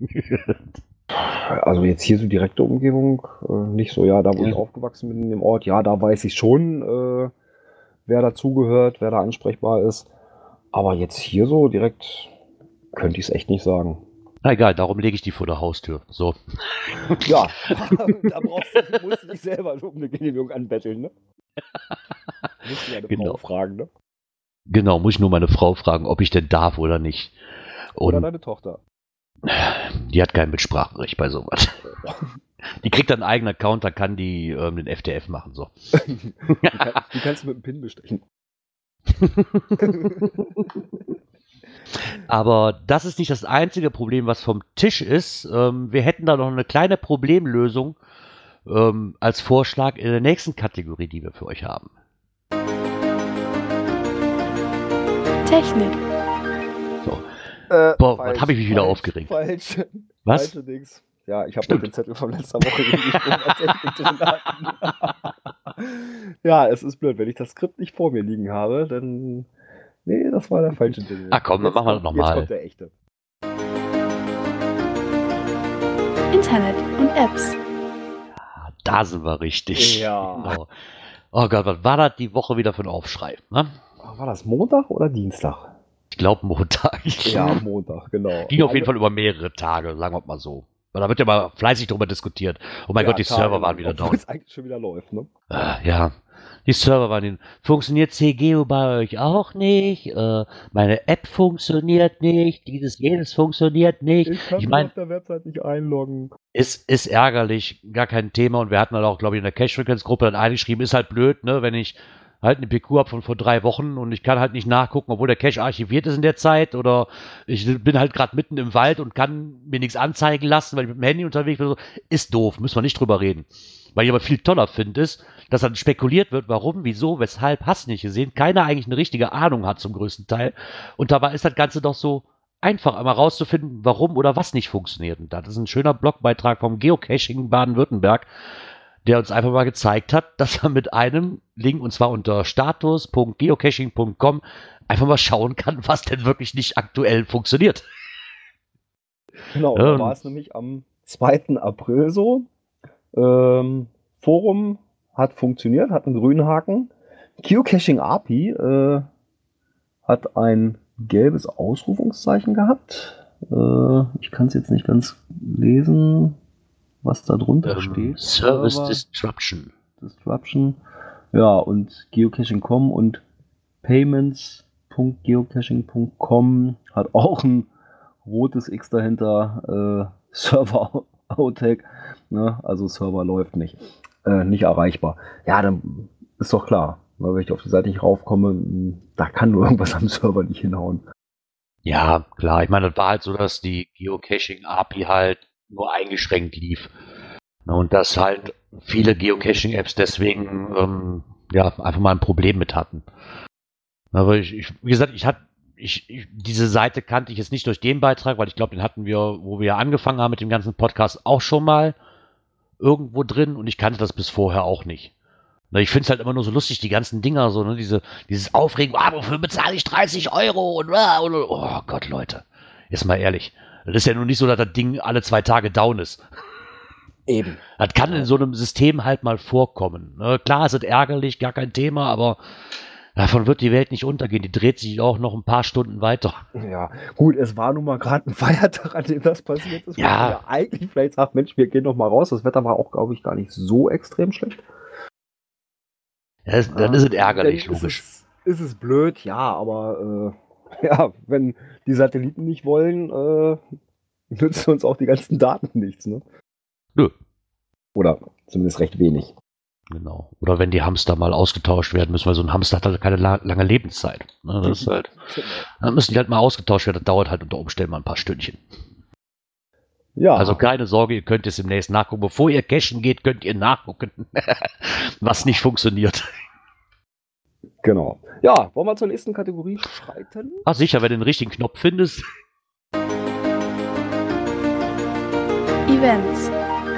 Also jetzt hier so direkte Umgebung, äh, nicht so, ja, da wo Ja. ich aufgewachsen bin in dem Ort, ja, da weiß ich schon, äh, wer dazugehört, wer da ansprechbar ist. Aber jetzt hier so direkt könnte ich es echt nicht sagen. Na egal, darum lege ich die vor der Haustür. So. Ja, da brauchst du, musst du dich selber um eine Genehmigung anbetteln, ne? Musst du deine Genau. Frau fragen, ne? Genau, muss ich nur meine Frau fragen, ob ich denn darf oder nicht. Oder Und deine Tochter. die hat kein Mitspracherecht bei sowas. Die kriegt dann einen eigenen Account, da kann die ähm, den F T F machen. So. Die, kann, die kannst du mit dem Pin bestechen. Aber das ist nicht das einzige Problem, was vom Tisch ist. Ähm, wir hätten da noch eine kleine Problemlösung ähm, als Vorschlag in der nächsten Kategorie, die wir für euch haben. Technik. So. Äh, Boah, was hab ich mich wieder falsch, aufgeregt. Falsch. Was? Falsche Dings. Ja, ich habe Stimmt. den Zettel von letzter Woche gelesen, als Technik drin hatten. Ja, es ist blöd, wenn ich das Skript nicht vor mir liegen habe, dann. Nee, das war der falsche Ding. Ah, komm, dann Jetzt machen wir das kommt- noch mal. Jetzt kommt der echte. Internet und Apps. Da sind wir richtig. Ja. Genau. Oh Gott, was war das die Woche wieder für ein Aufschrei? Ne? War das Montag oder Dienstag? Ich glaube Montag. Ja, Montag, genau. Ging auf jeden Fall über mehrere Tage, sagen wir mal so. Weil da wird ja mal fleißig drüber diskutiert. Oh mein Ja, Gott, die Tage Server waren lang, wieder obwohl down. es eigentlich schon wieder läuft, ne? Äh, ja, die Server waren in. Funktioniert C G O bei euch auch nicht? Äh, meine App funktioniert nicht. Dieses, jenes funktioniert nicht. Ich kann Ich mich mein- auf der Website nicht einloggen. Ist, ist ärgerlich, gar kein Thema. Und wir hatten halt auch, glaube ich, in der Cache-Frequenz-Gruppe dann eingeschrieben, ist halt blöd, ne, wenn ich halt eine P Q habe von vor drei Wochen und ich kann halt nicht nachgucken, obwohl der Cache archiviert ist in der Zeit oder ich bin halt gerade mitten im Wald und kann mir nichts anzeigen lassen, weil ich mit dem Handy unterwegs bin. So. Ist doof, müssen wir nicht drüber reden. Weil ich aber viel toller finde, ist, dass dann spekuliert wird, warum, wieso, weshalb, hast nicht gesehen, keiner eigentlich eine richtige Ahnung hat zum größten Teil. Und dabei ist das Ganze doch so einfach, einmal rauszufinden, warum oder was nicht funktioniert. Und das ist ein schöner Blogbeitrag vom Geocaching Baden-Württemberg, der uns einfach mal gezeigt hat, dass er mit einem Link, und zwar unter status punkt geocaching punkt com, einfach mal schauen kann, was denn wirklich nicht aktuell funktioniert. Genau, Ja. da war es nämlich am zweiten April so. Ähm, Forum hat funktioniert, hat einen grünen Haken. Geocaching A P I äh, hat ein gelbes Ausrufungszeichen gehabt. Äh, ich kann es jetzt nicht ganz lesen, was da drunter Ähm, steht. Service Server Disruption. Disruption. Ja, und geocaching punkt com und payments punkt geocaching punkt com hat auch ein rotes X dahinter. Äh, Server Outtake. Ne? Also Server läuft nicht. Äh, nicht erreichbar. Ja, dann ist doch klar. Weil wenn ich auf die Seite nicht raufkomme, da kann nur irgendwas am Server nicht hinhauen. Ja, klar. Ich meine, das war halt so, dass die Geocaching-A P I halt nur eingeschränkt lief. Und dass halt viele Geocaching-Apps deswegen ähm, ja einfach mal ein Problem mit hatten. Aber ich, ich wie gesagt, ich hatte ich, ich, diese Seite kannte ich jetzt nicht durch den Beitrag, weil ich glaube, den hatten wir, wo wir angefangen haben mit dem ganzen Podcast, auch schon mal irgendwo drin und ich kannte das bis vorher auch nicht. Ich finde es halt immer nur so lustig, die ganzen Dinger, so, ne, diese, dieses Aufregen, ah, wofür bezahle ich dreißig Euro und, und, und oh Gott, Leute, jetzt mal ehrlich, das ist ja nun nicht so, dass das Ding alle zwei Tage down ist. Eben. Das kann in so einem System halt mal vorkommen. Ne? Klar, es ist ärgerlich, gar kein Thema, aber davon wird die Welt nicht untergehen. Die dreht sich auch noch ein paar Stunden weiter. Ja, gut, es war nun mal gerade ein Feiertag, an dem das passiert ist. Ja. Wo man ja eigentlich vielleicht sagt, Mensch, wir gehen noch mal raus. Das Wetter war auch, glaube ich, gar nicht so extrem schlecht. Ja, das, dann ist es ärgerlich, Dann logisch. Ist es, ist es blöd, ja, aber äh, ja, wenn die Satelliten nicht wollen, äh, nützen uns auch die ganzen Daten nichts, ne? Nö. Oder zumindest recht wenig. Genau. Oder wenn die Hamster mal ausgetauscht werden müssen, weil so ein Hamster hat halt keine la- lange Lebenszeit. Ne, das ist halt, dann müssen die halt mal ausgetauscht werden. Das dauert halt unter Umständen mal ein paar Stündchen. Ja. Also keine Sorge, ihr könnt es demnächst nachgucken. Bevor ihr cashen geht, könnt ihr nachgucken, was nicht funktioniert. Genau. Ja, wollen wir zur nächsten Kategorie schreiten? Ach sicher, wenn du den richtigen Knopf findest. Events.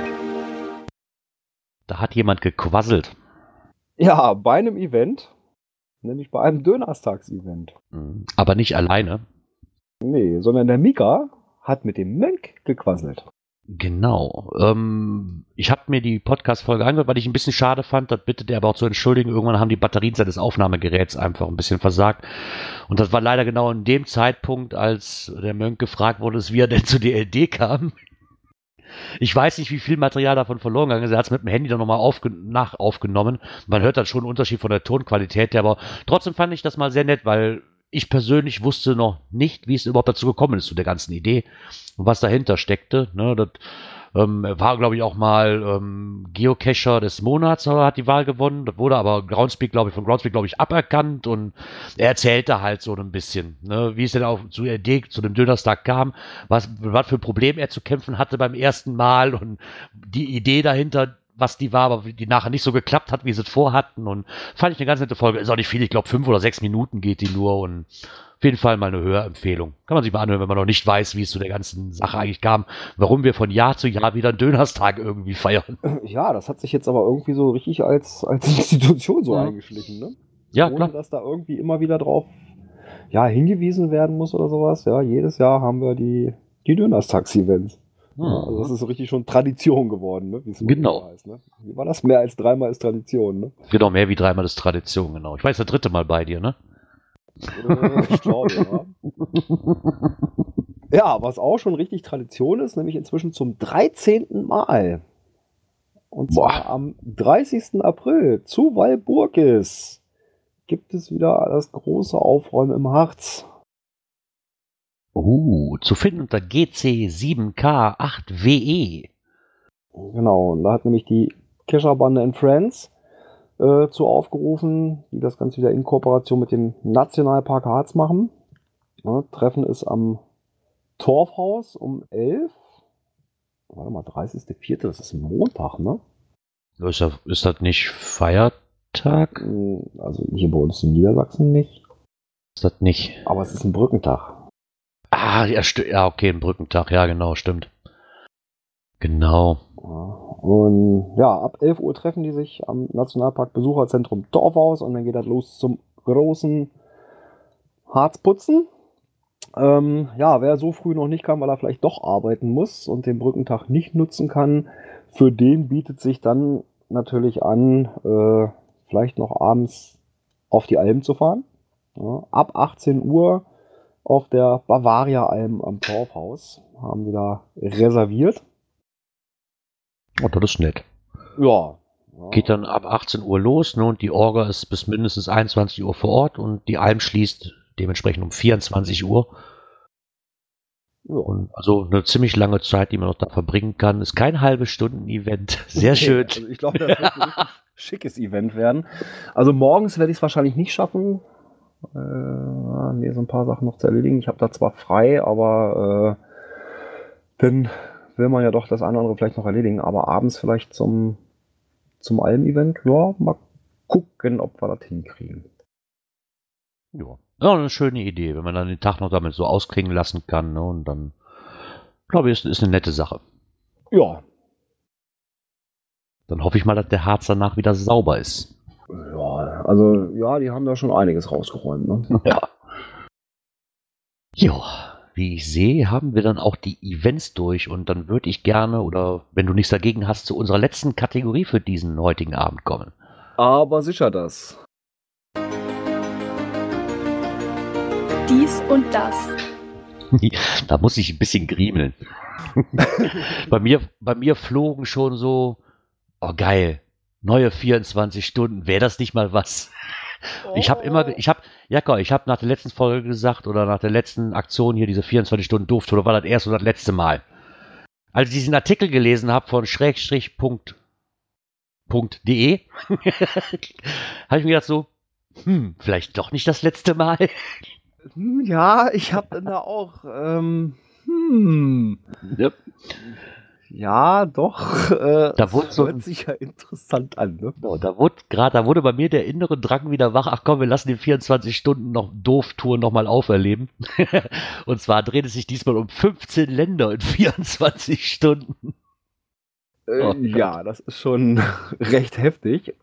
Da hat jemand gequasselt. Ja, bei einem Event, nämlich bei einem Dönerstags-Event. Mhm. Aber nicht alleine. Nee, sondern der Mika hat mit dem Mönk gequasselt. Genau. Ähm, ich habe mir die Podcast-Folge angehört, weil ich ein bisschen schade fand. Das bittet er aber auch zu entschuldigen. Irgendwann haben die Batterien seines Aufnahmegeräts einfach ein bisschen versagt. Und das war leider genau in dem Zeitpunkt, als der Mönk gefragt wurde, wie er denn zu D L D kam. Ich weiß nicht, wie viel Material davon verloren gegangen ist. Er hat es mit dem Handy dann nochmal aufge- nach aufgenommen. Man hört dann schon einen Unterschied von der Tonqualität, aber trotzdem fand ich das mal sehr nett, weil ich persönlich wusste noch nicht, wie es überhaupt dazu gekommen ist, zu der ganzen Idee und was dahinter steckte. Ne, das ähm, war, glaube ich, auch mal ähm, Geocacher des Monats, oder hat die Wahl gewonnen. Das wurde aber Groundspeak, glaube ich, von Groundspeak, glaube ich, aberkannt und er erzählte halt so ein bisschen, ne, wie es denn auch zu der Idee, zu dem Dönerstag kam, was, was für ein Problem er zu kämpfen hatte beim ersten Mal und die Idee dahinter, was die war, aber die nachher nicht so geklappt hat, wie sie es vorhatten. Und fand ich eine ganz nette Folge. Ist auch nicht viel, ich glaube fünf oder sechs Minuten geht die nur und auf jeden Fall mal eine Hörempfehlung. Kann man sich mal anhören, wenn man noch nicht weiß, wie es zu der ganzen Sache eigentlich kam, warum wir von Jahr zu Jahr wieder einen Dönerstag irgendwie feiern. Ja, das hat sich jetzt aber irgendwie so richtig als, als Institution so Ja. eingeschlichen, ne? Ja, Ohne, klar. dass da irgendwie immer wieder drauf ja, hingewiesen werden muss oder sowas. Ja, jedes Jahr haben wir die, die Dönerstags-Events. Ja, also das ist so richtig schon Tradition geworden, ne? Wie es so Genau. heißt, ne? Wie war das? Mehr als dreimal ist Tradition, ne? Genau, mehr wie dreimal ist Tradition, genau. Ich weiß, das dritte Mal bei dir, ne? Äh, ich glaube, ja. Ja, was auch schon richtig Tradition ist, nämlich inzwischen zum dreizehnten Mal. Und zwar Boah. am dreißigsten April zu Walpurgis gibt es wieder das große Aufräumen im Harz. Uh, zu finden unter G C sieben K acht W E. Genau, und da hat nämlich die Kescherbande and Friends äh, zu aufgerufen, die das Ganze wieder in Kooperation mit dem Nationalpark Harz machen. Ja, Treffen ist am Torfhaus um elf. Warte mal, dreißigster vierte, das ist ein Montag, ne? Ist das, ist das nicht Feiertag? Also hier bei uns in Niedersachsen nicht, Ist das nicht? aber es ist ein Brückentag. Ah, ja, sti- ja, okay, ein Brückentag, ja, genau, stimmt. Genau. Ja, und ja, ab elf Uhr treffen die sich am Nationalpark Besucherzentrum Torfhaus und dann geht das los zum großen Harzputzen. Ähm, ja, wer so früh noch nicht kam, weil er vielleicht doch arbeiten muss und den Brückentag nicht nutzen kann, für den bietet sich dann natürlich an, äh, vielleicht noch abends auf die Alm zu fahren. Ja, ab achtzehn Uhr auf der Bavaria-Alm am Torfhaus haben die da reserviert. Oh, das ist nett. Ja. ja. Geht dann ab achtzehn Uhr los, ne, und die Orga ist bis mindestens einundzwanzig Uhr vor Ort und die Alm schließt dementsprechend um vierundzwanzig Uhr. Ja. Und also eine ziemlich lange Zeit, die man noch da verbringen kann. Ist kein halbe Stunden-Event. Sehr schön. Also ich glaube, das wird ein richtig schickes Event werden. Also morgens werde ich es wahrscheinlich nicht schaffen, äh, mir so ein paar Sachen noch zu erledigen. Ich habe da zwar frei, aber äh, dann will man ja doch das eine oder andere vielleicht noch erledigen. Aber abends vielleicht zum, zum Alm-Event, ja, mal gucken, ob wir das hinkriegen. Ja. Ja, eine schöne Idee, wenn man dann den Tag noch damit so ausklingen lassen kann. Ne? Und dann, glaube ich, ist, ist eine nette Sache. Ja. Dann hoffe ich mal, dass der Harz danach wieder sauber ist. Ja, also ja, die haben da schon einiges rausgeräumt. Ne? Ja. Jo, wie ich sehe, haben wir dann auch die Events durch. Und dann würde ich gerne, oder wenn du nichts dagegen hast, zu unserer letzten Kategorie für diesen heutigen Abend kommen. Aber sicher das. Dies und das. Da muss ich ein bisschen griemeln. bei, mir, bei mir flogen schon so, oh geil, neue vierundzwanzig Stunden, wäre das nicht mal was? Oh. Ich habe immer, ich habe, ja komm, ich habe nach der letzten Folge gesagt oder nach der letzten Aktion hier, diese vierundzwanzig Stunden Duft, oder war das erste oder das letzte Mal? Als ich diesen Artikel gelesen habe von schrägstrich punkt de, habe ich mir gedacht so, hm, vielleicht doch nicht das letzte Mal. Ja, ich habe dann da auch, ähm, hm, Yep. ja, doch, äh, da wurde das so, hört sich ja interessant an, ne? no, da wurde gerade, da wurde bei mir der innere Drang wieder wach. Ach komm, wir lassen die vierundzwanzig Stunden noch Doof-Tour nochmal auferleben. Und zwar dreht es sich diesmal um fünfzehn Länder in vierundzwanzig Stunden. Äh, Oh, ja, das ist schon recht heftig.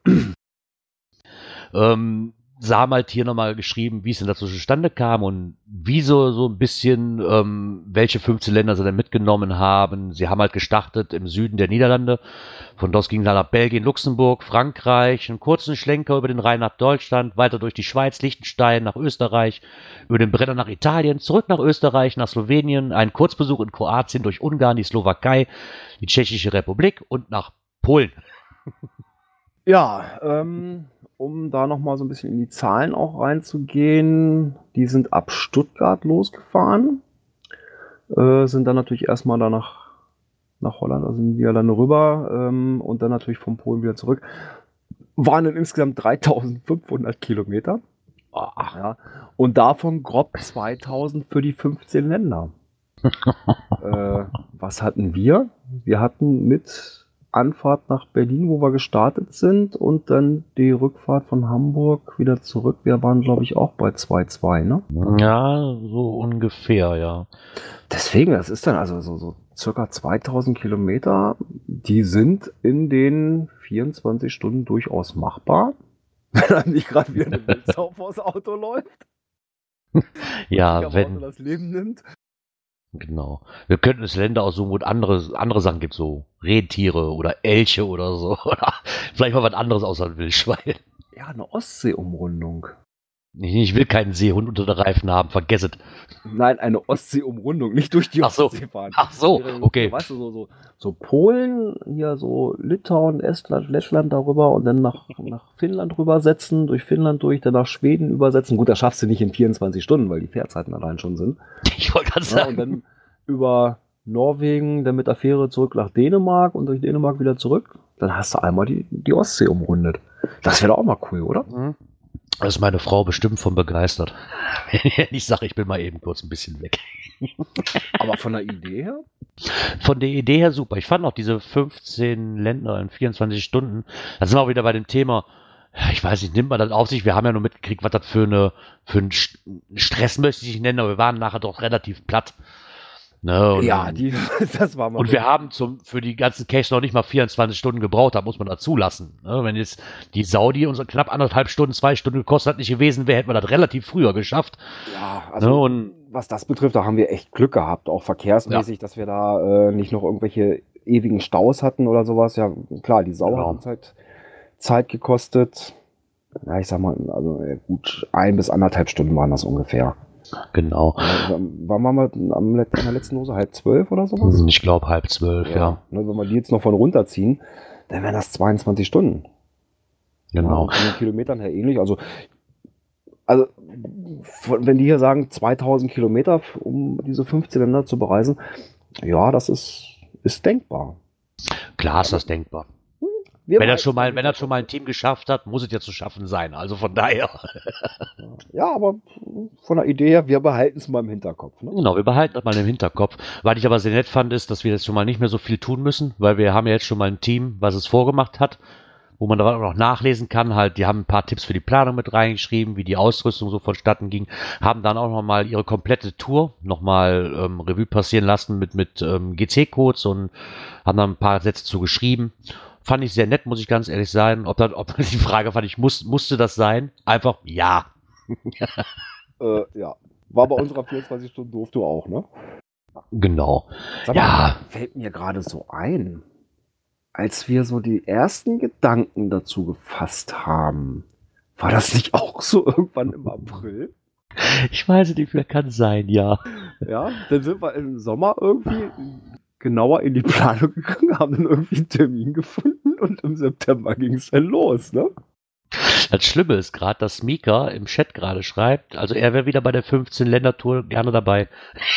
Ähm, Sam halt hier nochmal geschrieben, wie es denn dazu zustande kam und wieso so ein bisschen, ähm, welche fünfzehn Länder sie denn mitgenommen haben. Sie haben halt gestartet im Süden der Niederlande. Von dort ging es nach Belgien, Luxemburg, Frankreich, einen kurzen Schlenker über den Rhein nach Deutschland, weiter durch die Schweiz, Liechtenstein, nach Österreich, über den Brenner nach Italien, zurück nach Österreich, nach Slowenien, einen Kurzbesuch in Kroatien, durch Ungarn, die Slowakei, die Tschechische Republik und nach Polen. Ja, ähm, um da nochmal so ein bisschen in die Zahlen auch reinzugehen, die sind ab Stuttgart losgefahren, äh, sind dann natürlich erstmal da nach, nach Holland, also in die Niederlande rüber ähm, und dann natürlich von Polen wieder zurück. Waren dann insgesamt dreitausendfünfhundert Kilometer. Ach, Ja, und davon grob zweitausend für die fünfzehn Länder. äh, was hatten wir? Wir hatten mit Anfahrt nach Berlin, wo wir gestartet sind, und dann die Rückfahrt von Hamburg wieder zurück. Wir waren, glaube ich, auch bei zwei Komma zwei, ne? ja, so ungefähr, ja. Deswegen, das ist dann also so, so circa zweitausend Kilometer. Die sind in den vierundzwanzig Stunden durchaus machbar. Wenn dann nicht gerade wieder eine Wildsau vors Auto läuft. Ja, Sich am wenn, Auto das Leben nimmt. genau. Wir könnten es Länder aussuchen, wo es andere, andere Sachen gibt, so Rentiere oder Elche oder so. Oder vielleicht mal was anderes außer ein Wildschwein. Ja, eine Ostsee-Umrundung. Ich, ich will keinen Seehund unter den Reifen haben, vergesst es. Nein, eine Ostsee-Umrundung, nicht durch die Ach so. Ostsee fahren. Ach so, okay. Weißt du, so, so, so Polen, hier so Litauen, Estland, Lettland darüber und dann nach, nach Finnland rübersetzen, durch Finnland durch, dann nach Schweden übersetzen. Gut, das schaffst du nicht in vierundzwanzig Stunden, weil die Fährzeiten allein schon sind. Ich wollte gerade Ja, sagen. und dann über Norwegen, dann mit der Fähre zurück nach Dänemark und durch Dänemark wieder zurück. Dann hast du einmal die, die Ostsee umrundet. Das wäre doch auch mal cool, oder? Mhm. Da ist meine Frau bestimmt von begeistert. Wenn ich sage, ich bin mal eben kurz ein bisschen weg. Aber von der Idee her? Von der Idee her super. Ich fand auch diese fünfzehn Länder in vierundzwanzig Stunden, da sind wir auch wieder bei dem Thema, ich weiß nicht, nimmt man das auf sich? Wir haben ja nur mitgekriegt, was das für, eine, für einen Stress möchte ich nicht nennen, aber wir waren nachher doch relativ platt. Ne, und, Ja, die, das war mal. und wir haben zum, für die ganzen Caches noch nicht mal vierundzwanzig Stunden gebraucht, da muss man dazu lassen. Ne, wenn jetzt die Saudi uns knapp anderthalb Stunden, zwei Stunden gekostet hat, nicht gewesen wäre, hätten wir das relativ früher geschafft. Ja, also Ne, und was das betrifft, da haben wir echt Glück gehabt, auch verkehrsmäßig, dass wir da äh, nicht noch irgendwelche ewigen Staus hatten oder sowas. Ja, klar, die Sau Genau. hat uns halt Zeit gekostet. Ja, ich sag mal, also äh, gut, ein bis anderthalb Stunden waren das ungefähr. genau. Ja, wann waren wir am, Let- in der letzten Hose? Halb zwölf oder sowas? Ich glaube halb zwölf, ja. Ne, wenn wir die jetzt noch von runterziehen, dann wären das zweiundzwanzig Stunden. Ja, Genau. und von den Kilometern her ähnlich. Also also von- wenn die hier sagen zweitausend Kilometer, um diese fünfzehn Länder zu bereisen, ja, das ist, ist denkbar. Klar ist das denkbar. Wir Wenn er behalten schon mal, es wenn er schon mal ein Team geschafft hat, muss es ja zu schaffen sein. Also von daher. Ja, aber von der Idee her, wir behalten es mal im Hinterkopf. Ne? Genau, wir behalten das mal im Hinterkopf. Was ich aber sehr nett fand, ist, dass wir jetzt schon mal nicht mehr so viel tun müssen, weil wir haben ja jetzt schon mal ein Team, was es vorgemacht hat, wo man da auch noch nachlesen kann. Halt, die haben ein paar Tipps für die Planung mit reingeschrieben, wie die Ausrüstung so vonstatten ging, haben dann auch noch mal ihre komplette Tour nochmal ähm, Revue passieren lassen mit, mit ähm, G C-Codes und haben dann ein paar Sätze zu geschrieben. Fand ich sehr nett, muss ich ganz ehrlich sein. Ob, das, ob die Frage fand ich, muss, musste das sein? Einfach ja. Äh, ja. War bei unserer vierundzwanzig Stunden durfte du auch, ne? Genau. Sag mal, Ja. fällt mir gerade so ein, als wir so die ersten Gedanken dazu gefasst haben, war das nicht auch so irgendwann im April? Ich weiß nicht, wer kann sein, ja. Ja, dann sind wir im Sommer irgendwie genauer in die Planung gegangen, haben dann irgendwie einen Termin gefunden und im September ging es dann los, ne? Das Schlimme ist gerade, dass Mika im Chat gerade schreibt, also er wäre wieder bei der fünfzehn-Länder-Tour gerne dabei.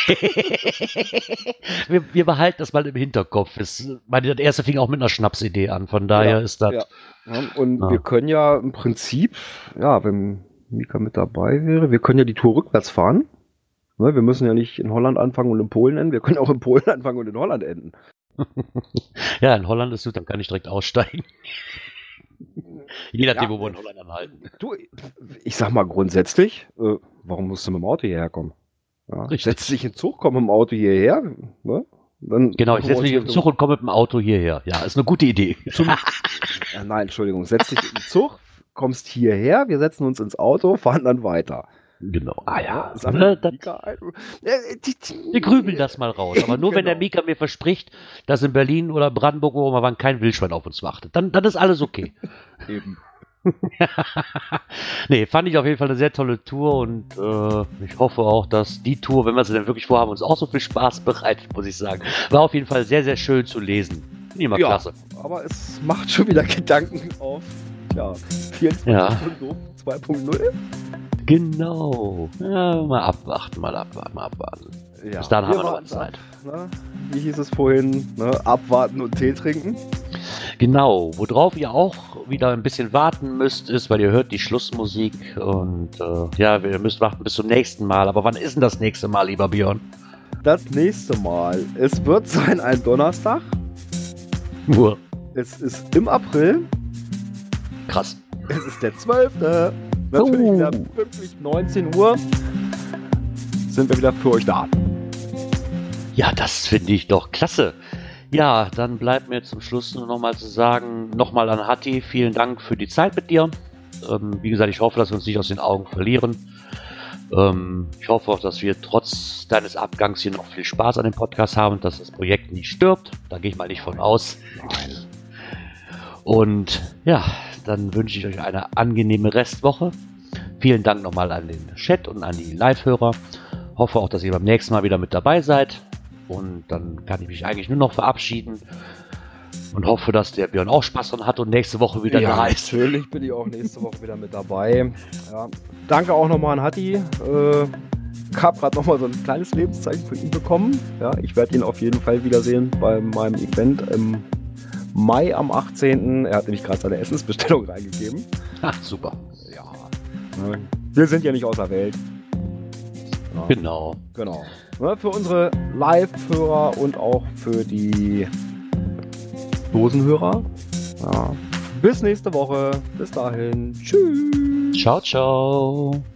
wir, wir behalten das mal im Hinterkopf. Es, meine, das erste fing auch mit einer Schnapsidee an, von daher Ja, ist das... ja. Ja, und Ja. wir können ja im Prinzip, ja, wenn Mika mit dabei wäre, wir können ja die Tour rückwärts fahren. Ne, wir müssen ja nicht in Holland anfangen und in Polen enden. Wir können auch in Polen anfangen und in Holland enden. Ja, in Holland ist gut, dann kann ich direkt aussteigen. Je nachdem, Ja. wo wir in Holland anhalten. Du, ich sag mal grundsätzlich, äh, warum musst du mit dem Auto hierher kommen? Ja, Richtig. setz dich in den Zug, komm mit dem Auto hierher. Ne? Dann Genau, ich machen wir setze mich uns im Zug und komme mit dem Auto hierher. Ja, ist eine gute Idee. Zum, ja, nein, Entschuldigung, setz dich in den Zug, kommst hierher, wir setzen uns ins Auto, fahren dann weiter. Genau. Ah ja, Sag ne, mal, das, Mika ein- Äh, die- die- wir grübeln das mal raus. Aber nur wenn der Genau. Mika mir verspricht, dass in Berlin oder Brandenburg, wo wir waren, kein Wildschwein auf uns wartet. Dann, dann ist alles okay. Eben. Nee, fand ich auf jeden Fall eine sehr tolle Tour und äh, ich hoffe auch, dass die Tour, wenn wir sie denn wirklich vorhaben, uns auch so viel Spaß bereitet, muss ich sagen. War auf jeden Fall sehr, sehr schön zu lesen. Finde ich immer Ja. klasse. Aber es macht schon wieder Gedanken auf, ja, vierundzwanzig Ja. Stunden doof zwei Punkt null. Genau. Ja, mal abwarten, mal abwarten, mal abwarten. Ja, Bis dahin haben wir noch warten Zeit. ab, ne? Wie hieß es vorhin? Ne? Abwarten und Tee trinken. Genau, worauf ihr auch wieder ein bisschen warten müsst, ist, weil ihr hört die Schlussmusik und äh, ja, ihr müsst warten bis zum nächsten Mal. Aber wann ist denn das nächste Mal, lieber Björn? Das nächste Mal. Es wird sein ein Donnerstag. Nur Es ist im April. krass. Es ist der zwölfte Natürlich Oh. wieder pünktlich neunzehn Uhr sind wir wieder für euch da. Ja, das finde ich doch klasse. Ja, dann bleibt mir zum Schluss nur nochmal zu sagen, nochmal an Hatti, vielen Dank für die Zeit mit dir. Ähm, wie gesagt, ich hoffe, dass wir uns nicht aus den Augen verlieren. Ähm, ich hoffe auch, dass wir trotz deines Abgangs hier noch viel Spaß an dem Podcast haben und dass das Projekt nicht stirbt. Da gehe ich mal nicht von aus. Nein. Und ja, dann wünsche ich euch eine angenehme Restwoche. Vielen Dank nochmal an den Chat und an die Live-Hörer. Hoffe auch, dass ihr beim nächsten Mal wieder mit dabei seid. Und dann kann ich mich eigentlich nur noch verabschieden. Und hoffe, dass der Björn auch Spaß dran hat und nächste Woche wieder Ja, da ist. natürlich bin ich auch nächste Woche wieder mit dabei. Ja. Danke auch nochmal an Hatti. Äh, ich habe gerade nochmal so ein kleines Lebenszeichen von ihm bekommen. Ja, ich werde ihn auf jeden Fall wiedersehen bei meinem Event im Mai am achtzehnten Er hat nämlich gerade seine Essensbestellung reingegeben. Ach, super. Ja. Ne, wir sind ja nicht außer Welt. Ja, Genau. genau. Ne, für unsere Live-Hörer und auch für die Dosenhörer. Ja. Bis nächste Woche. Bis dahin. Tschüss. Ciao, ciao.